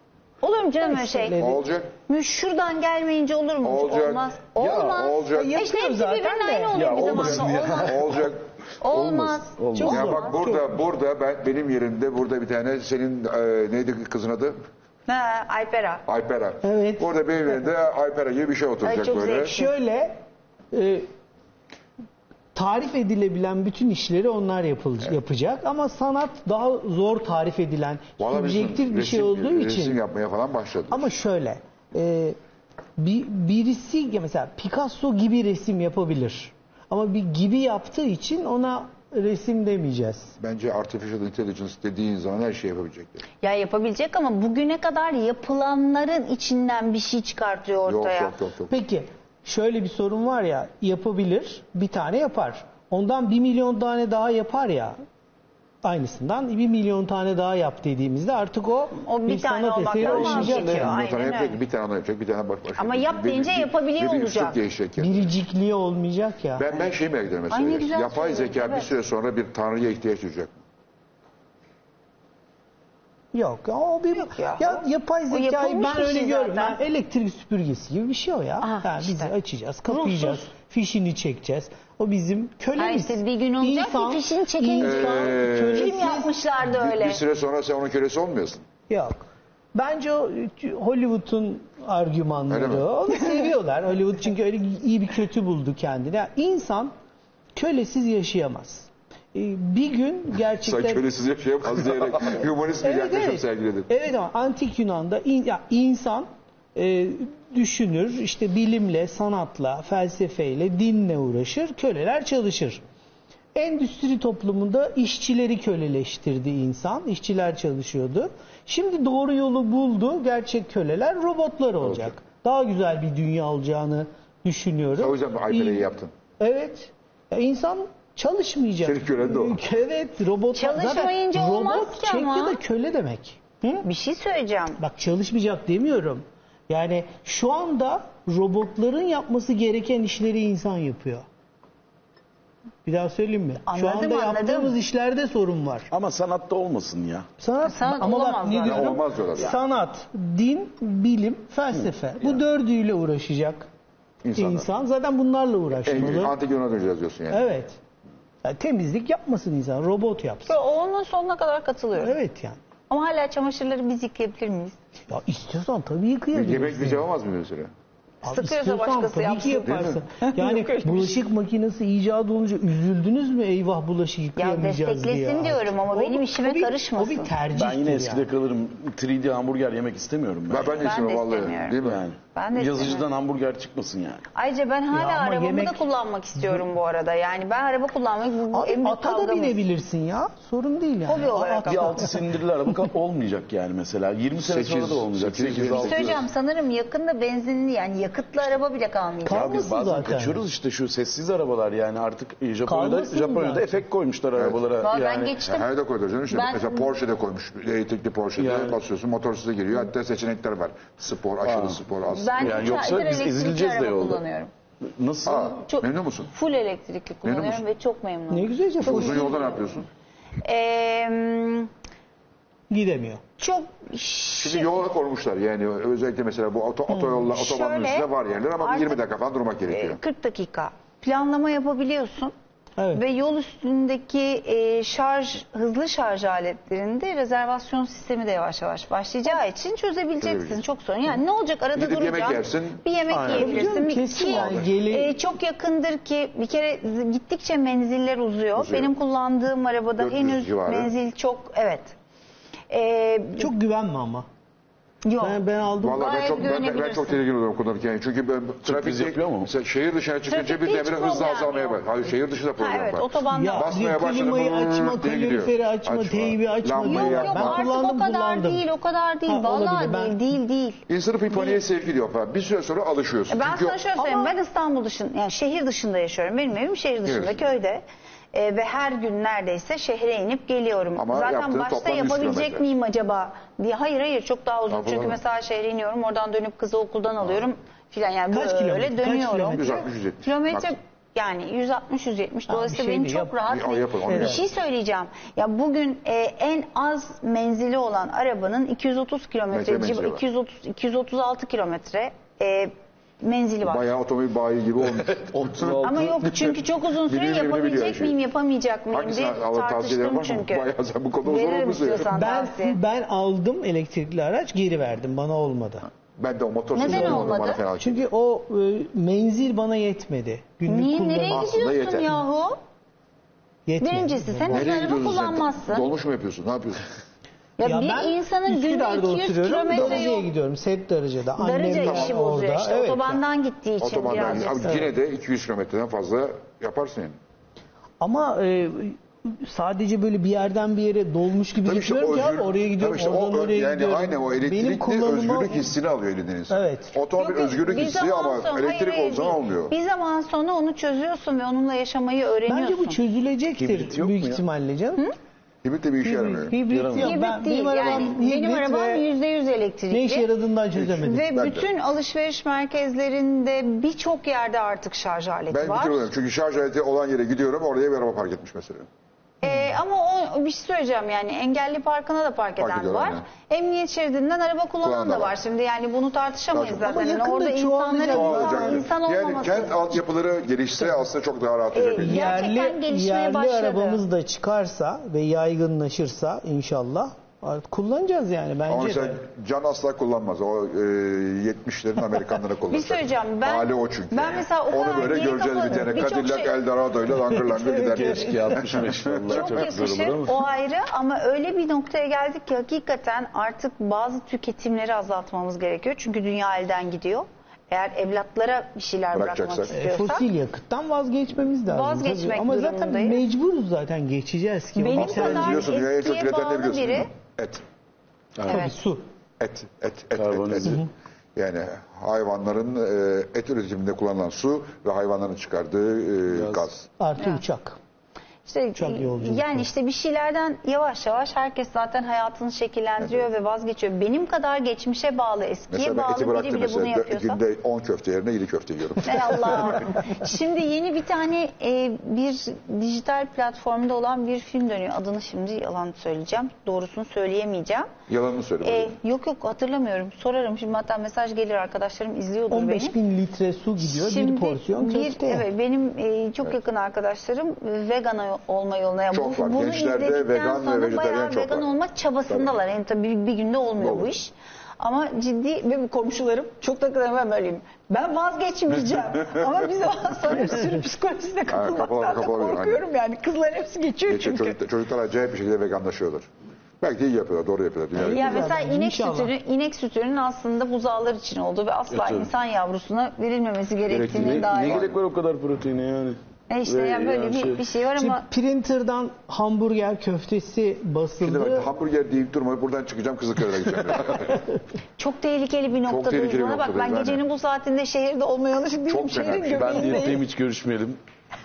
Olur mu canım öyle şey? söyledi. Olacak. Mü- Şuradan gelmeyince olur mu? Olacak. Olmaz. Ya, Olmaz. olacak. İşte Yapıyor hepsi zaten birbirine de. aynı oluyor Ya bir olmasın zaman. ya. Olmaz. Olacak. Olmaz. Olmaz. Çok Ya zor. bak burada burada ben benim yerimde burada bir tane senin e, neydi kızın adı? Ha, Aypera. Aypera. Evet. Burada benim yerimde Aypera gibi bir şey oturacak Ay, çok böyle. zevkli. Şöyle e, tarif edilebilen bütün işleri onlar yapıl- yapacak ama sanat daha zor tarif edilen, Vallahi bizim subjektif bir şey resim- olduğu için. Resim yapmaya falan başladı. Ama şöyle, e, bir, birisi ya mesela Picasso gibi resim yapabilir. Ama bir gibi yaptığı için ona resim demeyeceğiz. Bence artificial intelligence dediğin zaman her şeyi yapabilecekler. Ya yapabilecek ama bugüne kadar yapılanların içinden bir şey çıkartıyor Yok ortaya. yok yok yok. Peki şöyle bir sorun var ya, yapabilir, bir tane yapar. Ondan bir milyon tane daha yapar ya, aynısından bir milyon tane daha yap dediğimizde artık o, O bir bir tane sanat olmaktan eseri vazgeçiyor. olmayacak. Aynen Yani. Bir tane öyle. yapacak, bir tane yapacak, bir tane baş başka. Ama bir- yap bir- deyince bir- yapabiliyor bir- bir üslup olacak. değişecek yani. Biricikliği olmayacak ya. Ben ben şey merak ediyorum Ay ne mesela. güzel Yapay söyledin, zeka bir evet. süre sonra bir tanrıya ihtiyaç duyacak. Yok ya, o bir Yok ya. ya yapay O zekayı yapılmış ben bir öyle şey görüyorum. zaten. Yani elektrik süpürgesi gibi bir şey o ya. Aha, yani biz işte. açacağız, kapayacağız, Ruhsuz. fişini çekeceğiz. O bizim kölemiz. Hayır, işte bir gün olacak ki fişini çeken insan, Ee, kölesi- Film yapmışlardı Bir, öyle. bir süre sonra sen onun kölesi olmuyorsun. Yok. Bence o Hollywood'un Öyle mi? argümanları. Onu seviyorlar. Hollywood çünkü öyle iyi bir kötü buldu kendine. Yani insan kölesiz yaşayamaz. Ee, Bir gün gerçekten... Sen kölesiz yaşayamaz diyerek humanist bir yaklaşım sergiledin. Evet ama antik Yunan'da in- ya insan e, düşünür, işte bilimle, sanatla, felsefeyle, dinle uğraşır, köleler çalışır. Endüstri toplumunda işçileri köleleştirdi insan, işçiler çalışıyordu. Şimdi doğru yolu buldu, gerçek köleler robotlar olacak. Olacak. Daha güzel bir dünya olacağını düşünüyorum. O yüzden bu Aypera'yı İyi- yaptın. Evet. Ya insan çalışmayacak. Senin kölen de o. Evet, robot. Çalışmayınca zaten olmaz robot ki çekti ama. de köle demek. Hı? Bir şey söyleyeceğim. Bak çalışmayacak demiyorum. Yani şu anda robotların yapması gereken işleri insan yapıyor. Bir daha söyleyeyim mi? Anladım, şu anda anladım. yaptığımız işlerde sorun var. Ama sanatta olmasın ya. Sanat, Sanat ama bak olamaz ne zaten. diyorum? Olmaz diyorlar ya. Sanat, din, bilim, felsefe. Bu dördüyle uğraşacak İnsanlar. insan. Zaten bunlarla En uğraşmalı. antik Yunan'a döneceğiz diyorsun yani. Evet. Yani temizlik yapmasın insan, robot yapsın. Onun sonuna kadar katılıyorum. Evet yani. Ama hala çamaşırları biz yıkayabilir miyiz? Ya istiyorsan tabii Bir yıkayabilirsin. yemek bize yapamaz mı mesela? Abi Sıkıyorsa istiyorsan başkası tabii yapsın. ki yaparsın. Yani Yok öyle bir şey. bulaşık makinesi icadı olunca üzüldünüz mü, eyvah bulaşık yıkayamayacağız diye. desteklesin diyorum ama benim işime o bir- karışmasın. O bir tercihtir Ben yine eskide yani. kalırım. üç D hamburger yemek istemiyorum ben. Ben, ben de Ben istemem de vallahi. istemiyorum. Değil mi? Yani. Ben de Yazıcıdan istemiyorum. hamburger çıkmasın yani. Ayrıca ben hala Ya ama arabamı yemek- da kullanmak istiyorum bu arada. Yani ben araba kullanmak bu, bu Abi en büyük ata da kavgamız. binebilirsin ya. Sorun değil yani. Hobi olarak At- Bir altı sindirli araba ka- olmayacak yani mesela. yirmi sene sonra da olmayacak. sekiz, sekiz, yirmi. altı. Söyleyeceğim sanırım yakında benzinli yani yakıtlı araba bile kalmayacak. Kal- Ya biz Kalmasın bazen zaten. kaçıyoruz işte şu sessiz arabalar yani artık e, Japonya'da, Kalmasın Japonya'da zaten. efekt koymuşlar arabalara. Vallahi yani. ben geçtim. Her de koydu canım işte. Ben- Mesela Porsche'de koymuş. Elektrikli Porsche'de Yani. basıyorsun motorsuz giriyor. Hatta seçenekler var. Spor, aşırı Aa. spor, az. Ben Yani üç yoksa aydır biz elektrikli ezileceğiz de araba yolda. kullanıyorum. Nasıl? Aa, Çok- memnun musun? Full elektrikli kullanıyorum musun? ve çok memnunum. Ne güzel Çok Uzun yolda ne yapıyorsun? Eee, Gidemiyor. çok Şimdi yola koymuşlar yani özellikle mesela bu oto, otoyolla, otobanın Şöyle, üstünde var yerler ama bir artık- yirmi dakika falan durmak gerekiyor. e, kırk dakika planlama yapabiliyorsun. Evet. Ve yol üstündeki e, şarj, hızlı şarj aletlerinde rezervasyon sistemi de yavaş yavaş başlayacağı için çözebileceksin Çözebilirsin. çok sorun. Yani ne olacak arada Gidip yemek duracaksın. yersin. Bir yemek Aynen. yiyebilirsin. Tabii canım, Bir- kesin ki, yani, gele- e, çok yakındır ki bir kere z- gittikçe menziller uzuyor. Uzuyor. Benim kullandığım arabada dört yüz henüz civarı. menzil çok evet. E, Çok güvenme ama. yok. Ben, ben aldım. Vallahi ben Gayet çok ben, ben güvenebilirsin. çok tedirgin oluyorum kullanırken. Çünkü ben trafikte yapıyor mu? mesela şehir dışına çıkınca Trafikte hiç birdenbire hızla problem azalmaya yok. var. Hayır şehir dışında problem Ha, evet var. otobanda Ya Basmaya diyor, başladı, klimayı brrrr açma, diye gidiyor. kaloriferi açma, Açma. teybi açma Lambayı diyor. Yok yok yapma. Ben artık kullandım, o kadar kullandım. değil o kadar değil. Ha, Vallahi olabilir, ben- değil değil değil. İnsanı bir paniğe sevk ediyor falan. Bir süre sonra alışıyorsun. E Ben Çünkü sana şöyle söyleyeyim. Ama- Ben İstanbul dışında, yani şehir dışında yaşıyorum. Benim evim şehir dışında, Evet. köyde. E, ve her gün neredeyse şehre inip geliyorum. Ama Zaten yaptığın başta toplam yüz yapabilecek kilometre. miyim acaba diye. Hayır hayır çok daha uzun. Daha Çünkü fazla. mesela şehre iniyorum. Oradan dönüp kızı okuldan alıyorum filan. Yani Kaç böyle kilometre? Kaç dönüyorum. kilometre? yüz altmış yüz yetmiş. Kilometre Maksimum. Yani yüz altmış yüz yetmiş Ha, dolayısıyla bir şey benim de çok yap- rahat Ya, bir, yapın, onu bir yapın. şey söyleyeceğim. Ya bugün e, en az menzili olan arabanın iki yüz otuz kilometre, Metre menzili civarı- var. iki yüz otuz iki yüz otuz altı kilometre e, menzili var. Bayağı otomobil bayi gibi olmuş. otuz altı Ama yok çünkü çok uzun süre Biliyor, biliyor, yapabilecek biliyor şey. miyim yapamayacak mıyım Hangisini diye alır, tavsiye ederim tartıştım var mı? çünkü. Bayağı sen bu konuda uzman Veririm olmuşsun ya. istiyorsan Ben tavsiye. ben aldım elektrikli araç, geri verdim. Bana olmadı. Ben de o motor Neden sürücü olmadı? bana fena. Çünkü o e, menzil bana yetmedi. Günlük Niye kullanım- nereye Aslında gidiyorsun yeter. yahu? Yetmedi. Birincisi sen Nereye uzun araba gidiyorsun kullanmazsın. sen? Dolmuş mu yapıyorsun? Ne yapıyorsun? Ya, Ya bir ben insanın günde Üsküdar'da iki yüz oturuyorum, kilometre Darıca'ya yol. gidiyorum. Sept Darıca'da. Annem Darıca var işi bozuyor orada. işte. Evet, Otobandan gittiği için Otobandan biraz. abi yine de iki yüz kilometreden fazla yaparsın yani. Ama e, sadece böyle bir yerden bir yere dolmuş gibi Tabii işte gitmiyorum o ki abi. özgür- Oraya gidiyorum, tabii işte oradan o, oraya yani gidiyorum. aynen o Benim elektrikli kullanıma... özgürlük hissini alıyor elinde insan. Evet. Otomobil Yok, yok, özgürlük bir hissi zaman ama sonra- elektrik hayır, olduğu zaman hayır, olmuyor. Bir zaman sonra onu çözüyorsun ve onunla yaşamayı öğreniyorsun. Bence bu çözülecektir Hibrit yok büyük mu ya? ihtimalle canım. Hibrit de bir işe yaramıyor. Hibrit, hibrit Yaramıyor. yok. Ben, Hibrit değil. benim arabam Yani hibrit benim arabam ve yüzde yüz elektrikli. ne işe yaradığından çözemedim. Ve Ben de. bütün alışveriş merkezlerinde birçok yerde artık şarj aleti Ben var. bitiriyorum çünkü şarj aleti olan yere gidiyorum oraya bir araba park etmiş mesela. Ee, ama o bir şey söyleyeceğim yani engelli parkına da park Park eden ediyorlar var. yani. Emniyet şeridinden araba kullanan Kullanan da da var. var. Şimdi yani bunu tartışamayız Daha çok. zaten. Ama Yani yakında orada insanların çoğalacak. insan, insan Yani olmaması. kent altyapıları gelişse aslında çok daha rahat Ee, edecek. Gerçekten yerli, gelişmeye yerli başladı. arabamız da çıkarsa ve yaygınlaşırsa inşallah artık kullanacağız yani bence Ama mesela de. Can asla kullanmaz. O e, yetmişlerin Amerikanları kullanacak. Bir söyleyeceğim, ben- Hali o çünkü. ben mesela o Onu kadar böyle geri göreceğiz kafalı, bir tane. birçok Cadillac şey- Eldorado ile langır langır gider. Keşke altmış beş vallahi Çok çok güzel yakışır olur ama. o ayrı ama öyle bir noktaya geldik ki hakikaten artık bazı tüketimleri azaltmamız gerekiyor. Çünkü dünya elden gidiyor. Eğer evlatlara bir şeyler bırakmak Bırakacaksak. E, istiyorsak. fosil yakıttan vazgeçmemiz lazım. Vazgeçmek tabii. Ama zaten durumundayız. mecburuz zaten geçeceğiz ki. Benim O bir tercih. kadar- Biliyorsun dünyaya en çok eskiye üreten ne bağlı biliyorsun? biri- değil mi? Et. Tabii Evet. su. Et, et, et, et, Karbonize. et. Yani hayvanların e, et üretiminde kullanılan su ve hayvanların çıkardığı e, Gaz. gaz. Artı uçak. İşte Uçak yolculukları. yani işte bir şeylerden yavaş yavaş herkes zaten hayatını şekillendiriyor ve vazgeçiyor. Benim kadar geçmişe bağlı, eskiye Mesela ben eti bağlı biri bıraktım bile bunu mesela. yapıyorsa. Günde on köfte yerine yedi köfte yiyorum. Ey Allah. Şimdi yeni bir tane e, bir dijital platformda olan bir film dönüyor. Adını şimdi yalan söyleyeceğim. Doğrusunu söyleyemeyeceğim. Yalanını söyle. E, bana. yok yok hatırlamıyorum. Sorarım. Şimdi hatta mesaj gelir arkadaşlarım izliyordur on beş beni. bin litre su gidiyor bir porsiyon bir- köfte. Evet benim e, çok yakın arkadaşlarım e, vegan olma yoluna. Yani Çok bu- var. Bunu Gençlerde izledikten vegan ve sonra vejetaryen bayağı çok vegan var. olma çabasındalar. Yani tabii bir, bir günde olmuyor Doğru. bu iş. Ama ciddi ve bu komşularım çok da kadar ben böyleyim. Ben vazgeçmeyeceğim. Ama bir zaman sonra bir sürü psikolojisine kapalı- kapılmaktan da kapalı- korkuyorum yani. Kızların hepsi geçiyor Geçiyor. çünkü. Çocuk, çocuklar acayip bir şekilde veganlaşıyorlar. Belki de iyi yapıyorlar, doğru yapıyorlar. Dünyada Ya yapıyorlar. mesela inek İnşallah. sütünü, inek sütünün aslında buzağlar için olduğu ve asla E, tabii. insan yavrusuna verilmemesi gerektiğine Gerektiğini- Ne, dair. ne gerek var o kadar proteine yani? E işte Ve yani böyle yani bir, şey- bir şey var Şimdi ama printer'dan hamburger köftesi Şimdi basıldı. bak hamburger deyip durma, buradan çıkacağım Kızılköy'e gideceğim. çok tehlikeli bir noktadayız. tehlikeli bir Bana bak ben noktadayız, gecenin aynen. bu saatinde şehirde olmaya alışık değilim. Çok fena Şehrin bir şey. Ben göbeğindeyim. diyetteyim hiç görüşmeyelim.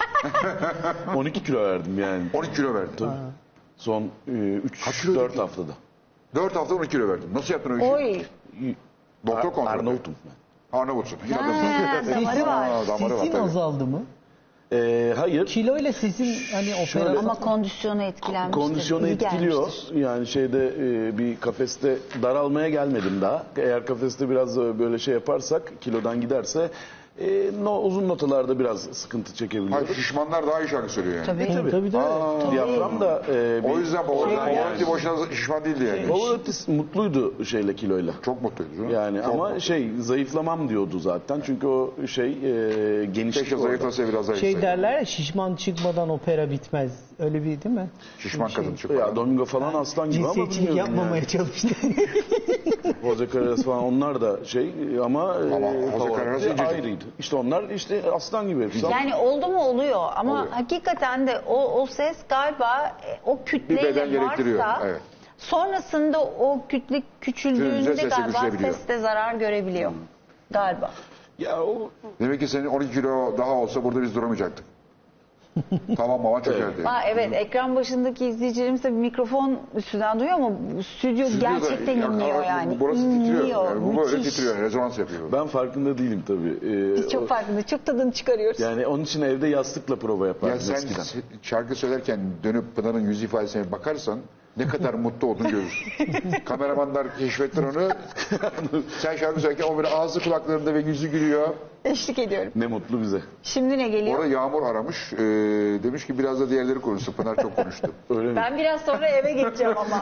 on iki kilo verdim yani. on iki kilo verdim. Son Kaç kilo üç dört verdin? haftada. dört hafta on iki kilo verdim. Nasıl yaptın o işi? Oy. Doktor Ar- kontrolü. Arnavut'um ben. Arnavutsun. İyi Ha, adamsın. damarı var. Aa, damarı var Sesin tabii. azaldı mı? Ee, hayır. Kilo ile sesin hani Şöyle- opera... Ama kondisyonu etkilenmiştir. Kondisyonu iyi etkiliyor. gelmiştir. Yani şeyde e, bir kafeste daralmaya gelmedim daha. Eğer kafeste biraz e, böyle şey yaparsak, kilodan giderse e, no, uzun notalarda biraz sıkıntı çekebiliyoruz. Hayır, şişmanlar daha iyi şarkı söylüyor yani. Tabii. Tabii tabii. tabii. Aa, Diyafram da e, bir- o yüzden bu Oradan oradan yani. boşuna şişman değildi yani. Pavarotti mutluydu şeyle kiloyla. Çok mutluydu. canım. Yani Çok ama mutlu. şey zayıflamam diyordu zaten. Çünkü o şey e, genişlik Keşke orada. zayıflasa biraz zayıflasa. Şey derler ya şişman çıkmadan opera bitmez. Öyle bir değil mi? Şişman kadın Ya çıkıyor. Domingo falan aslan gibi ama Cinsiyetçilik bilmiyorum yapmamaya yani. çalıştı. Jose Carreras falan onlar da şey ama, e, Ama Jose Pavarotti Carreras incecik. ayrıydı. İşte onlar işte aslan gibi. hepsi. Yani oldu mu oluyor ama Oluyor. hakikaten de o, o ses galiba e, o Bir kütleyle beden gerektiriyor. varsa Evet. sonrasında o kütle küçüldüğünde Küçülünce sesi galiba küçülebiliyor. ses de zarar görebiliyor. Galiba. Ya o Demek ki senin on iki kilo daha olsa burada biz duramayacaktık. Tamam mama çökerdi. Aa, evet, ekran başındaki izleyicilerimiz de bir mikrofon üstünden duyuyor ama stüdyo, Stüdyoda gerçekten ya- inliyor ya- yani. Burası titriyor. İnliyor. Yani bu böyle Müthiş. titriyor. Rezonans yapıyor. Ben farkında değilim tabii. Ee, Biz çok o- farkında. Çok tadını çıkarıyoruz. Yani onun için evde yastıkla prova Ya yapardım sen eskiden. s- şarkı söylerken dönüp Pınar'ın yüz ifadesine bakarsan ne kadar mutlu olduğunu görürsün. Kameramanlar keşfettiler onu. Sen şarkı söylerken o böyle ağzı kulaklarında ve yüzü gülüyor. Eşlik ediyorum. Ne mutlu bize. Şimdi ne geliyor? Orada Yağmur aramış. Ee, demiş ki biraz da diğerleri konuşsun. Pınar çok konuştu. Öyle mi? Ben biraz sonra eve geçeceğim ama.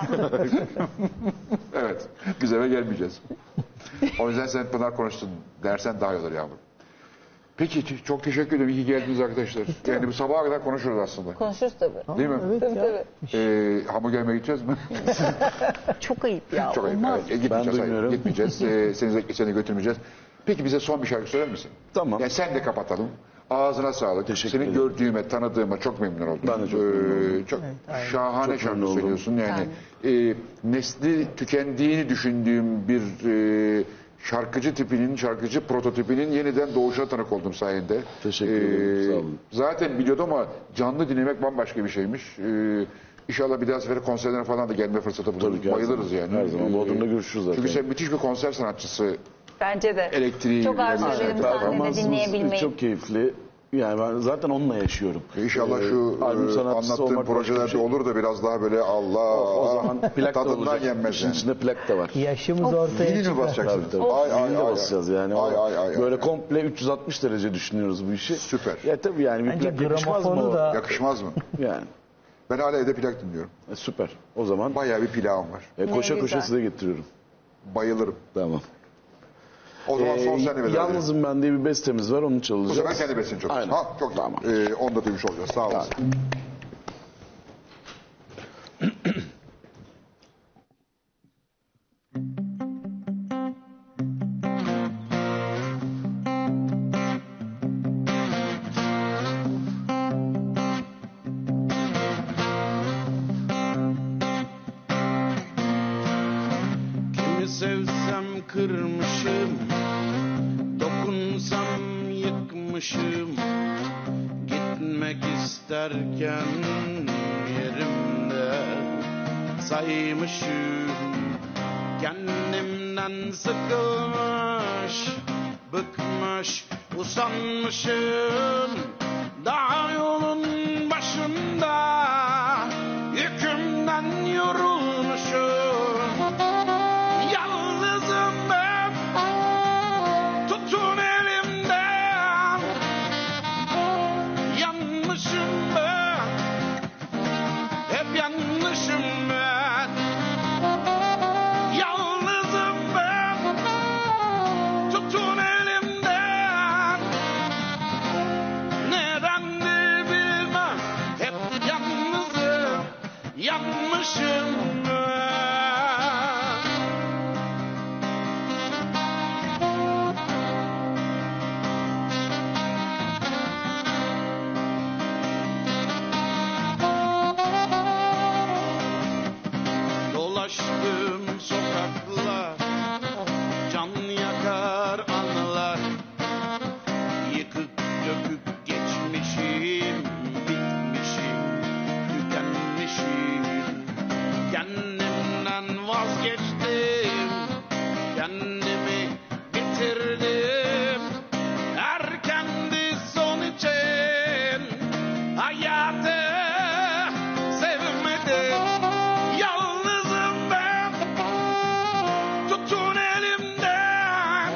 Evet. Biz eve gelmeyeceğiz. O yüzden sen Pınar konuştun dersen daha iyi olur Yağmur. Peki t- çok teşekkür ederim. İyi ki geldiniz arkadaşlar. Yani bu sabaha kadar konuşuruz aslında. Konuşuruz tabii. Değil mi? Evet Tabii ya. tabii. Ee, hamburger yemeye gideceğiz mi? Çok ayıp ya. Çok ayıp. Olmaz. Evet, e, gitmeyeceğiz. Hayır, duymuyorum. gitmeyeceğiz. Ee, seni, seni götürmeyeceğiz. Peki bize son bir şarkı söyler misin? Tamam. Yani sen de kapatalım. Ağzına sağlık. Teşekkür Seni ederim. gördüğüme, tanıdığıma çok memnun oldum. Ben de çok memnun oldum. Çok aynen. şahane Çok şarkı memnun oldum. söylüyorsun. Yani e, nesli tükendiğini düşündüğüm bir e, şarkıcı tipinin, şarkıcı prototipinin yeniden doğuşuna tanık oldum sayende. Teşekkür ederim, sağ olun. Zaten biliyordum ama canlı dinlemek bambaşka bir şeymiş. Ee, İnşallah bir daha sefere konserlerine falan da gelme fırsatı buluruz. Tabii ki, her Bayılırız zaman. yani. Her zaman. Ee, Bodrum'da görüşürüz zaten. Çünkü sen müthiş bir konser sanatçısı. Bence de. Elektriği, Çok arzu yani ederim şarkı sahnede Performansınız dinleyebilmeyi. çok keyifli. Yani ben zaten onunla yaşıyorum. İnşallah Ee, şu albüm e, sanatçısı anlattığım olmak başka bir projelerde şey. olur da biraz daha böyle Allah O zaman plak da tadından olacak. yenmez İşin yani. içinde plak da var. Yaşımız ortaya Vinil mi çıkar. basacaksın? Tabii, tabii. Ay ay Vinil de ay. basacağız yani. O Ay ay ay. böyle ay. komple üç yüz altmış derece düşünüyoruz bu işi. Süper. Ya tabii yani bir Bence plak yakışmaz mı gramofonu o? da Yakışmaz mı? Yani Ben hala evde plak dinliyorum. e, süper. O zaman Bayağı bir plağım var. e, koşa Ne koşa güzel. size getiriyorum. Bayılırım. Tamam. O zaman son Ee, sene verelim. Yalnızım ben diye bir bestemiz var onu Bu çalacağız. sefer kendi besini çok. Aynen. Ha çok iyi. Tamam. Ee, onu da duymuş olacağız. Sağ olasın. Kimi sevsem kırmışım, dokunsam yıkmışım. Gitmek isterken yerimde saymışım. Kendimden sıkılmış, bıkmış, usanmışım. Daha yolun başında yükümden yorulmuşum. Yalnızım ben, tutun elimden. Yanmışım ben, hep yanlışım ben. Yalnızım ben, tutun elimden. Nedendir bilmem, hep yalnızım, yanmışım ben. Dolaştım sokaklar, can yakar anılar. Yıkık dökük geçmişim, bitmişim, tükenmişim. Kendimden vazgeçtim, kendimi bitirdim. Erkendi son için hayatı sevmedim. Yalnızım ben, tutun elimden.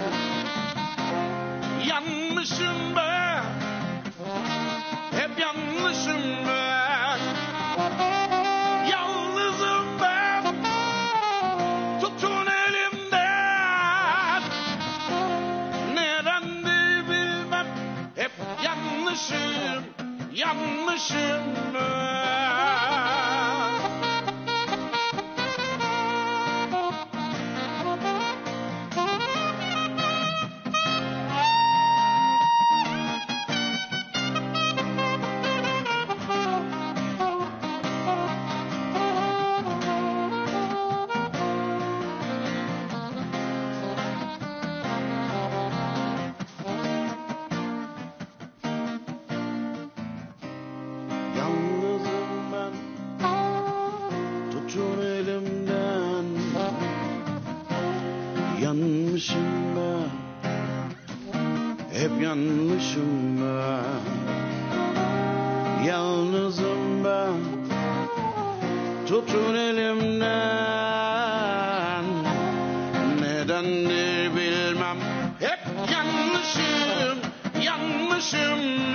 Yanmışım ben, hep yanlışım ben. Yalnızım ben, yanlışım ben, hep yanlışım ben. Yalnızım ben, tutun elimden. Nedendir bilmem, Hep yanlışım, yanmışım